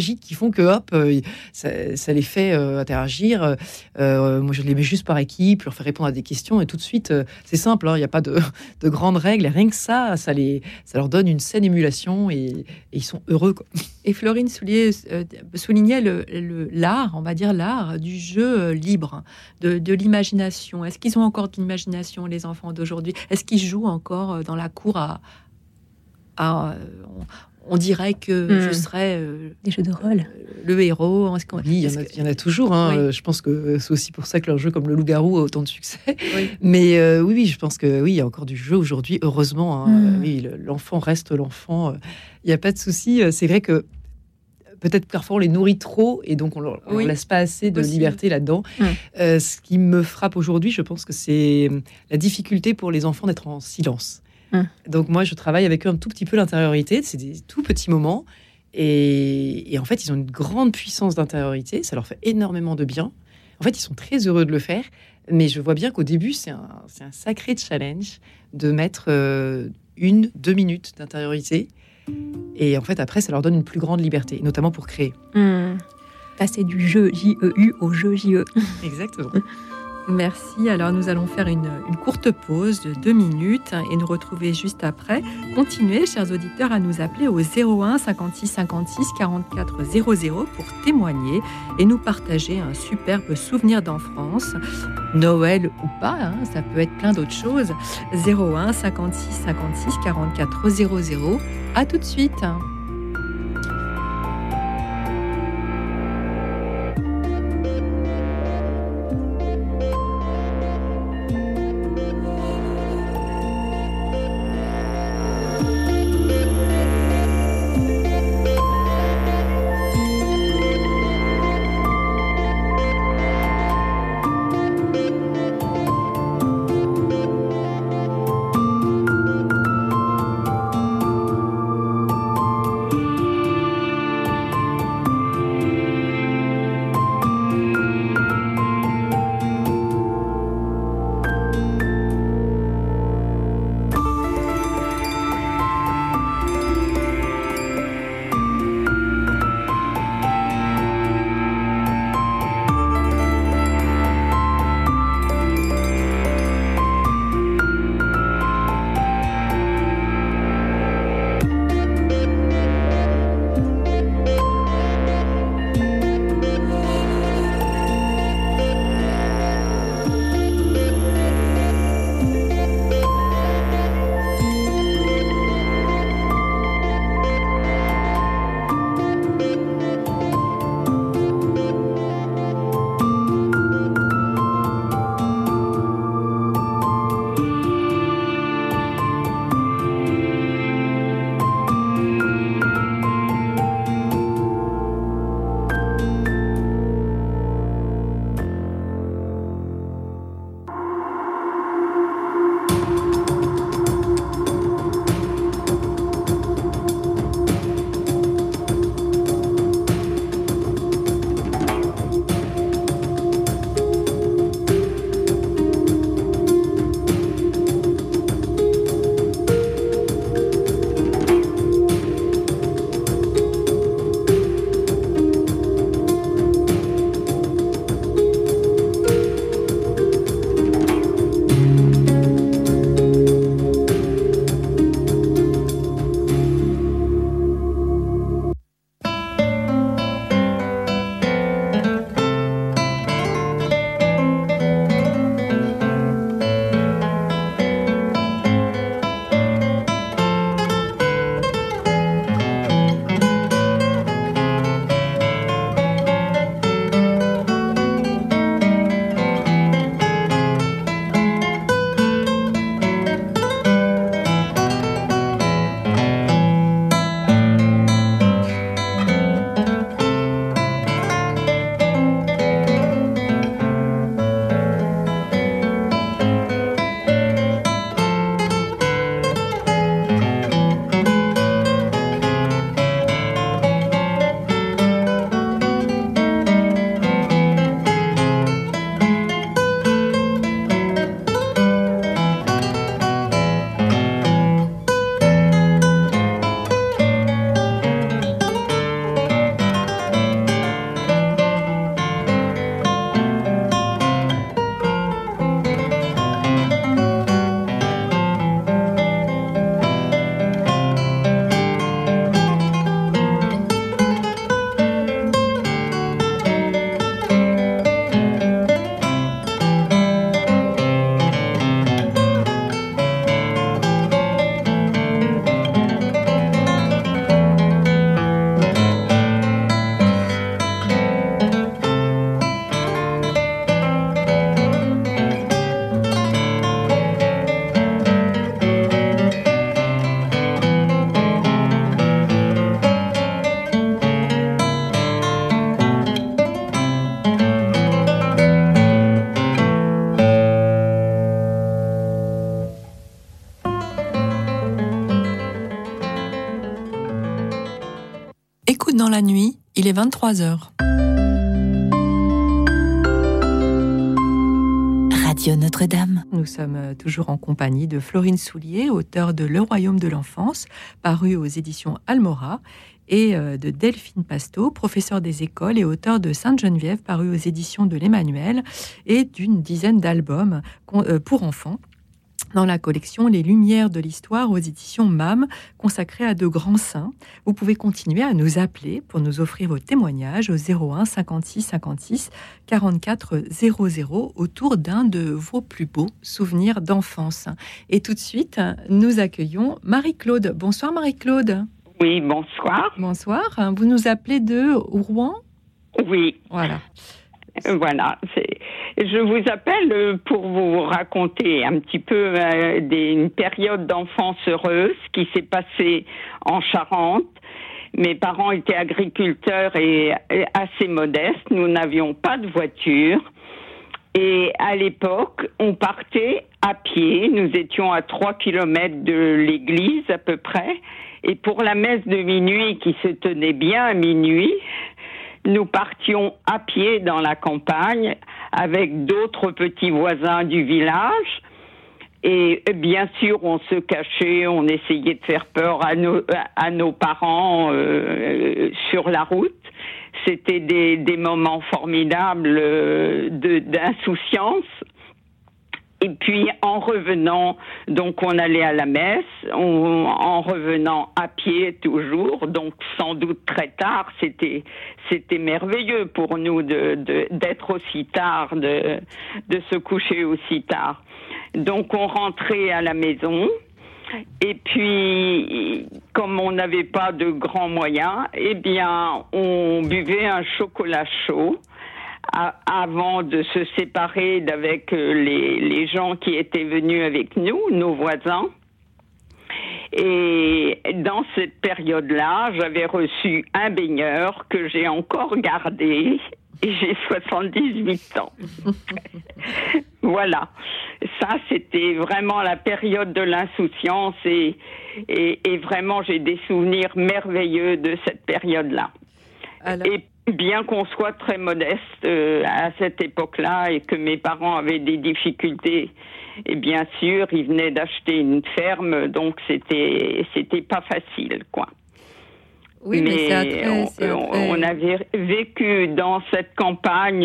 magiques qui font que hop, euh, ça, ça les fait euh, interagir. Euh, moi, je les mets juste par équipe, leur fais répondre à des questions et tout de suite, euh, c'est simple. Il hein, n'y a pas de, de grandes règles. Et rien que ça, ça, les, ça leur donne une saine émulation et, et ils sont heureux, quoi. Et Florine Soulier euh, soulignait le, le, l'art, on va dire l'art du jeu libre, de, de l'imagination. Est-ce qu'ils ont encore de l'imagination, les enfants d'aujourd'hui? Est-ce qu'ils jouent encore dans la cour à... à on, on dirait que mmh. je serais... Euh, des jeux de rôle. Le héros. Est-ce qu'on... Oui, il y, en a, que... il y en a toujours. Hein. Oui. Je pense que c'est aussi pour ça que leur jeu comme le loup-garou a autant de succès. Oui. Mais euh, oui, oui, je pense que oui, il y a encore du jeu aujourd'hui, heureusement. Hein. Mmh. Oui, l'enfant reste l'enfant. Il n'y a pas de souci. C'est vrai que peut-être parfois on les nourrit trop et donc on ne leur oui. laisse pas assez de Possible. liberté là-dedans. Mmh. Euh, ce qui me frappe aujourd'hui, je pense que c'est la difficulté pour les enfants d'être en silence. Mmh. Donc moi, je travaille avec eux un tout petit peu l'intériorité. C'est des tout petits moments. Et, et en fait, ils ont une grande puissance d'intériorité. Ça leur fait énormément de bien. En fait, ils sont très heureux de le faire. Mais je vois bien qu'au début, c'est un, c'est un sacré challenge de mettre euh, une, deux minutes d'intériorité. Et en fait, après, ça leur donne une plus grande liberté, notamment pour créer. Mmh. Passer du jeu J E U au jeu J E. Exactement. Merci. Alors, nous allons faire une, une courte pause de deux minutes et nous retrouver juste après. Continuez, chers auditeurs, à nous appeler au zéro un cinquante-six cinquante-six quarante-quatre zéro zéro pour témoigner et nous partager un superbe souvenir d'enfance, Noël ou pas, hein, ça peut être plein d'autres choses. zéro un cinquante-six cinquante-six quarante-quatre zéro zéro. À tout de suite. la nuit, il est vingt-trois heures. Radio Notre-Dame. Nous sommes toujours en compagnie de Florine Soulier, auteure de Le Royaume de l'enfance, paru aux éditions Almora, et de Delphine Pasteau, professeure des écoles et auteure de Sainte-Geneviève, paru aux éditions de l'Emmanuel, et d'une dizaine d'albums pour enfants dans la collection Les Lumières de l'Histoire aux éditions M A M, consacrée à de grands saints. Vous pouvez continuer à nous appeler pour nous offrir vos témoignages au zéro un cinquante-six cinquante-six quarante-quatre zéro zéro autour d'un de vos plus beaux souvenirs d'enfance. Et tout de suite, nous accueillons Marie-Claude. Bonsoir Marie-Claude. Oui, bonsoir. Bonsoir. Vous nous appelez de Rouen ? Oui. Voilà. Voilà, c'est... je vous appelle pour vous raconter un petit peu euh, des, une période d'enfance heureuse qui s'est passée en Charente. Mes parents étaient agriculteurs et, et assez modestes. Nous n'avions pas de voiture. Et à l'époque, on partait à pied. Nous étions à trois kilomètres de l'église à peu près. Et pour la messe de minuit qui se tenait bien à minuit, nous partions à pied dans la campagne avec d'autres petits voisins du village. Et bien sûr, on se cachait, on essayait de faire peur à nos, à nos parents euh, sur la route. C'était des, des moments formidables de, d'insouciance. Et puis, en revenant, donc on allait à la messe, on, en revenant à pied toujours, donc sans doute très tard, c'était c'était merveilleux pour nous de, de d'être aussi tard, de de se coucher aussi tard. Donc on rentrait à la maison. Et puis, comme on n'avait pas de grands moyens, eh bien, on buvait un chocolat chaud avant de se séparer d'avec les, les gens qui étaient venus avec nous, nos voisins. Et dans cette période-là, j'avais reçu un baigneur que j'ai encore gardé. Et j'ai soixante-dix-huit ans. Voilà. Ça, c'était vraiment la période de l'insouciance et, et, et vraiment, j'ai des souvenirs merveilleux de cette période-là. Alors... Et bien qu'on soit très modeste euh, à cette époque-là et que mes parents avaient des difficultés, et bien sûr, ils venaient d'acheter une ferme, donc c'était c'était pas facile, quoi. Oui, mais, mais c'est après, on, c'est après... on avait vécu dans cette campagne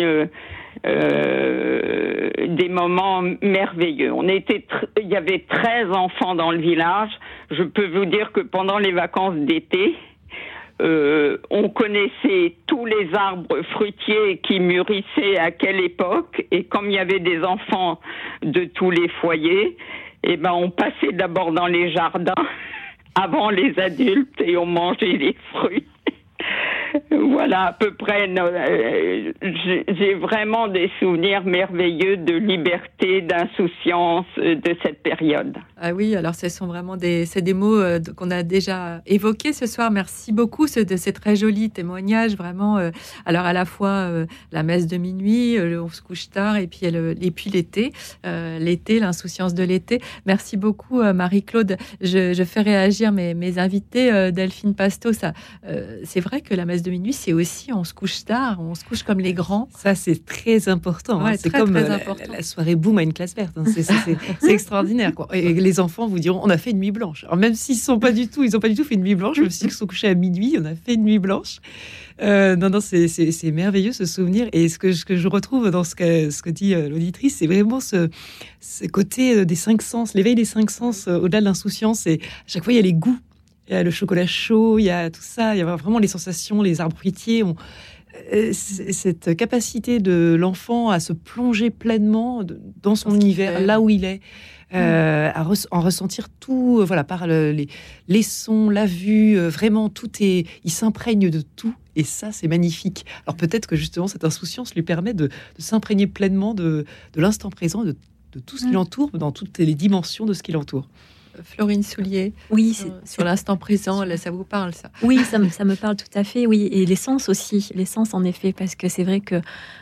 euh, des moments merveilleux. On était, tr- il y avait treize enfants dans le village. Je peux vous dire que pendant les vacances d'été, Euh, on connaissait tous les arbres fruitiers qui mûrissaient à quelle époque, et comme il y avait des enfants de tous les foyers, eh ben on passait d'abord dans les jardins avant les adultes et on mangeait les fruits. Voilà, à peu près, euh, j'ai, j'ai vraiment des souvenirs merveilleux de liberté, d'insouciance euh, de cette période. Ah oui, alors ce sont vraiment des, c'est des mots euh, qu'on a déjà évoqués ce soir. Merci beaucoup ce, de ces très jolis témoignages, vraiment. Euh, alors à la fois euh, la messe de minuit, euh, on se couche tard, et puis, le, et puis l'été, euh, l'été, l'insouciance de l'été. Merci beaucoup euh, Marie-Claude. Je, je fais réagir mes, mes invités, euh, Delphine Pasteau. Ça, euh, c'est vrai que la messe de minuit, c'est aussi on se couche tard, on se couche comme les grands. Ça, c'est très important. Ouais, hein. C'est très, comme très la, important. la soirée boum à une classe verte. Hein. C'est, c'est, c'est, c'est extraordinaire, quoi. Et les enfants vous diront, on a fait une nuit blanche. Alors même s'ils sont pas du tout, ils ont pas du tout fait une nuit blanche. Même s'ils sont couchés à minuit, on a fait une nuit blanche. Euh, non, non, c'est, c'est, c'est merveilleux ce souvenir. Et ce que, ce que je retrouve dans ce que, ce que dit euh, l'auditrice, c'est vraiment ce, ce côté euh, des cinq sens, l'éveil des cinq sens euh, au-delà de l'insouciance. Et à chaque fois, il y a les goûts. Il y a le chocolat chaud, il y a tout ça, il y a vraiment les sensations, les arbres fruitiers. On... Cette capacité de l'enfant à se plonger pleinement dans son univers, là où il est, euh, à re- en ressentir tout, voilà, par le, les, les sons, la vue, euh, vraiment tout est, il s'imprègne de tout, et ça c'est magnifique. Alors peut-être que justement cette insouciance lui permet de, de s'imprégner pleinement de, de l'instant présent, de, de tout ce qui l'entoure, dans toutes les dimensions de ce qui l'entoure. Florine Soulier, oui, c'est, sur, sur l'instant présent, là, ça vous parle, ça? Oui, ça me, ça me parle tout à fait, oui, et l'essence aussi, l'essence en effet, parce que c'est vrai que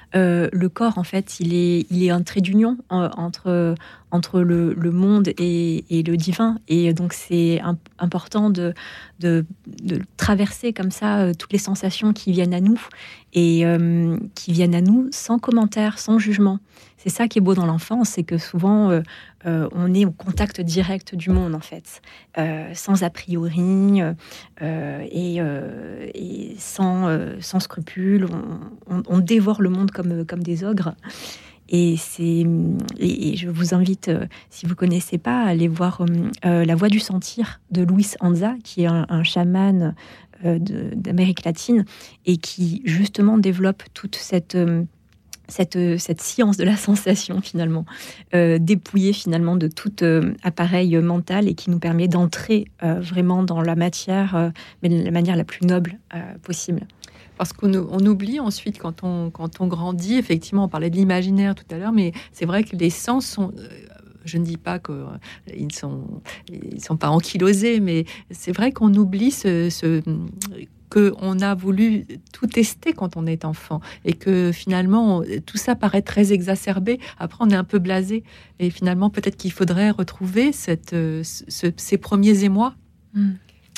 euh, le corps, en fait, il est, il est un trait d'union euh, entre, entre le, le monde et, et le divin. Et donc, c'est un, important de, de, de traverser comme ça euh, toutes les sensations qui viennent à nous et euh, qui viennent à nous sans commentaire, sans jugement. C'est ça qui est beau dans l'enfance, c'est que souvent, euh, euh, on est au contact direct du monde, en fait, euh, sans a priori euh, et, euh, et sans, euh, sans scrupules. On, on, on dévore le monde comme, comme des ogres. Et, c'est, et, et je vous invite, euh, si vous ne connaissez pas, à aller voir euh, La Voix du Sentir de Luis Anza, qui est un, un chaman euh, de, d'Amérique latine et qui, justement, développe toute cette... Euh, Cette, cette science de la sensation, finalement, euh, dépouillée finalement de tout euh, appareil mental et qui nous permet d'entrer euh, vraiment dans la matière, euh, mais de la manière la plus noble euh, possible. Parce qu'on on oublie ensuite, quand on, quand on grandit, effectivement, on parlait de l'imaginaire tout à l'heure, mais c'est vrai que les sens sont... Euh, je ne dis pas qu'ils ne sont, ils sont pas ankylosés, mais c'est vrai qu'on oublie ce... ce qu'on a voulu tout tester quand on est enfant et que finalement tout ça paraît très exacerbé. Après on est un peu blasé et finalement peut-être qu'il faudrait retrouver cette, ce, ces premiers émois. Mm.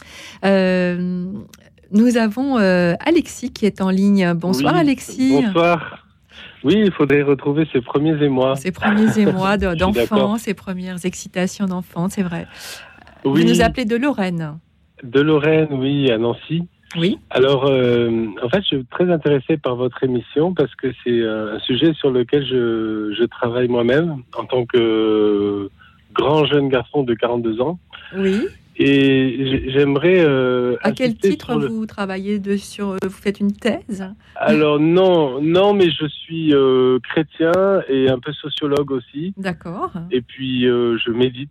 Euh, nous avons euh, Alexis qui est en ligne. Bonsoir oui, Alexis. Bonsoir. Oui, il faudrait retrouver ces premiers émois. Ces premiers émois de, d'enfant, ces premières excitations d'enfant, c'est vrai. Oui. Vous nous appelez de Lorraine. De Lorraine, oui, à Nancy. Oui. Alors, euh, en fait, je suis très intéressé par votre émission parce que c'est un sujet sur lequel je, je travaille moi-même en tant que grand jeune garçon de quarante-deux ans. Oui. Et j'aimerais... Euh, à quel titre vous le... travaillez de, sur... Vous faites une thèse ? Alors non, non, mais je suis euh, chrétien et un peu sociologue aussi. D'accord. Et puis, euh, je médite.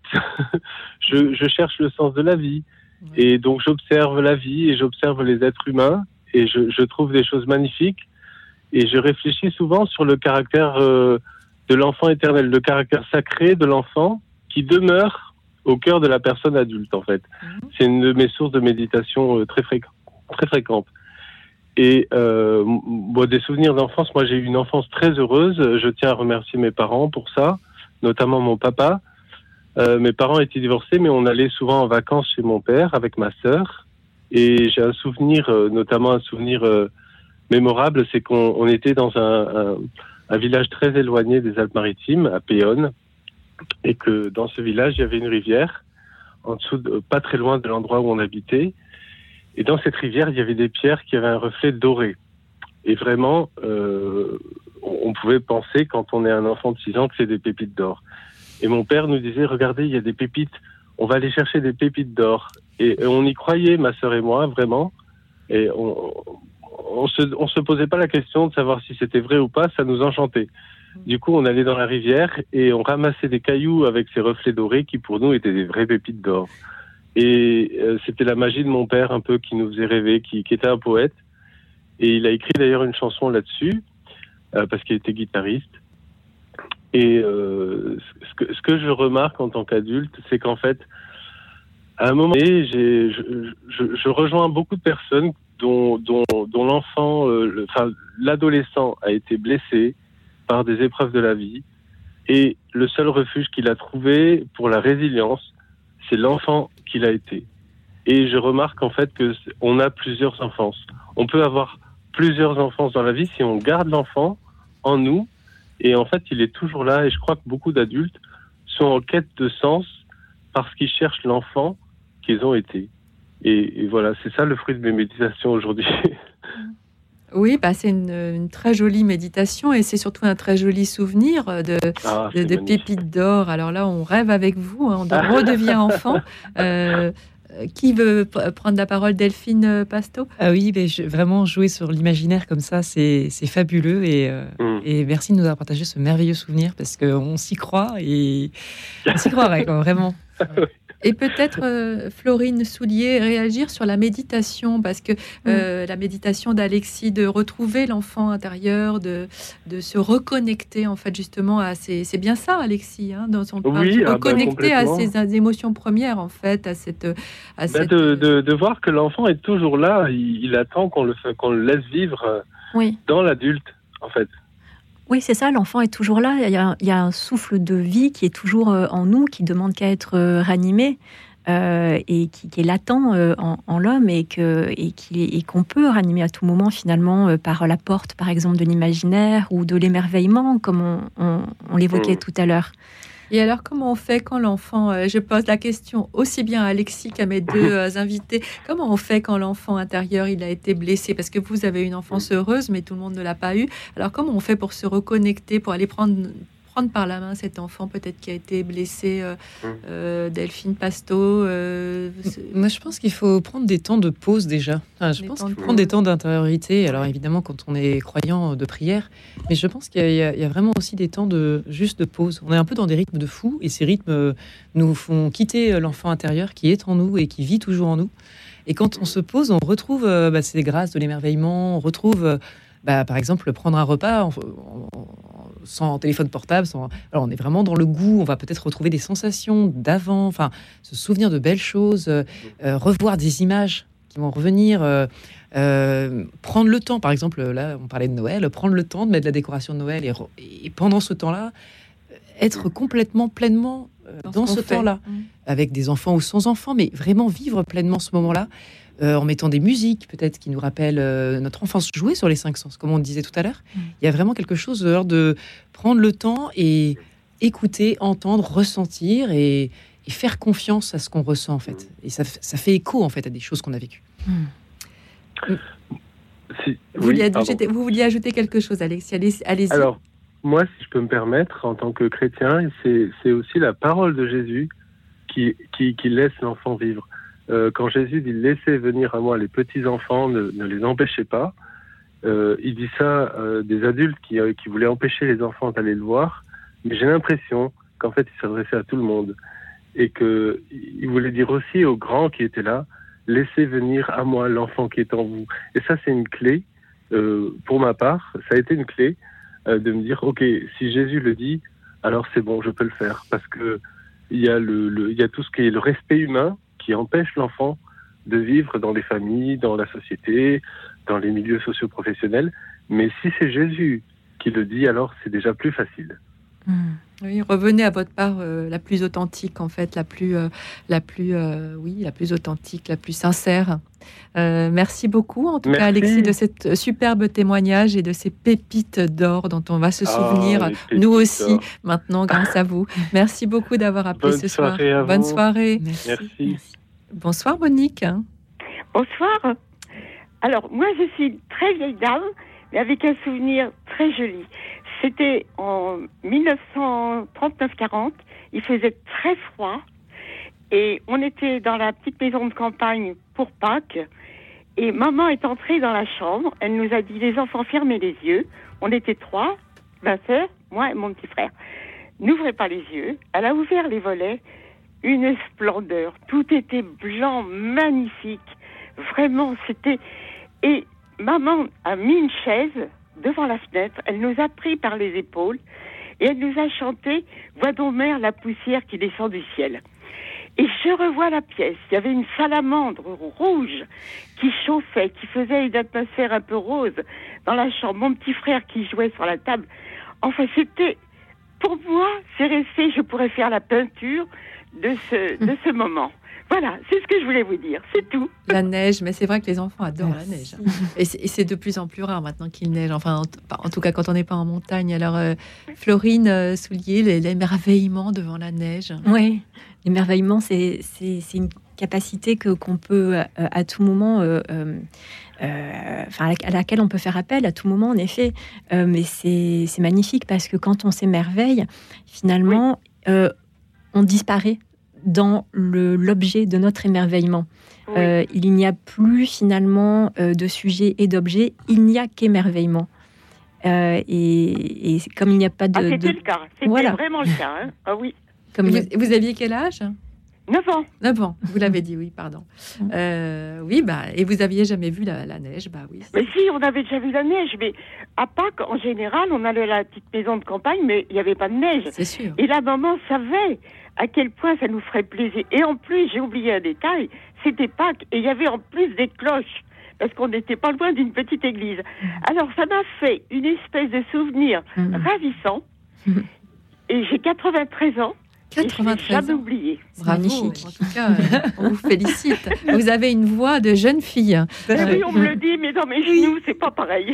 je, je cherche le sens de la vie. Et donc j'observe la vie et j'observe les êtres humains et je, je trouve des choses magnifiques et je réfléchis souvent sur le caractère euh, de l'enfant éternel, le caractère sacré de l'enfant qui demeure au cœur de la personne adulte en fait. Mmh. C'est une de mes sources de méditation euh, très, fréquent, très fréquentes. Et euh, bon, des souvenirs d'enfance, moi j'ai eu une enfance très heureuse, je tiens à remercier mes parents pour ça, notamment mon papa. Euh, mes parents étaient divorcés, mais on allait souvent en vacances chez mon père avec ma sœur. Et j'ai un souvenir, euh, notamment un souvenir euh, mémorable, c'est qu'on on était dans un, un, un village très éloigné des Alpes-Maritimes, à Péonne, et que dans ce village, il y avait une rivière, en dessous, de, pas très loin de l'endroit où on habitait. Et dans cette rivière, il y avait des pierres qui avaient un reflet doré. Et vraiment, euh, on pouvait penser, quand on est un enfant de six ans, que c'est des pépites d'or. Et mon père nous disait, regardez, il y a des pépites, on va aller chercher des pépites d'or. Et, et on y croyait, ma sœur et moi, vraiment. Et on, on se, on se posait pas la question de savoir si c'était vrai ou pas, ça nous enchantait. Du coup, on allait dans la rivière et on ramassait des cailloux avec ces reflets dorés qui, pour nous, étaient des vraies pépites d'or. Et euh, c'était la magie de mon père, un peu, qui nous faisait rêver, qui, qui était un poète. Et il a écrit d'ailleurs une chanson là-dessus, euh, parce qu'il était guitariste. Et euh, ce, que, ce que je remarque en tant qu'adulte, c'est qu'en fait, à un moment donné, j'ai, je, je, je rejoins beaucoup de personnes dont, dont, dont l'enfant, euh, le, enfin, l'adolescent a été blessé par des épreuves de la vie. Et le seul refuge qu'il a trouvé pour la résilience, c'est l'enfant qu'il a été. Et je remarque en fait qu'on a plusieurs enfances. On peut avoir plusieurs enfances dans la vie si on garde l'enfant en nous. Et en fait, il est toujours là. Et je crois que beaucoup d'adultes sont en quête de sens parce qu'ils cherchent l'enfant qu'ils ont été. Et, et voilà, c'est ça le fruit de mes méditations aujourd'hui. Oui, bah c'est une, une très jolie méditation et c'est surtout un très joli souvenir de, ah, de, de pépites d'or. Alors là, on rêve avec vous, hein, on redevient enfant. Euh, qui veut p- prendre la parole, Delphine Pasto ? Ah oui, mais je, vraiment jouer sur l'imaginaire comme ça, c'est, c'est fabuleux et, euh, mm. et merci de nous avoir partagé ce merveilleux souvenir parce qu'on s'y croit et on s'y croirait quoi, vraiment. Et peut-être, euh, Florine Soulier, réagir sur la méditation, parce que euh, mmh. la méditation d'Alexis, de retrouver l'enfant intérieur, de, de se reconnecter, en fait, justement, à ses... C'est bien ça, Alexis, hein, dans son parle, oui, se reconnecter ah bah, à ses émotions premières, en fait, à cette... À bah cette... De, de, de voir que l'enfant est toujours là, il, il attend qu'on le, qu'on le laisse vivre oui. dans l'adulte, en fait. Oui, c'est ça, l'enfant est toujours là. Il y a, il y a un souffle de vie qui est toujours euh, en nous, qui demande qu'à être euh, ranimé. Euh, et qui, qui est latent euh, en, en l'homme et, que, et, qui, et qu'on peut ranimer à tout moment finalement euh, par la porte par exemple de l'imaginaire ou de l'émerveillement comme on, on, on l'évoquait mmh. tout à l'heure. Et alors comment on fait quand l'enfant, euh, je pose la question aussi bien à Alexis qu'à mes deux euh, invités, comment on fait quand l'enfant intérieur il a été blessé, parce que vous avez une enfance heureuse mais tout le monde ne l'a pas eu, alors comment on fait pour se reconnecter, pour aller prendre prendre par la main cet enfant peut-être qui a été blessé, euh, euh, Delphine Pasto euh, Moi, je pense qu'il faut prendre des temps de pause déjà. Enfin, je des pense qu'il faut prendre des temps d'intériorité. Alors évidemment, quand on est croyant, de prière, mais je pense qu'il y a, il y a vraiment aussi des temps de juste de pause. On est un peu dans des rythmes de fou, et ces rythmes nous font quitter l'enfant intérieur qui est en nous et qui vit toujours en nous. Et quand on se pose, on retrouve euh, bah, ces grâces de l'émerveillement. On retrouve, euh, bah, par exemple, prendre un repas en, en, sans téléphone portable, sans... Alors on est vraiment dans le goût, on va peut-être retrouver des sensations d'avant, enfin se souvenir de belles choses, euh, euh, revoir des images qui vont revenir, euh, euh, prendre le temps, par exemple, là on parlait de Noël, prendre le temps de mettre de la décoration de Noël et, re... et pendant ce temps-là, être complètement, pleinement euh, dans, dans ce fait. temps-là, mmh. avec des enfants ou sans enfants, mais vraiment vivre pleinement ce moment-là, Euh, en mettant des musiques peut-être qui nous rappellent euh, notre enfance, jouer sur les cinq sens, comme on disait tout à l'heure. Mmh. Il y a vraiment quelque chose de, de prendre le temps et écouter, entendre, ressentir et, et faire confiance à ce qu'on ressent en fait. Et ça, ça fait écho en fait à des choses qu'on a vécues. Mmh. Si, vous, oui, vouliez ajouter, vous vouliez ajouter quelque chose, Alexis, allez, allez-y. Alors, moi, si je peux me permettre, en tant que chrétien, c'est, c'est aussi la parole de Jésus qui, qui, qui laisse l'enfant vivre. Euh, quand Jésus dit « Laissez venir à moi les petits-enfants, ne, ne les empêchez pas euh, », il dit ça euh, des adultes qui, euh, qui voulaient empêcher les enfants d'aller le voir, mais j'ai l'impression qu'en fait, il s'adressait à tout le monde et qu'il voulait dire aussi aux grands qui étaient là « Laissez venir à moi l'enfant qui est en vous ». Et ça, c'est une clé, euh, pour ma part, ça a été une clé euh, de me dire « Ok, si Jésus le dit, alors c'est bon, je peux le faire ». Parce que il y a le, le, il y a tout ce qui est le respect humain qui empêche l'enfant de vivre dans les familles, dans la société, dans les milieux socio-professionnels. Mais si c'est Jésus qui le dit, alors c'est déjà plus facile. Mmh. Oui, revenez à votre part euh, la plus authentique, en fait, la plus, euh, la plus, euh, oui, la plus authentique, la plus sincère. Euh, merci beaucoup, en tout merci. cas, Alexis, de cet superbe témoignage et de ces pépites d'or dont on va se souvenir, ah, nous aussi, d'or. maintenant, grâce à vous. Merci beaucoup d'avoir appelé Bonne ce soir. Bonne vous. soirée. Merci. Merci. Bonsoir, Monique. Bonsoir. Alors, moi, je suis une très vieille dame, mais avec un souvenir très joli. C'était en dix-neuf cent trente-neuf quarante, il faisait très froid et on était dans la petite maison de campagne pour Pâques et maman est entrée dans la chambre, elle nous a dit les enfants fermez les yeux, on était trois, ma sœur, moi et mon petit frère, n'ouvrez pas les yeux, elle a ouvert les volets, une splendeur, tout était blanc, magnifique, vraiment c'était, et maman a mis une chaise devant la fenêtre, elle nous a pris par les épaules et elle nous a chanté « Vois donc mère la poussière qui descend du ciel ». Et je revois la pièce, il y avait une salamandre rouge qui chauffait, qui faisait une atmosphère un peu rose dans la chambre, mon petit frère qui jouait sur la table. Enfin, c'était, pour moi, c'est resté, je pourrais faire la peinture de ce, de ce moment. Voilà, c'est ce que je voulais vous dire, c'est tout. La neige, mais c'est vrai que les enfants adorent Merci. la neige. Et c'est, et c'est de plus en plus rare maintenant qu'il neige, enfin, en, en tout cas quand on n'est pas en montagne. Alors, euh, Florine euh, Soulier, l'émerveillement devant la neige. Oui, l'émerveillement, c'est, c'est, c'est une capacité que, qu'on peut euh, à tout moment... Euh, euh, Euh, enfin, à laquelle on peut faire appel à tout moment, en effet. Euh, mais c'est, c'est magnifique parce que quand on s'émerveille, finalement, oui. euh, on disparaît dans le, l'objet de notre émerveillement. Oui. Euh, il n'y a plus finalement euh, de sujet et d'objet, il n'y a qu'émerveillement. Euh, et, et comme il n'y a pas de... Ah, c'était de... le cas, c'était voilà. vraiment le cas. Hein. Ah oui. Comme vous, vous aviez quel âge ? neuf ans. neuf ans, vous l'avez dit, oui, pardon. Euh, oui, bah, et vous aviez jamais vu la, la neige, bah oui. Mais si, on avait déjà vu la neige, mais à Pâques, en général, on allait à la petite maison de campagne, mais il n'y avait pas de neige. C'est sûr. Et la maman savait à quel point ça nous ferait plaisir. Et en plus, j'ai oublié un détail, c'était Pâques, et il y avait en plus des cloches. parce qu'on n'était pas loin d'une petite église. Alors, ça m'a fait une espèce de souvenir mmh. ravissant. Mmh. Et j'ai quatre-vingt-treize ans. quatre-vingt-treize jamais oublié. Magnifique. En tout cas, on vous félicite. Vous avez une voix de jeune fille. Mais oui, on me le dit, mais dans mes genoux, c'est pas pareil.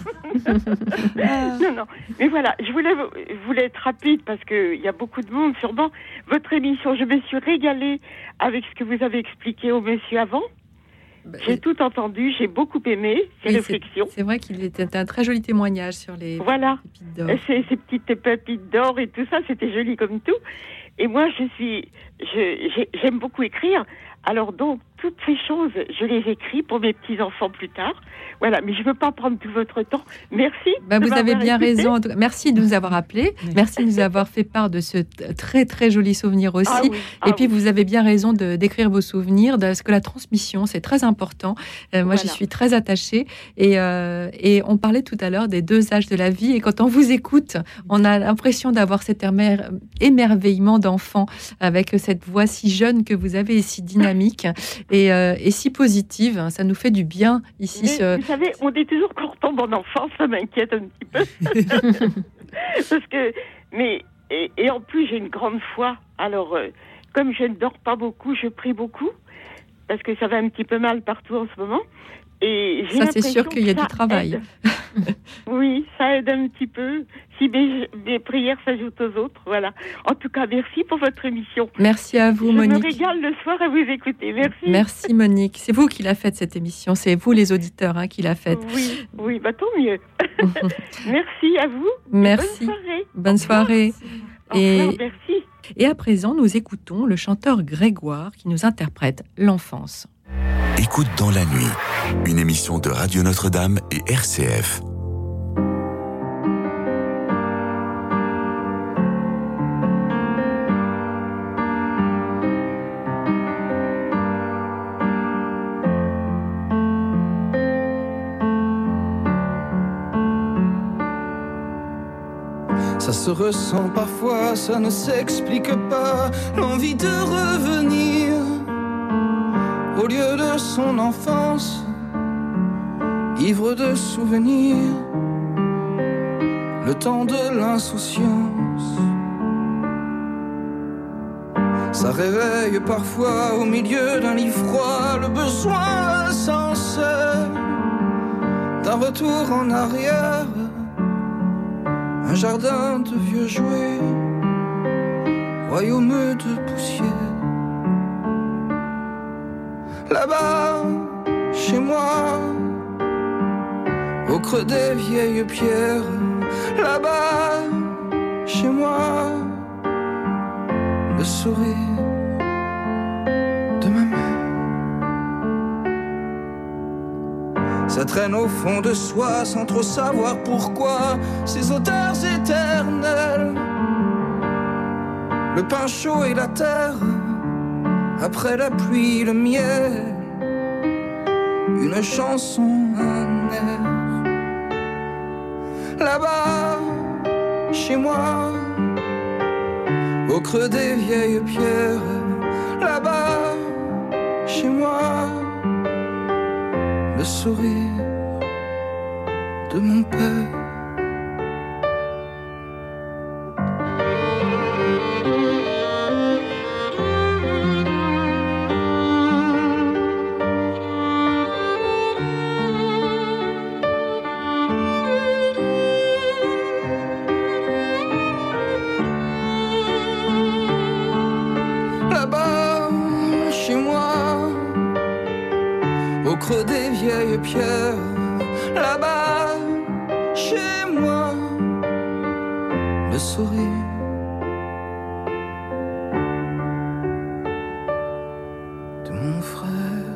non, non. Mais voilà, je voulais, je voulais être rapide parce qu'il y a beaucoup de monde sûrement. Votre émission, je me suis régalée avec ce que vous avez expliqué au monsieur avant. Bah, j'ai tout entendu, j'ai beaucoup aimé ces oui, réflexions. C'est, c'est vrai qu'il était un très joli témoignage sur les voilà. pépites d'or. Ces, ces petites pépites d'or et tout ça, c'était joli comme tout. Et moi, je suis, je, j'ai, j'aime beaucoup écrire. Alors donc, toutes ces choses, je les écris pour mes petits-enfants plus tard. Voilà, mais je ne veux pas prendre tout votre temps. Merci. Bah, vous avez bien écouté. raison. Merci de nous avoir appelés. Merci de nous avoir fait part de ce très, très joli souvenir aussi. Ah oui, ah Et puis, oui. vous avez bien raison de, d'écrire vos souvenirs, parce que la transmission, c'est très important. Euh, moi, voilà. j'y suis très attachée. Et, euh, et on parlait tout à l'heure des deux âges de la vie. Et quand on vous écoute, on a l'impression d'avoir cet émer- émerveillement d'enfant avec cette voix si jeune que vous avez et si dynamique. Et, euh, et si positive, ça nous fait du bien ici. Mais, ce... Vous savez, on dit toujours qu'on retombe en enfance, ça m'inquiète un petit peu. Parce que, mais, et, et en plus, j'ai une grande foi. Alors, euh, comme je ne dors pas beaucoup, je prie beaucoup, parce que ça va un petit peu mal partout en ce moment. Et j'ai ça, c'est sûr qu'il y a du travail. Oui, ça aide un petit peu. Si mes, mes prières s'ajoutent aux autres, voilà. En tout cas, merci pour votre émission. Merci à vous, je Monique. Je me régale le soir à vous écouter. Merci. Merci, Monique. C'est vous qui l'a faite, cette émission. C'est vous, les auditeurs, hein, qui l'a faite. Oui, oui, bah tant mieux. Merci à vous. Merci. Bonne soirée. Bonne soirée. Et... Au revoir, merci. Et à présent, nous écoutons le chanteur Grégoire qui nous interprète l'enfance. Écoute dans la nuit, une émission de Radio Notre-Dame et R C F. Ça se ressent parfois, ça ne s'explique pas, l'envie de revenir au lieu de son enfance, ivre de souvenirs, le temps de l'insouciance. Ça réveille parfois au milieu d'un lit froid le besoin sincère d'un retour en arrière, un jardin de vieux jouets, royaume de poussière. Là-bas, chez moi, au creux des vieilles pierres, là-bas, chez moi, le sourire de ma mère. Ça traîne au fond de soi sans trop savoir pourquoi, ces odeurs éternelles, le pain chaud et la terre, après la pluie, le miel, une chanson, un air. Là-bas, chez moi, au creux des vieilles pierres, là-bas, chez moi, le sourire de mon père. Creux des vieilles pierres, là-bas, chez moi, le sourire de mon frère.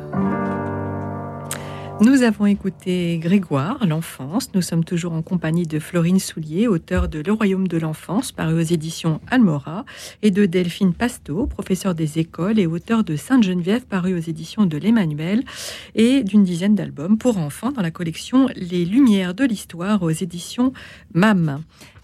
Nous avons écouté Grégoire, l'enfance. Nous sommes toujours en compagnie de Florine Soulier, auteure de Le Royaume de l'enfance, paru aux éditions Almora, et de Delphine Pasteau, professeure des écoles et auteure de Sainte-Geneviève, paru aux éditions de l'Emmanuel, et d'une dizaine d'albums pour enfants dans la collection Les Lumières de l'Histoire aux éditions M A M.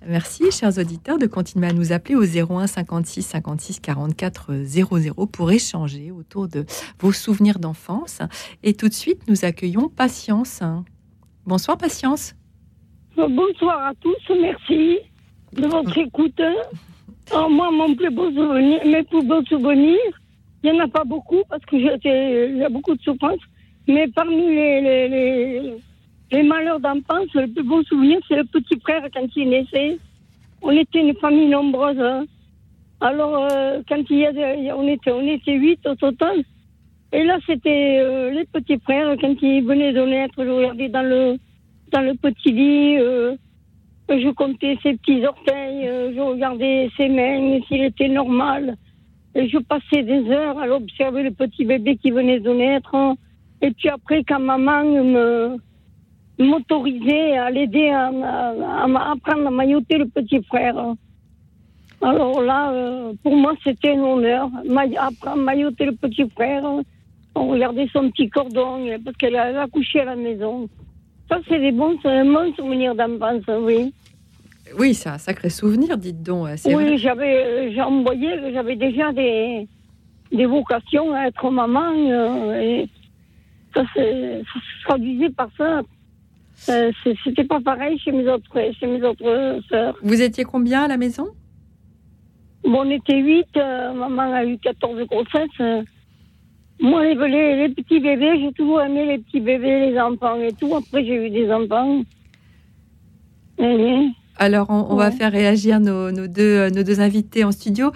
Merci, chers auditeurs, de continuer à nous appeler au zéro un cinquante-six cinquante-six quarante-quatre zéro zéro pour échanger autour de vos souvenirs d'enfance. Et tout de suite, nous accueillons Patience. Bonsoir, Patience. Bonsoir à tous, merci de votre écoute. Alors, moi, mon plus beau souvenir, mes plus beaux souvenirs, il n'y en a pas beaucoup parce que j'ai, j'ai beaucoup de souffrance, mais parmi les, les, les, les malheurs d'enfance, le plus beau souvenir, c'est le petit frère quand il naissait. On était une famille nombreuse. Hein. Alors, euh, quand il y a, on était, on était huit au total. Et là, c'était euh, les petits frères, quand ils venaient de naître, je regardais dans le, dans le petit lit, euh, je comptais ses petits orteils, euh, je regardais ses mains, s'il était normal. Et je passais des heures à l'observer le petit bébé qui venait de naître. Hein. Et puis après, quand maman me, m'autorisait à l'aider à, à, à apprendre à mailloter le petit frère. Hein. Alors là, euh, pour moi, c'était un honneur. Ma- apprendre à mailloter le petit frère. Hein. On regardait son petit cordon parce qu'elle a accouché à la maison. Ça, c'est des bons, c'est un bon souvenir d'enfance, oui. Oui, c'est un sacré souvenir, dites donc. C'est oui, vrai. j'avais, j'en voyais, j'avais déjà des, des vocations à être maman. Euh, et ça, c'est, ça se traduisait par ça. Euh, c'est, c'était pas pareil chez mes autres, chez mes autres sœurs. Vous étiez combien à la maison? Bon, on était huit. Euh, maman a eu quatorze grossesses. Euh, Moi, les, les, les petits bébés, j'ai toujours aimé les petits bébés, les enfants et tout. Après, j'ai eu des enfants. Et, Alors, on, on ouais. va faire réagir nos, nos, deux, nos deux invités en studio.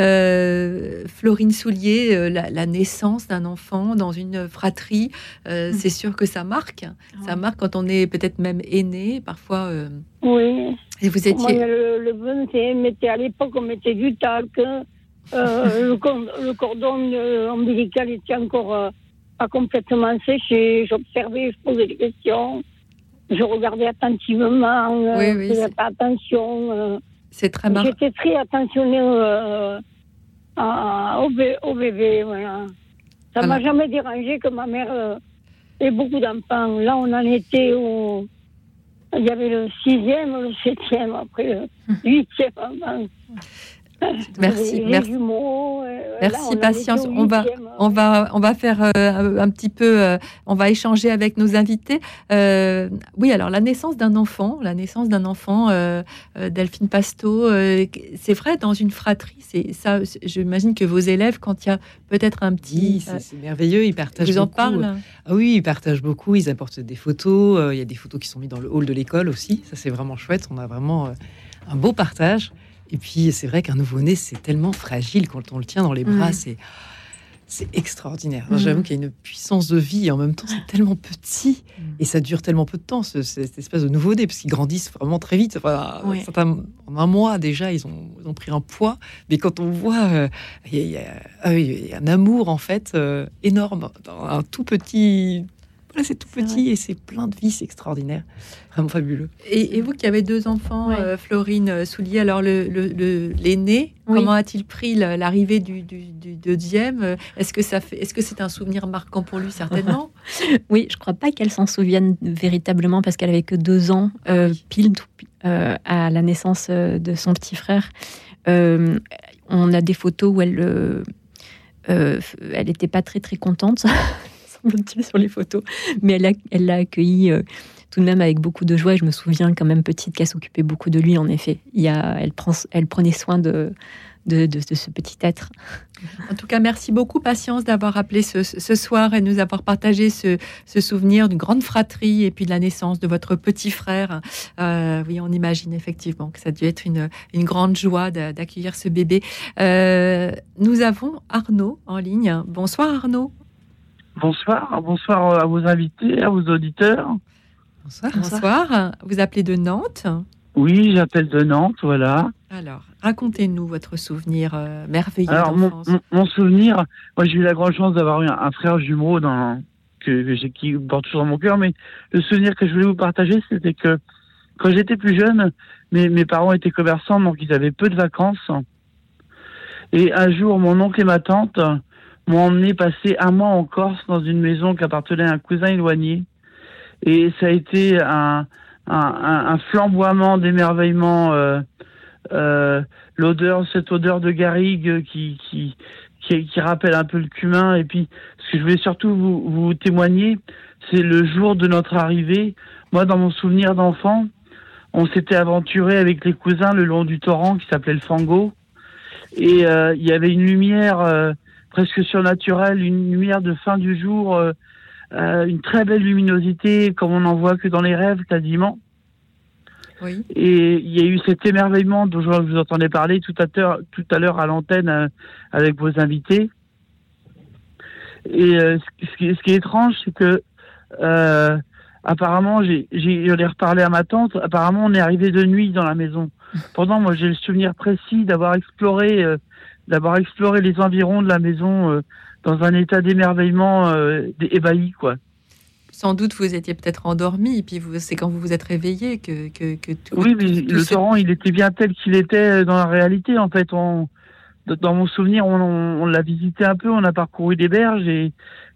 Euh, Florine Soulier, euh, la, la naissance d'un enfant dans une fratrie, euh, mmh. c'est sûr que ça marque. Ouais. Ça marque quand on est peut-être même aîné, parfois. Euh... Oui. Et vous étiez... Moi, le, le bon, c'est, mettait, à l'époque, on mettait du talc. Euh, le, cordon, le cordon euh, ombilical était encore euh, pas complètement séché. J'observais, je posais des questions. Je regardais attentivement. Euh, oui, oui, je faisais pas attention. Euh, c'est très marrant. J'étais très attentionnée euh, à, au, bé- au bébé. Voilà. Ça ne m'a jamais dérangé que ma mère euh, ait beaucoup d'enfants. Là, on en était au... Il y avait le sixième, le septième, après le huitième enfant. Merci, les, merci. Les jumeaux, euh, merci, là, on Patience. On va, on va, on va faire euh, un petit peu, euh, on va échanger avec nos invités. Euh, oui, alors la naissance d'un enfant, la naissance d'un enfant, euh, euh, Delphine Pasto, euh, c'est vrai dans une fratrie, c'est ça. J'imagine que vos élèves, quand il y a peut-être un petit, oui, c'est, c'est merveilleux, ils partagent. Vous en beaucoup. parlent. Ah oui, ils partagent beaucoup. Ils apportent des photos. Euh, il y a des photos qui sont mises dans le hall de l'école aussi. Ça, c'est vraiment chouette. On a vraiment euh, un beau partage. Et puis, c'est vrai qu'un nouveau-né, c'est tellement fragile quand on le tient dans les bras. Mmh. C'est, c'est extraordinaire. Mmh. J'avoue qu'il y a une puissance de vie et en même temps, c'est tellement petit mmh. et ça dure tellement peu de temps, ce, cette espèce de nouveau-né, parce qu'ils grandissent vraiment très vite. Enfin, oui. certains, en un mois, déjà, ils ont, ils ont pris un poids. Mais quand on voit, euh, il y, y, y, y a un amour, en fait, euh, énorme dans un tout petit... Voilà, c'est tout c'est petit vrai. Et c'est plein de vie, c'est extraordinaire, vraiment fabuleux. Et, et vous qui avez deux enfants, ouais. euh, Florine Soulier, alors le, le, le, l'aîné, oui. comment a-t-il pris l'arrivée du, du, du deuxième? Est-ce que ça fait, est-ce que c'est un souvenir marquant pour lui? Certainement. Oui, je crois pas qu'elle s'en souvienne véritablement parce qu'elle avait que deux ans euh, oui. pile euh, à la naissance de son petit frère. Euh, on a des photos où elle, euh, euh, elle était pas très très contente. Sur les photos, mais elle l'a elle l'a accueilli euh, tout de même avec beaucoup de joie. Et je me souviens quand même petite qu'elle s'occupait beaucoup de lui. En effet, il y a, elle prend, elle prenait soin de de, de de ce petit être. En tout cas, merci beaucoup, Patience, d'avoir appelé ce, ce soir et de nous avoir partagé ce, ce souvenir d'une grande fratrie et puis de la naissance de votre petit frère. Euh, oui, on imagine effectivement que ça a dû être une une grande joie d'accueillir ce bébé. Euh, nous avons Arnaud en ligne. Bonsoir, Arnaud. Bonsoir, bonsoir à vos invités, à vos auditeurs. Bonsoir. Bonsoir. Vous appelez de Nantes? Oui, j'appelle de Nantes, voilà. Alors, racontez-nous votre souvenir euh, merveilleux Alors, d'enfance. Mon, mon, mon souvenir, moi j'ai eu la grande chance d'avoir eu un, un frère jumeau dans, que, que j'ai, qui porte toujours dans mon cœur, mais le souvenir que je voulais vous partager, c'était que quand j'étais plus jeune, mes, mes parents étaient commerçants, donc ils avaient peu de vacances. Et un jour, mon oncle et ma tante m'ont emmené passer un mois en Corse dans une maison qui appartenait à un cousin éloigné. Et ça a été un, un, un, un flamboiement d'émerveillement, euh, euh, l'odeur, cette odeur de garrigue qui, qui, qui, qui rappelle un peu le cumin. Et puis, ce que je voulais surtout vous, vous témoigner, c'est le jour de notre arrivée. Moi, dans mon souvenir d'enfant, on s'était aventuré avec les cousins le long du torrent qui s'appelait le Fango. Et euh, il y avait une lumière euh, presque surnaturelle, une lumière de fin du jour, euh, euh, une très belle luminosité, comme on n'en voit que dans les rêves quasiment. Oui. Et il y a eu cet émerveillement dont je vous entendais parler tout à l'heure, tout à l'heure à l'antenne euh, avec vos invités. Et euh, ce, qui, ce qui est étrange, c'est que euh, apparemment, j'ai, j'ai, j'en ai reparlé à ma tante. Apparemment, on est arrivé de nuit dans la maison. Pendant, moi, j'ai le souvenir précis d'avoir exploré, euh, d'avoir exploré les environs de la maison euh, dans un état d'émerveillement euh, ébahi, quoi. Sans doute, vous étiez peut-être endormi, et puis vous, c'est quand vous vous êtes réveillé que, que, que tout. Oui, mais tout, tout le ce... torrent, il était bien tel qu'il était dans la réalité. En fait, on, dans mon souvenir, on, on, on l'a visité un peu, on a parcouru des berges et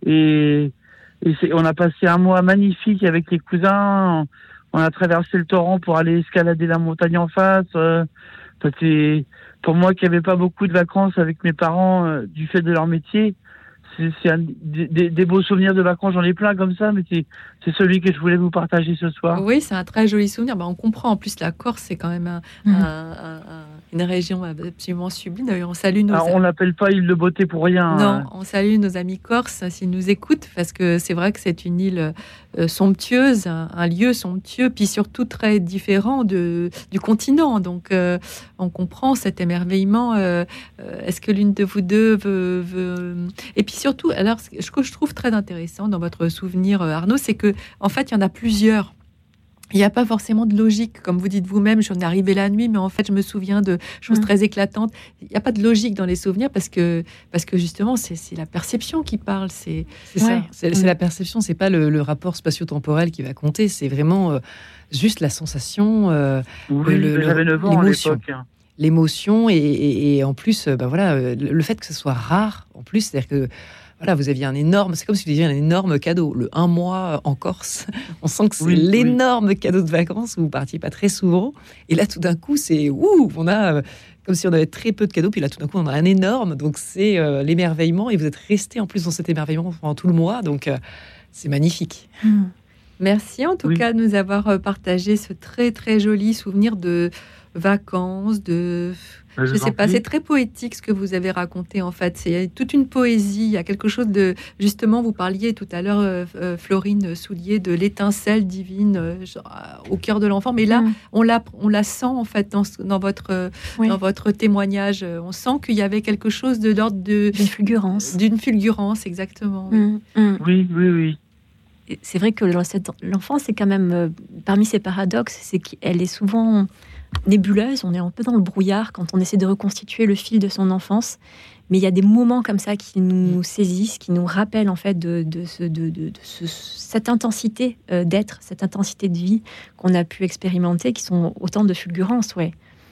et, et c'est, on a passé un mois magnifique avec les cousins. On, on a traversé le torrent pour aller escalader la montagne en face. Euh, c'était pour moi qui n'avais pas beaucoup de vacances avec mes parents euh, du fait de leur métier. C'est, c'est un, des, des beaux souvenirs de vacances, j'en ai plein comme ça, mais c'est, c'est celui que je voulais vous partager ce soir. Oui, c'est un très joli souvenir. Bah, on comprend. En plus, la Corse, c'est quand même un, mmh. un, un, un, une région absolument sublime. D'ailleurs, on salue nos. Alors, on l'appelle pas île de beauté pour rien. Non, hein. On salue nos amis corses s'ils nous écoutent, parce que c'est vrai que c'est une île euh, somptueuse, un, un lieu somptueux, puis surtout très différent de, du continent. Donc, euh, on comprend cet émerveillement. Euh, euh, est-ce que l'une de vous deux veut, veut... Et puis surtout, alors, ce que je trouve très intéressant dans votre souvenir, Arnaud, c'est que en fait, il y en a plusieurs. Il n'y a pas forcément de logique, comme vous dites vous-même, j'en ai arrivé la nuit, mais en fait, je me souviens de choses mmh. très éclatantes. Il n'y a pas de logique dans les souvenirs parce que, parce que justement, c'est, c'est la perception qui parle. C'est, c'est ouais. ça, c'est, mmh. c'est la perception, c'est pas le, le rapport spatio-temporel qui va compter, c'est vraiment euh, juste la sensation, euh, oui, le, j'avais neuf ans l'émotion. À l'époque, hein. L'émotion et, et, et en plus, bah voilà, le fait que ce soit rare, en plus, c'est-à-dire que voilà, vous aviez un énorme, c'est comme si vous aviez un énorme cadeau. Le un mois en Corse, on sent que c'est oui, l'énorme oui. cadeau de vacances où vous partiez pas très souvent. Et là, tout d'un coup, c'est ouh, on a comme si on avait très peu de cadeaux. Puis là, tout d'un coup, on a un énorme. Donc c'est euh, l'émerveillement. Et vous êtes resté en plus dans cet émerveillement pendant tout le mois. Donc euh, c'est magnifique. Mmh. Merci en tout oui. cas de nous avoir partagé ce très très joli souvenir de vacances, de... Je ne sais pas, prie. C'est très poétique ce que vous avez raconté en fait. C'est toute une poésie. Il y a quelque chose de... Justement, vous parliez tout à l'heure, euh, Florine Soulier, de l'étincelle divine euh, genre, au cœur de l'enfant. Mais là, mmh. on, la, on la sent en fait dans, dans, votre, oui. dans votre témoignage. On sent qu'il y avait quelque chose de l'ordre de... D'une fulgurance. D'une fulgurance, exactement. Oui, mmh. Mmh. oui, oui. oui. C'est vrai que l'enfant, c'est quand même, euh, parmi ses paradoxes, c'est qu'elle est souvent nébuleuse, on est un peu dans le brouillard quand on essaie de reconstituer le fil de son enfance, mais il y a des moments comme ça qui nous saisissent, qui nous rappellent en fait de, de, ce, de, de, de ce, cette intensité euh, d'être, cette intensité de vie qu'on a pu expérimenter, qui sont autant de fulgurances, ouais.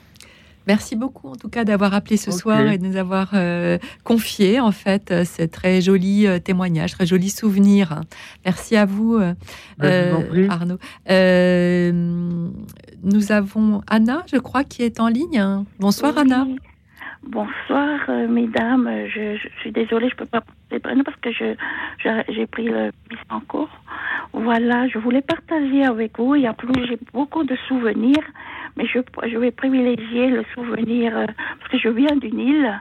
Merci beaucoup en tout cas d'avoir appelé ce okay. soir et de nous avoir euh, confié en fait ces très jolis euh, témoignages, très jolis souvenirs. Merci à vous euh, euh, Arnaud. Euh, nous avons Anna, je crois, qui est en ligne. Bonsoir oui. Anna. Bonsoir euh, mesdames, je, je, je suis désolée, je peux pas les prénoms parce que je, je j'ai pris le bus en cours. Voilà, je voulais partager avec vous. Il y a plus, j'ai beaucoup de souvenirs, mais je, je vais privilégier le souvenir euh, parce que je viens d'une île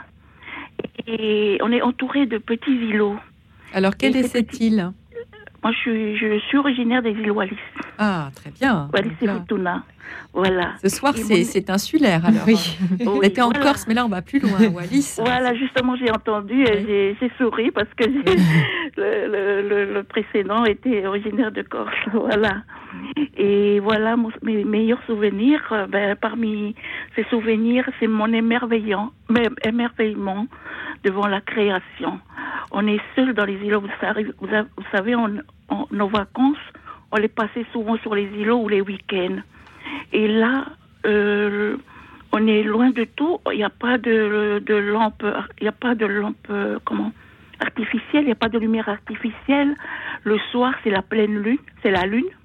et on est entouré de petits îlots. Alors, quelle et est cette petits... île? Moi, je suis, je suis originaire des îles Wallis. Ah, très bien. Wallis et Futuna. Voilà. Ce soir, c'est, mon... c'est insulaire, alors. Oui. On oui, était en voilà. Corse, mais là, on va plus loin, Wallis. Voilà, justement, j'ai entendu et oui. j'ai, j'ai souri parce que j'ai, le, le, le, le précédent était originaire de Corse. Voilà. Et voilà, mon, mes meilleurs souvenirs, ben, parmi ces souvenirs, c'est mon émerveillement, émerveillement devant la création. On est seul dans les îlots. Vous savez, vous savez on, on, nos vacances, on les passait souvent sur les îlots ou les week-ends. Et là, euh, on est loin de tout. Il n'y a pas de, de lampe, il n'y a pas de lampe, comment, artificielle. Il n'y a pas de lumière artificielle. Le soir, c'est la pleine lune, c'est la lune.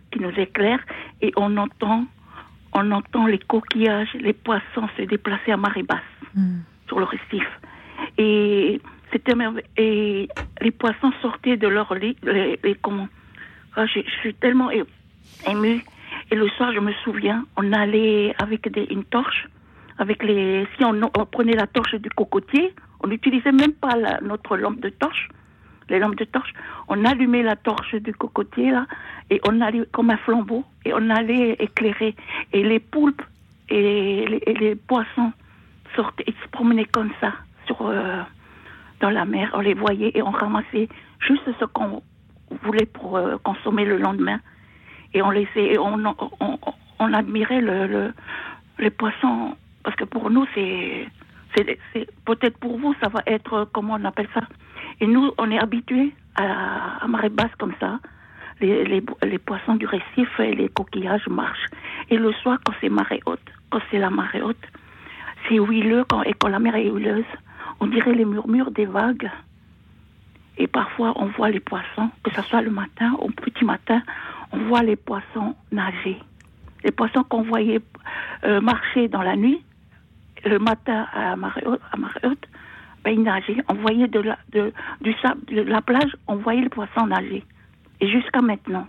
qui nous éclaire et on entend, on entend les coquillages, les poissons se déplacer à marée basse mm. sur le récif. Et c'était merveilleux. Et les poissons sortaient de leur lit. Les, les, comment ah, je, je suis tellement émue. Et le soir, je me souviens, on allait avec des, une torche. Avec les, si on, on prenait la torche du cocotier, on n'utilisait même pas la, notre lampe de torche. Les lampes de torche, on allumait la torche du cocotier là, et on allait comme un flambeau, et on allait éclairer. Et les poulpes et les, et les poissons sortaient, ils se promenaient comme ça sur euh, dans la mer. On les voyait et on ramassait juste ce qu'on voulait pour euh, consommer le lendemain. Et on laissait, et on, on, on, on admirait le, le, les poissons, parce que pour nous c'est, c'est, c'est peut-être pour vous ça va être, comment on appelle ça. Et nous, on est habitués à, à marée basse comme ça. Les, les, les poissons du récif et les coquillages marchent. Et le soir, quand c'est marée haute, quand c'est la marée haute, c'est huileux, quand, et quand la mer est huileuse, on dirait les murmures des vagues. Et parfois, on voit les poissons, que ce soit le matin ou le petit matin, on voit les poissons nager. Les poissons qu'on voyait euh, marcher dans la nuit, le matin à marée haute, à marée haute ben, ils nageaient. On voyait de la, de, du sable, de la plage, on voyait les poissons nager. Et jusqu'à maintenant.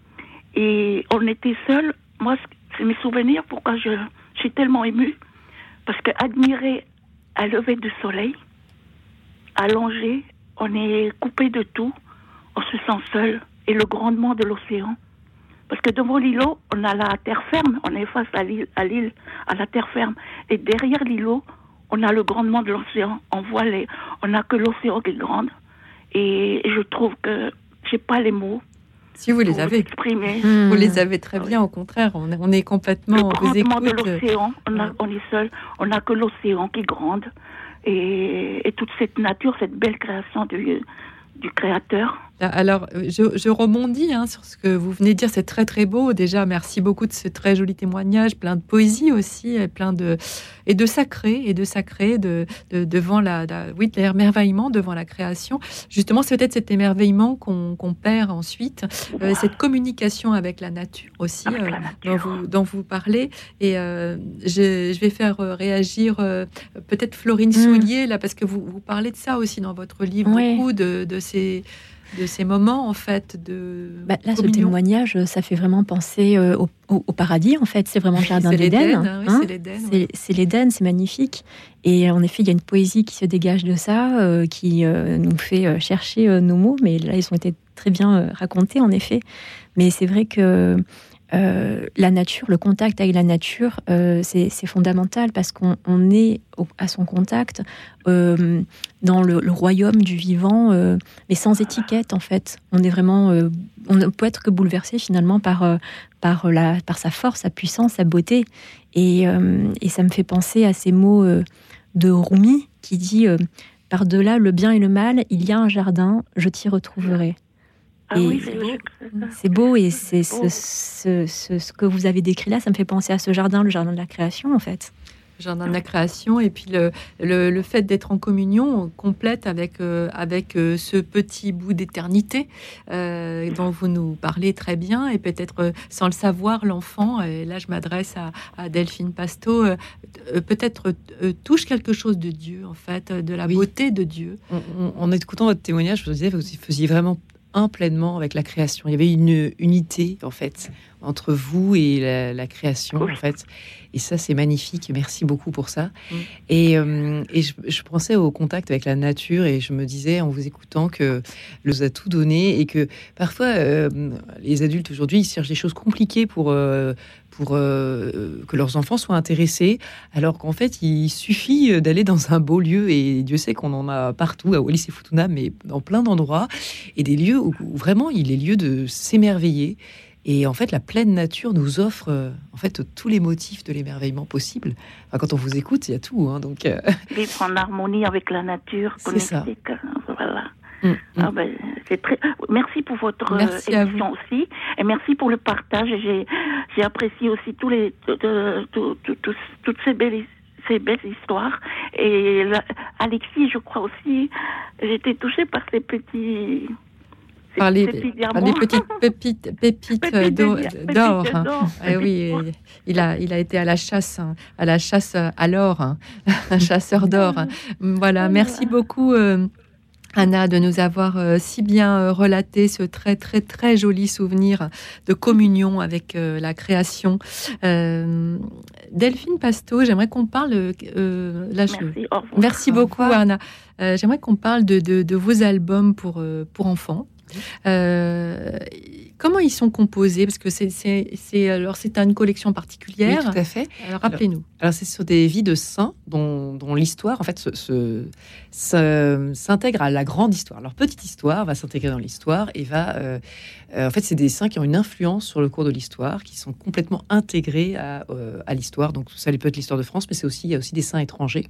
Et on était seuls. Moi, c'est mes souvenirs, pourquoi je, je suis tellement émue. Parce que admirer un lever du soleil, allongé, on est coupé de tout, on se sent seul. Et le grandement de l'océan. Parce que devant l'îlot, on a la terre ferme, on est face à l'île, à l'île, à la terre ferme. Et derrière l'îlot, on a le grandement de l'océan. On voit les, on n'a que l'océan qui est grand. Et je trouve que j'ai pas les mots. Si vous les avez, mmh. vous les avez très bien. Au contraire, on, on est complètement. Le grandement de l'océan. On, a, on est seul. On n'a que l'océan qui est grand. Et, et toute cette nature, cette belle création du, du Créateur. Alors, je, je rebondis hein, sur ce que vous venez de dire, c'est très très beau. Déjà, merci beaucoup de ce très joli témoignage, plein de poésie aussi, et plein de et de sacré et de sacré de, de devant la, la oui de l'émerveillement devant la création. Justement, c'est peut-être cet émerveillement qu'on, qu'on perd ensuite, euh, cette communication avec la nature aussi euh, la nature. Dont, vous, dont vous parlez. Et euh, je, je vais faire réagir euh, peut-être Florine mmh. Soulier là, parce que vous, vous parlez de ça aussi dans votre livre, oui. beaucoup de, de ces de ces moments en fait de bah, là communion. Ce témoignage ça fait vraiment penser euh, au, au, au paradis en fait, c'est vraiment le jardin c'est d'Éden, l'Éden hein, oui, hein c'est l'Éden c'est, oui. c'est l'Éden, c'est magnifique et en effet il y a une poésie qui se dégage de ça euh, qui euh, nous fait euh, chercher euh, nos mots, mais là ils ont été très bien euh, racontés en effet, mais c'est vrai que Euh, la nature, le contact avec la nature, euh, c'est, c'est fondamental parce qu'on on est au, à son contact euh, dans le, le royaume du vivant, euh, mais sans étiquette en fait. On est vraiment, euh, on ne peut être que bouleversé finalement par euh, par la par sa force, sa puissance, sa beauté. Et euh, et ça me fait penser à ces mots euh, de Rumi qui dit euh, par-delà le bien et le mal, il y a un jardin, je t'y retrouverai. Ah et oui, c'est, c'est beau et c'est, c'est ce, ce, ce que vous avez décrit là, ça me fait penser à ce jardin, le jardin de la création en fait. Le jardin de la création et puis le, le, le fait d'être en communion complète avec, euh, avec euh, ce petit bout d'éternité euh, dont vous nous parlez très bien et peut-être euh, sans le savoir l'enfant, et là je m'adresse à, à Delphine Pasto, euh, euh, peut-être euh, touche quelque chose de Dieu en fait, de la oui. beauté de Dieu. En, en, en écoutant votre témoignage, je vous disais, vous faisiez vraiment un pleinement avec la création. Il y avait une unité en fait entre vous et la, la création en fait. Et ça c'est magnifique. Merci beaucoup pour ça. Mmh. Et, euh, et je, je pensais au contact avec la nature et je me disais en vous écoutant que le nous a tout donné et que parfois euh, les adultes aujourd'hui ils cherchent des choses compliquées pour euh, pour euh, que leurs enfants soient intéressés, alors qu'en fait, il suffit d'aller dans un beau lieu, et Dieu sait qu'on en a partout, à Wallis et Futuna, mais dans plein d'endroits, et des lieux où, où vraiment il est lieu de s'émerveiller. Et en fait, la pleine nature nous offre euh, en fait tous les motifs de l'émerveillement possible. Enfin, quand on vous écoute, il y a tout. Hein, donc, euh... vivre en harmonie avec la nature, c'est ça. Voilà. Mmh, mmh. Ah ben, c'est très... Merci pour votre merci émission aussi, et merci pour le partage. J'ai, j'ai apprécié aussi tous les, tout, tout, tout, tout, toutes ces belles, ces belles histoires. Et là, Alexis, je crois aussi, j'ai été touchée par ces petits, Par les, par les petites pépites, pépites, pépites d'or. d'or, hein. d'or eh oui, il a, il a été à la chasse, hein, à la chasse à l'or, hein, un chasseur d'or. Hein. Voilà, merci beaucoup. Euh, Anna, de nous avoir euh, si bien euh, relaté ce très très très joli souvenir de communion avec euh, la création. Euh, Delphine Pasto, j'aimerais qu'on parle. Euh, là, Merci, je... au revoir. Merci beaucoup, Anna. Euh, j'aimerais qu'on parle de, de, de vos albums pour, euh, pour enfants. Euh, comment ils sont composés? Parce que c'est, c'est, c'est, alors c'est une collection particulière. Oui, tout à fait. Alors, rappelez-nous. Alors, alors c'est sur des vies de saints dont, dont l'histoire, en fait, se, se, se, s'intègre à la grande histoire. Leur petite histoire va s'intégrer dans l'histoire et va... Euh, euh, en fait, c'est des saints qui ont une influence sur le cours de l'histoire, qui sont complètement intégrés à, euh, à l'histoire. Donc, ça peut être l'histoire de France, mais c'est aussi, il y a aussi des saints étrangers.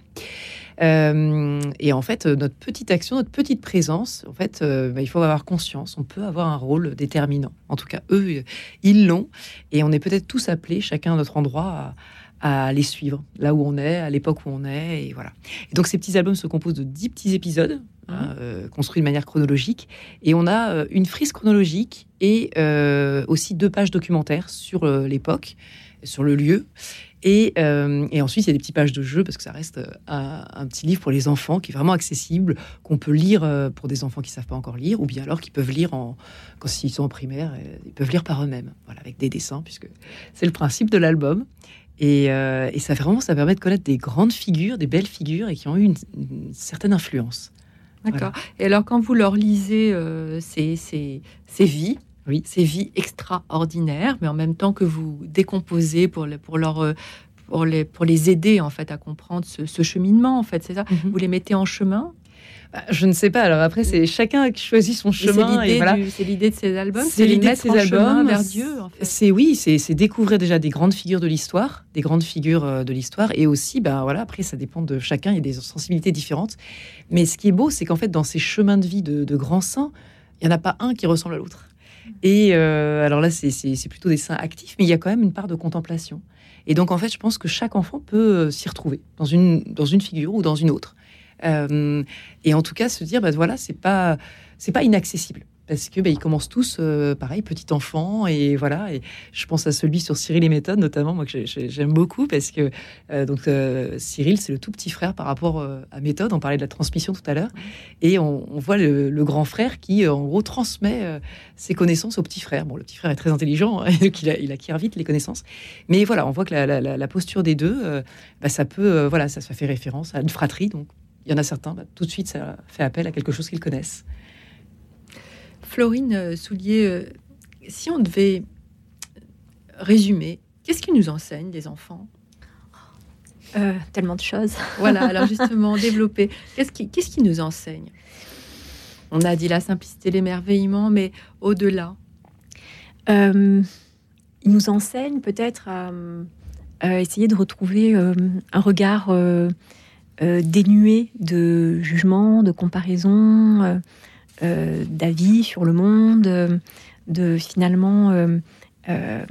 Euh, et en fait, notre petite action, notre petite présence, en fait, euh, bah, il faut avoir conscience. On peut avoir un rôle déterminant. En tout cas, eux, ils l'ont. Et on est peut-être tous appelés, chacun à notre endroit, à, à les suivre, là où on est, à l'époque où on est. Et voilà. Et donc, ces petits albums se composent de dix petits épisodes, mmh. hein, euh, construits de manière chronologique. Et on a euh, une frise chronologique et euh, aussi deux pages documentaires sur euh, l'époque, sur le lieu. Et, euh, et ensuite, il y a des petites pages de jeu, parce que ça reste un, un petit livre pour les enfants qui est vraiment accessible, qu'on peut lire pour des enfants qui ne savent pas encore lire, ou bien alors qu'ils peuvent lire en, quand ils sont en primaire, ils peuvent lire par eux-mêmes, voilà, avec des dessins, puisque c'est le principe de l'album. Et, euh, et ça, vraiment, ça permet de connaître des grandes figures, des belles figures, et qui ont eu une, une certaine influence. D'accord. Voilà. Et alors, quand vous leur lisez euh, ces, ces, ces vies, oui, ces vies extraordinaires, mais en même temps que vous décomposez pour, le, pour, leur, pour, les, pour les aider en fait à comprendre ce, ce cheminement, en fait, c'est ça. Mm-hmm. Vous les mettez en chemin. Bah, je ne sais pas. Alors après, c'est chacun qui choisit son chemin. C'est l'idée, et voilà. du, c'est l'idée de ces albums. C'est, c'est l'idée de ces albums vers Dieu. En fait. C'est oui, c'est, c'est découvrir déjà des grandes figures de l'histoire, des grandes figures de l'histoire, et aussi, ben voilà. Après, ça dépend de chacun. Il y a des sensibilités différentes. Mais ce qui est beau, c'est qu'en fait, dans ces chemins de vie de, de grands saints, il n'y en a pas un qui ressemble à l'autre. Et euh, alors là, c'est, c'est, c'est plutôt des saints actifs, mais il y a quand même une part de contemplation. Et donc, en fait, je pense que chaque enfant peut s'y retrouver dans une, dans une figure ou dans une autre. Euh, et en tout cas, se dire, bah, voilà, c'est pas, c'est pas inaccessible. Parce que bah, ils commencent tous, euh, pareil, petit enfant, et voilà. Et je pense à celui sur Cyril et Méthode, notamment, moi que j'ai, j'aime beaucoup, parce que euh, donc euh, Cyril, c'est le tout petit frère par rapport euh, à Méthode. On parlait de la transmission tout à l'heure, et on, on voit le, le grand frère qui, en gros, transmet euh, ses connaissances au petit frère. Bon, le petit frère est très intelligent, hein, donc il, a, il acquiert vite les connaissances. Mais voilà, on voit que la, la, la posture des deux, euh, bah, ça peut, euh, voilà, ça, ça fait référence à une fratrie. Donc, il y en a certains, bah, tout de suite, ça fait appel à quelque chose qu'ils connaissent. Florine Soulier, euh, si on devait résumer, qu'est-ce qui nous enseigne les enfants? euh, Tellement de choses. Voilà, alors justement, développer. Qu'est-ce qui, qu'est-ce qui nous enseigne? On a dit la simplicité, l'émerveillement, mais au-delà. Euh, il nous enseigne peut-être à, à essayer de retrouver euh, un regard euh, euh, dénué de jugement, de comparaison, euh, Euh, d'avis sur le monde, euh, de finalement euh, euh,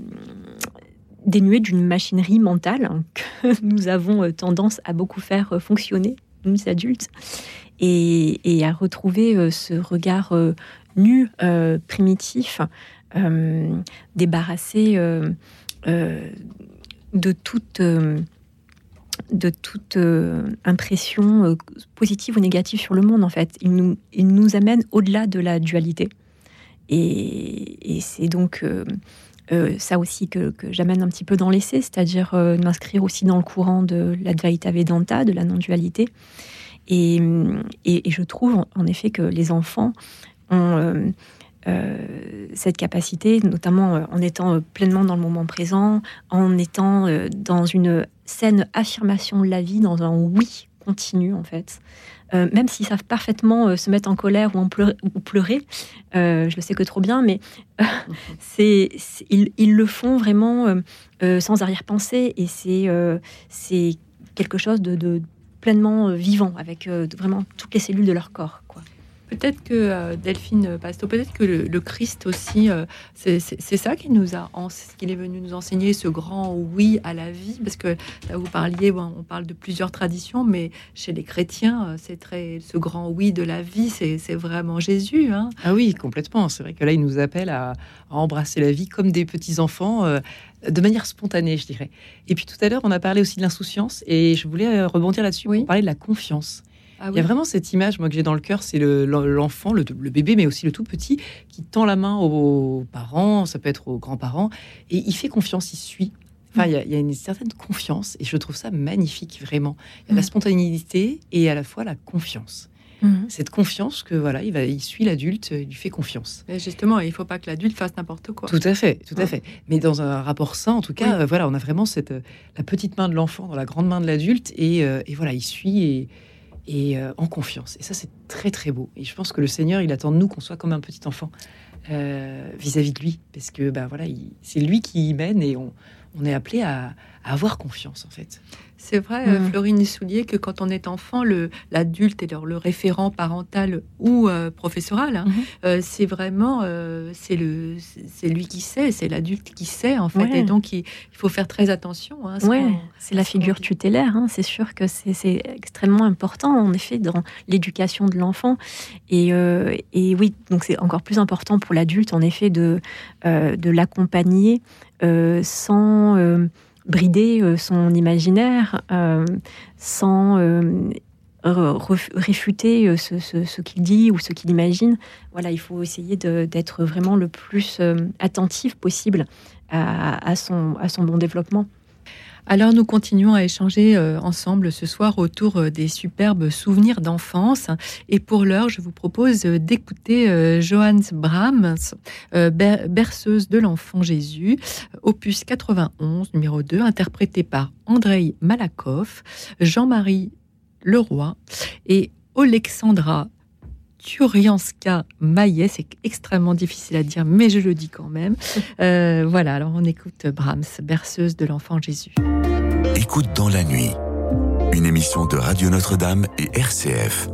dénué d'une machinerie mentale hein, que nous avons tendance à beaucoup faire fonctionner, nous adultes, et, et à retrouver euh, ce regard euh, nu, euh, primitif, euh, débarrassé euh, euh, de toute... Euh, de toute euh, impression euh, positive ou négative sur le monde, en fait. Il nous, il nous amène au-delà de la dualité. Et, et c'est donc euh, euh, ça aussi que, que j'amène un petit peu dans l'essai, c'est-à-dire euh, m'inscrire aussi dans le courant de l'Advaita Vedanta, de la non-dualité. Et, et, et je trouve, en effet, que les enfants ont... Euh, Euh, cette capacité, notamment euh, en étant euh, pleinement dans le moment présent, en étant euh, dans une saine affirmation de la vie, dans un oui continu en fait. Euh, même s'ils savent parfaitement euh, se mettre en colère ou, en pleurer, ou pleurer, euh, je le sais que trop bien, mais euh, c'est, c'est, ils, ils le font vraiment euh, euh, sans arrière-pensée, et c'est, euh, c'est quelque chose de, de pleinement euh, vivant, avec euh, de, vraiment toutes les cellules de leur corps, quoi. peut-être que euh, Delphine Pasto, peut-être que le, le Christ aussi, euh, c'est, c'est, c'est ça qui nous a, qu'il est venu nous enseigner, ce grand oui à la vie, parce que là vous parliez, bon, on parle de plusieurs traditions, mais chez les chrétiens, c'est très, ce grand oui de la vie, c'est, c'est vraiment Jésus. Hein. Ah oui, complètement. C'est vrai que là, il nous appelle à, à embrasser la vie comme des petits enfants. Euh, de manière spontanée, je dirais. Et puis tout à l'heure, on a parlé aussi de l'insouciance, et je voulais rebondir là-dessus oui. pour parler de la confiance. Ah oui. Il y a vraiment cette image, moi, que j'ai dans le cœur, c'est le, l'enfant, le, le bébé, mais aussi le tout petit, qui tend la main aux parents, ça peut être aux grands-parents, et il fait confiance, il suit. Enfin, il y a, il y a une certaine confiance, et je trouve ça magnifique, vraiment. Il y a mmh. la spontanéité et à la fois la confiance. Mmh. Cette confiance que voilà, il, va, il suit l'adulte, il lui fait confiance. Mais justement, il ne faut pas que l'adulte fasse n'importe quoi. Tout à fait, tout à fait. Mais dans un rapport sain, en tout cas, oui. euh, voilà, on a vraiment cette euh, la petite main de l'enfant dans la grande main de l'adulte, et, euh, et voilà, il suit et, et euh, en confiance. Et ça, c'est très très beau. Et je pense que le Seigneur, il attend de nous qu'on soit comme un petit enfant euh, vis-à-vis de lui, parce que ben voilà, il, c'est lui qui y mène, et on, on est appelé à, à avoir confiance, en fait. C'est vrai, mmh. Florine Soulier, que quand on est enfant, le, l'adulte est le, le référent parental ou euh, professoral. Hein, mmh. euh, c'est vraiment, euh, c'est, le, c'est lui qui sait, c'est l'adulte qui sait, en fait. Ouais. Et donc, il, il faut faire très attention. Hein, ouais, c'est la figure tutélaire. Hein, c'est sûr que c'est, c'est extrêmement important, en effet, dans l'éducation de l'enfant. Et, euh, et oui, donc c'est encore plus important pour l'adulte, en effet, de, euh, de l'accompagner euh, sans... Euh, brider euh, son imaginaire, euh, sans euh, ref- réfuter euh, ce, ce, ce qu'il dit ou ce qu'il imagine. Voilà, il faut essayer de, d'être vraiment le plus euh, attentif possible à, à, son, à son bon développement. Alors nous continuons à échanger euh, ensemble ce soir autour euh, des superbes souvenirs d'enfance. Et pour l'heure, je vous propose euh, d'écouter euh, Johannes Brahms, euh, ber- berceuse de l'enfant Jésus, opus quatre-vingt-onze, numéro deux, interprété par Andrei Malakhov, Jean-Marie Leroy et Alexandra Turianska-Maillet, c'est extrêmement difficile à dire, mais je le dis quand même. Euh, voilà, alors on écoute Brahms, berceuse de l'enfant Jésus. Écoute dans la nuit, une émission de Radio Notre-Dame et R C F.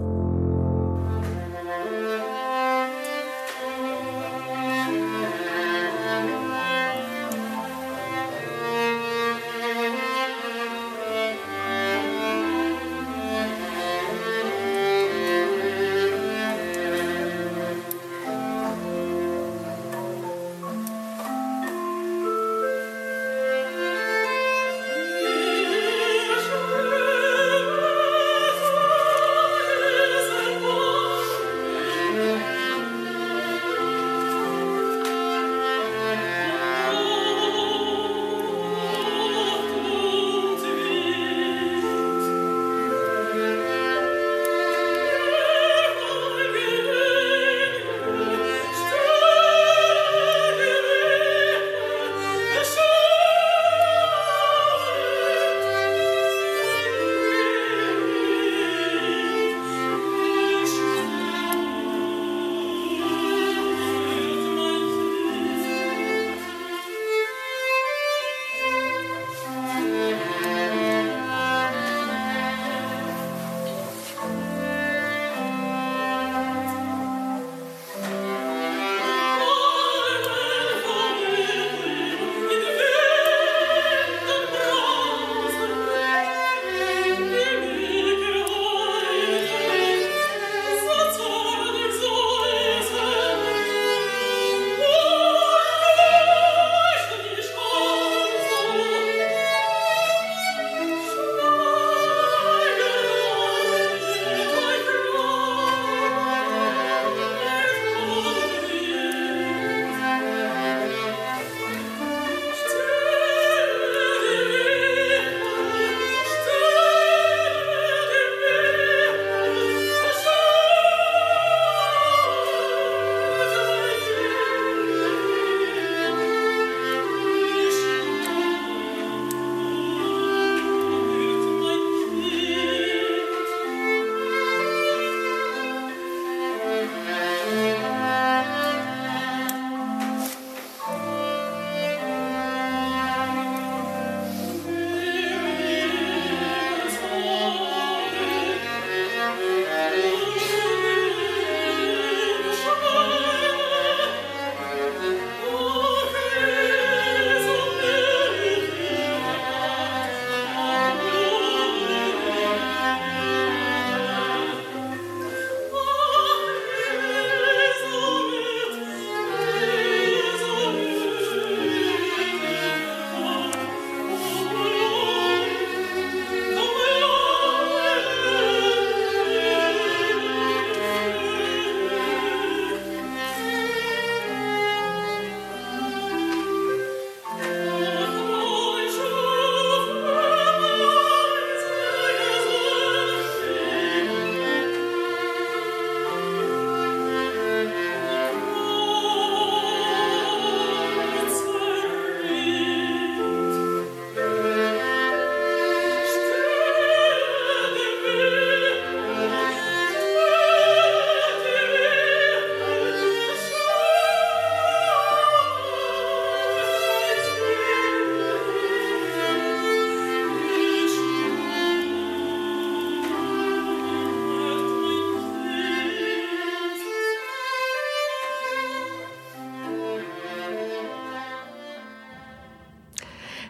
Thank you.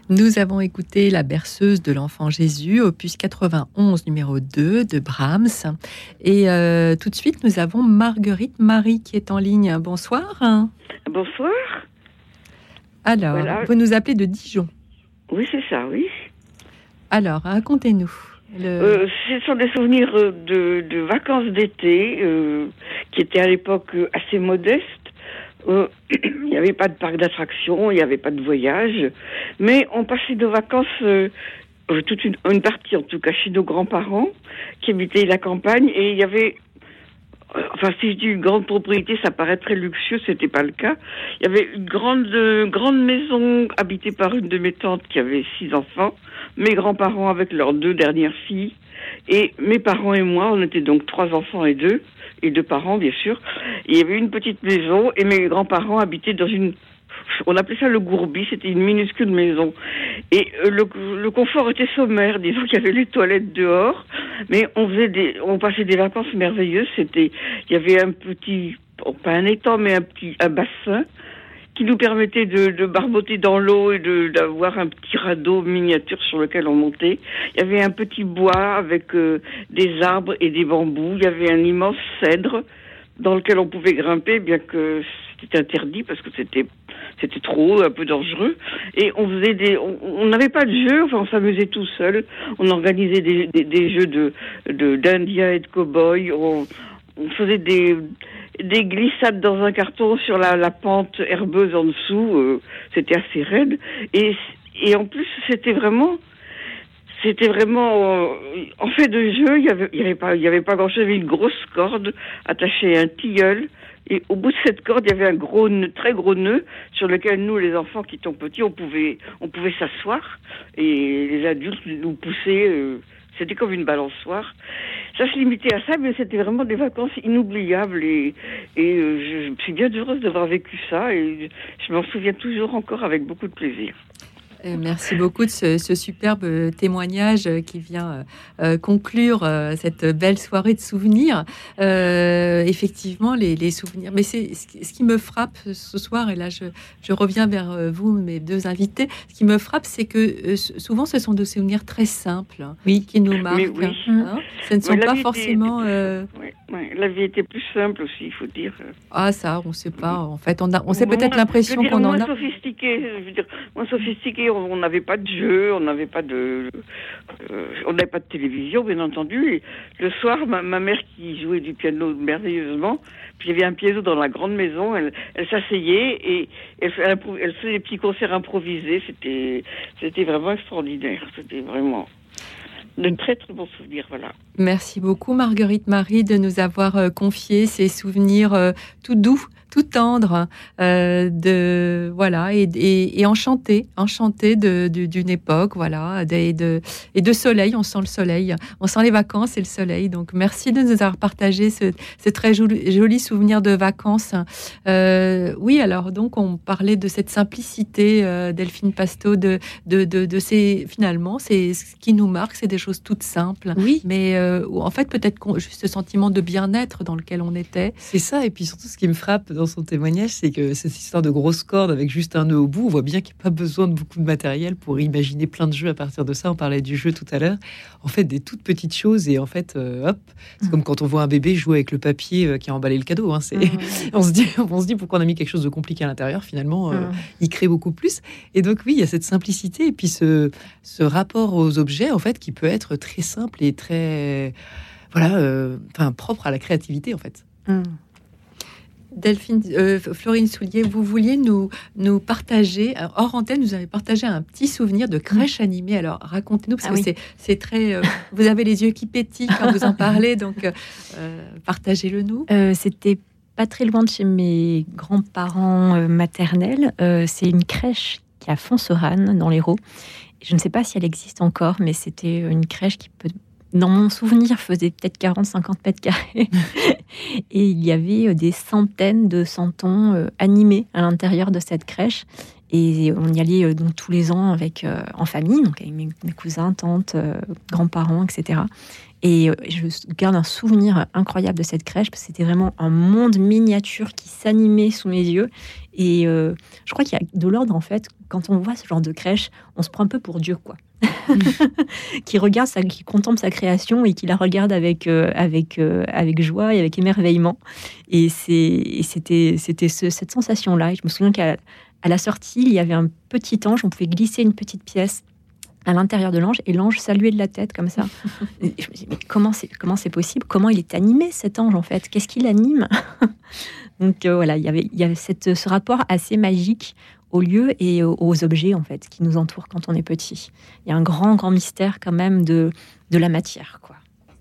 Nous avons écouté La berceuse de l'enfant Jésus, opus quatre-vingt-onze, numéro deux, de Brahms. Et euh, tout de suite, nous avons Marguerite Marie qui est en ligne. Bonsoir. Bonsoir. Alors, voilà. Vous nous appelez de Dijon. Oui, c'est ça, oui. Alors, racontez-nous. Le... Euh, ce sont des souvenirs de, de vacances d'été euh, qui étaient à l'époque assez modestes. Euh, il n'y avait pas de parc d'attractions, il n'y avait pas de voyage, mais on passait nos vacances, euh, toute une, une partie en tout cas, chez nos grands-parents qui habitaient la campagne, et il y avait, euh, enfin si je dis une grande propriété, ça paraît très luxueux, c'était pas le cas. Il y avait une grande, euh, grande maison habitée par une de mes tantes qui avait six enfants, mes grands-parents avec leurs deux dernières filles, et mes parents et moi, on était donc trois enfants et deux, et deux parents, bien sûr. Il y avait une petite maison, et mes grands-parents habitaient dans une... On appelait ça le gourbi, c'était une minuscule maison. Et euh, le, le confort était sommaire, disons qu'il y avait les toilettes dehors, mais on faisait des... On passait des vacances merveilleuses, c'était... Il y avait un petit... Pas un étang, mais un petit... un bassin, qui nous permettait de, de barboter dans l'eau et de, d'avoir un petit radeau miniature sur lequel on montait. Il y avait un petit bois avec euh, des arbres et des bambous. Il y avait un immense cèdre dans lequel on pouvait grimper, bien que c'était interdit parce que c'était c'était trop haut, un peu dangereux. Et on faisait des, on n'avait pas de jeu, enfin on s'amusait tout seul. On organisait des, des, des jeux de, de d'indiens et de cow-boys. On, on faisait des des glissades dans un carton sur la, la pente herbeuse en dessous, euh, c'était assez raide. Et, et en plus, c'était vraiment, c'était vraiment, euh, en fait de jeu, il y avait, il y avait pas, il y avait pas grand-chose. Il y avait une grosse corde attachée à un tilleul. Et au bout de cette corde, il y avait un gros nœud, très gros nœud, sur lequel nous, les enfants qui étaient petits, on pouvait, on pouvait s'asseoir. Et les adultes nous poussaient. Euh, C'était comme une balançoire. Ça se limitait à ça, mais c'était vraiment des vacances inoubliables. Et, et euh, je suis bien heureuse d'avoir vécu ça. Et je m'en souviens toujours encore avec beaucoup de plaisir. Merci beaucoup de ce, ce superbe témoignage qui vient euh, conclure euh, cette belle soirée de souvenirs. Euh, effectivement, les, les souvenirs. Mais c'est ce qui me frappe ce soir, et là je, je reviens vers vous, mes deux invités. Ce qui me frappe, c'est que euh, souvent ce sont des souvenirs très simples, oui, qui nous marquent. Oui. Hein, ce ne sont oui, pas forcément. Était... Euh... Oui, oui. La vie était plus simple aussi, il faut dire. Ah ça, on ne sait pas. En fait, on a, on sait peut-être l'impression qu'on en a. Moins sophistiqué, je veux dire, moins sophistiqué. On n'avait pas de jeu, on n'avait pas de, euh, on n'avait pas de télévision, bien entendu. Et le soir, ma, ma mère qui jouait du piano merveilleusement, puis il y avait un piano dans la grande maison, elle, elle s'asseyait et elle, elle, elle faisait des petits concerts improvisés. C'était, c'était vraiment extraordinaire. C'était vraiment de très très bons souvenirs, voilà. Merci beaucoup Marguerite Marie de nous avoir euh, confié ces souvenirs euh, tout doux, tout tendres, euh, de voilà et, et, et enchanté, enchanté de, de, d'une époque, voilà, de, de, et de soleil. On sent le soleil, on sent les vacances et le soleil. Donc merci de nous avoir partagé ce, ce très joli, joli souvenir de vacances. Euh, oui, alors donc on parlait de cette simplicité, euh, Delphine Pasteau, de, de, de, de ces finalement, c'est ce qui nous marque, c'est des choses toutes simples. Oui, mais euh, en fait peut-être juste ce sentiment de bien-être dans lequel on était. C'est ça, et puis surtout ce qui me frappe dans son témoignage, c'est que cette histoire de grosses cordes avec juste un nœud au bout, on voit bien qu'il n'y a pas besoin de beaucoup de matériel pour imaginer plein de jeux à partir de ça. On parlait du jeu tout à l'heure. En fait, des toutes petites choses, et en fait, euh, hop, c'est mmh. comme quand on voit un bébé jouer avec le papier euh, qui a emballé le cadeau. Hein, c'est... Mmh. on se dit, on se dit pourquoi on a mis quelque chose de compliqué à l'intérieur. Finalement, euh, mmh. il crée beaucoup plus. Et donc oui, il y a cette simplicité et puis ce, ce rapport aux objets, en fait, qui peut être très simple et très, voilà, euh, enfin propre à la créativité, en fait. Mmh. Delphine, euh, Florine Soulier, vous vouliez nous, nous partager, hors antenne, vous avez partagé un petit souvenir de crèche mmh. animée. Alors, racontez-nous, parce ah que oui. c'est, c'est très... Euh, vous avez les yeux qui pétillent quand vous en parlez, donc euh, partagez-le nous. Euh, c'était pas très loin de chez mes grands-parents euh, maternels. Euh, c'est une crèche qui est à Fonserane, dans l'Hérault. Je ne sais pas si elle existe encore, mais c'était une crèche qui peut... Dans mon souvenir, faisait peut-être quarante à cinquante mètres carrés. Et il y avait des centaines de santons euh, animés à l'intérieur de cette crèche. Et on y allait euh, donc tous les ans avec, euh, en famille, donc avec mes, mes cousins, tantes, euh, grands-parents, et cetera. Et je garde un souvenir incroyable de cette crèche, parce que c'était vraiment un monde miniature qui s'animait sous mes yeux. Et euh, je crois qu'il y a de l'ordre, en fait, quand on voit ce genre de crèche, on se prend un peu pour Dieu, quoi. qui regarde, sa, qui contemple sa création et qui la regarde avec, euh, avec, euh, avec joie et avec émerveillement. Et, c'est, et c'était, c'était ce, cette sensation-là. Et je me souviens qu'à à la sortie, il y avait un petit ange, on pouvait glisser une petite pièce à l'intérieur de l'ange, et l'ange saluait de la tête comme ça. Et je me dis, mais comment c'est, comment c'est possible? Comment il est animé, cet ange, en fait? Qu'est-ce qui l'anime? Donc euh, voilà, il y avait, il y avait cette, ce rapport assez magique aux lieux et aux, aux objets, en fait, qui nous entourent quand on est petit. Il y a un grand, grand mystère quand même de, de la matière, quoi.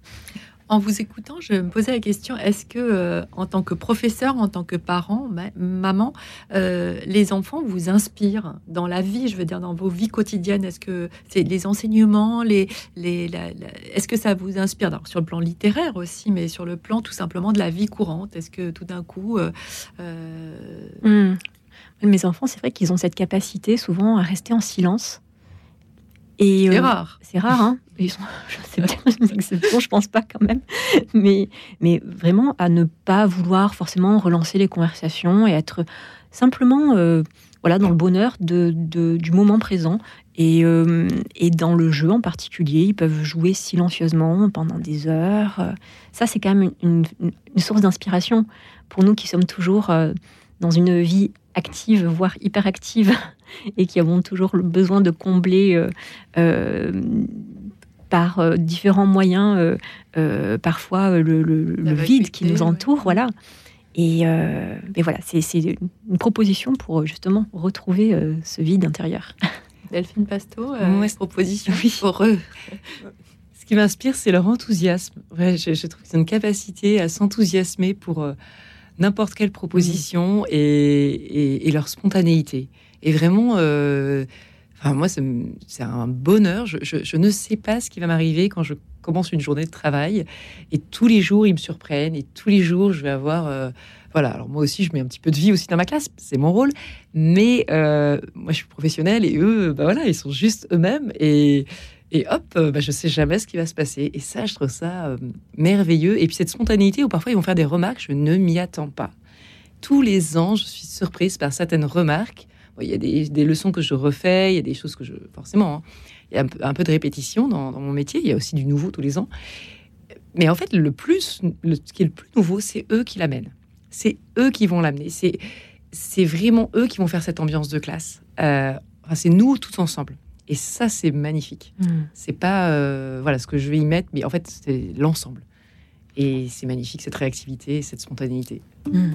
En vous écoutant, je me posais la question, est-ce que, euh, en tant que professeur, en tant que parent, ma- maman, euh, les enfants vous inspirent dans la vie, je veux dire, dans vos vies quotidiennes? Est-ce que c'est les enseignements, les, les, la, la, est-ce que ça vous inspire? Alors, sur le plan littéraire aussi, mais sur le plan tout simplement de la vie courante, est-ce que tout d'un coup... Euh, euh... Mmh. Mes enfants, c'est vrai qu'ils ont cette capacité souvent à rester en silence. Et, c'est euh, rare. C'est rare, hein. Ils sont, c'est peut-être une exception, je pense pas quand même. Mais, mais vraiment à ne pas vouloir forcément relancer les conversations et être simplement euh, voilà, dans le bonheur de, de, du moment présent. Et, euh, et dans le jeu en particulier, ils peuvent jouer silencieusement pendant des heures. Ça, c'est quand même une, une, une source d'inspiration pour nous qui sommes toujours euh, dans une vie active, voire hyperactive, et qui avons toujours le besoin de combler euh, euh, par euh, différents moyens, euh, euh, parfois euh, le, le, le vide qui nous entoure, ouais. Voilà. Et, euh, et voilà, c'est, c'est une proposition pour justement retrouver euh, ce vide intérieur. Delphine Pasto, euh, ouais, proposition oui. pour eux. Ce qui m'inspire, c'est leur enthousiasme. Ouais, je, je trouve qu'ils ont une capacité à s'enthousiasmer pour euh, n'importe quelle proposition mmh. et, et, et leur spontanéité. Et vraiment, euh, enfin, moi, c'est, c'est un bonheur. Je, je, je ne sais pas ce qui va m'arriver quand je commence une journée de travail. Et tous les jours, ils me surprennent. Et tous les jours, je vais avoir... Euh, voilà, alors moi aussi, je mets un petit peu de vie aussi dans ma classe. C'est mon rôle. Mais euh, moi, je suis professionnelle et eux, bah voilà, ils sont juste eux-mêmes. Et, et hop, bah, je ne sais jamais ce qui va se passer. Et ça, je trouve ça euh, merveilleux. Et puis cette spontanéité où parfois, ils vont faire des remarques, je ne m'y attends pas. Tous les ans, je suis surprise par certaines remarques. Il y a des, des leçons que je refais, il y a des choses que je... Forcément, hein, il y a un peu, un peu de répétition dans, dans mon métier. Il y a aussi du nouveau tous les ans. Mais en fait, le plus, le, ce qui est le plus nouveau, c'est eux qui l'amènent. C'est eux qui vont l'amener. C'est, c'est vraiment eux qui vont faire cette ambiance de classe. Euh, enfin, c'est nous tous ensemble. Et ça, c'est magnifique. Mmh. C'est pas euh, voilà, ce que je vais y mettre, mais en fait, c'est l'ensemble. Et c'est magnifique, cette réactivité, cette spontanéité. Mmh.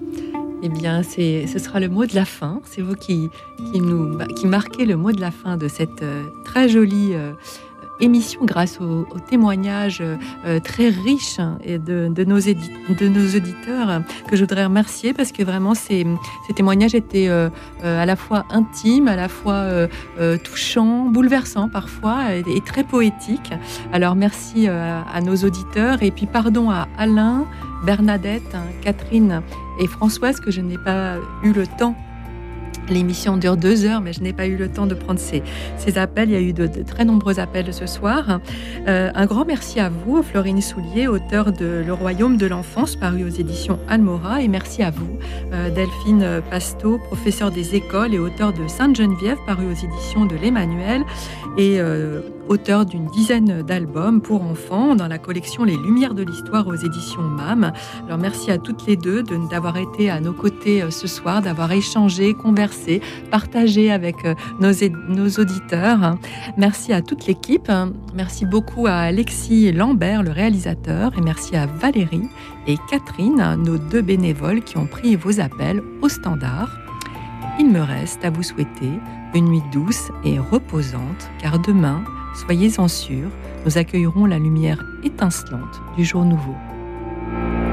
Eh bien, c'est, ce sera le mot de la fin. C'est vous qui, qui, nous, qui marquez le mot de la fin de cette euh, très jolie euh, émission grâce au, au témoignage euh, très riche de, de, nos édi- de nos auditeurs que je voudrais remercier parce que vraiment, ces, ces témoignages étaient euh, euh, à la fois intimes, à la fois euh, euh, touchants, bouleversants parfois et, et très poétiques. Alors, merci euh, à nos auditeurs et puis pardon à Alain, Bernadette, Catherine et Françoise, que je n'ai pas eu le temps. L'émission dure deux heures, mais je n'ai pas eu le temps de prendre ces, ces appels. Il y a eu de, de très nombreux appels ce soir. Euh, un grand merci à vous, Florine Soulier, auteure de Le Royaume de l'enfance, paru aux éditions Almora. Et merci à vous, euh, Delphine Pasto, professeure des écoles et auteure de Sainte-Geneviève, paru aux éditions de l'Emmanuel, et euh, auteur d'une dizaine d'albums pour enfants dans la collection Les Lumières de l'Histoire aux éditions M A M. Alors merci à toutes les deux de, d'avoir été à nos côtés ce soir, d'avoir échangé, conversé, partagé avec nos, nos auditeurs. Merci à toute l'équipe. Merci beaucoup à Alexis Lambert, le réalisateur, et merci à Valérie et Catherine, nos deux bénévoles qui ont pris vos appels au standard. Il me reste à vous souhaiter une nuit douce et reposante, car demain, soyez-en sûrs, nous accueillerons la lumière étincelante du jour nouveau.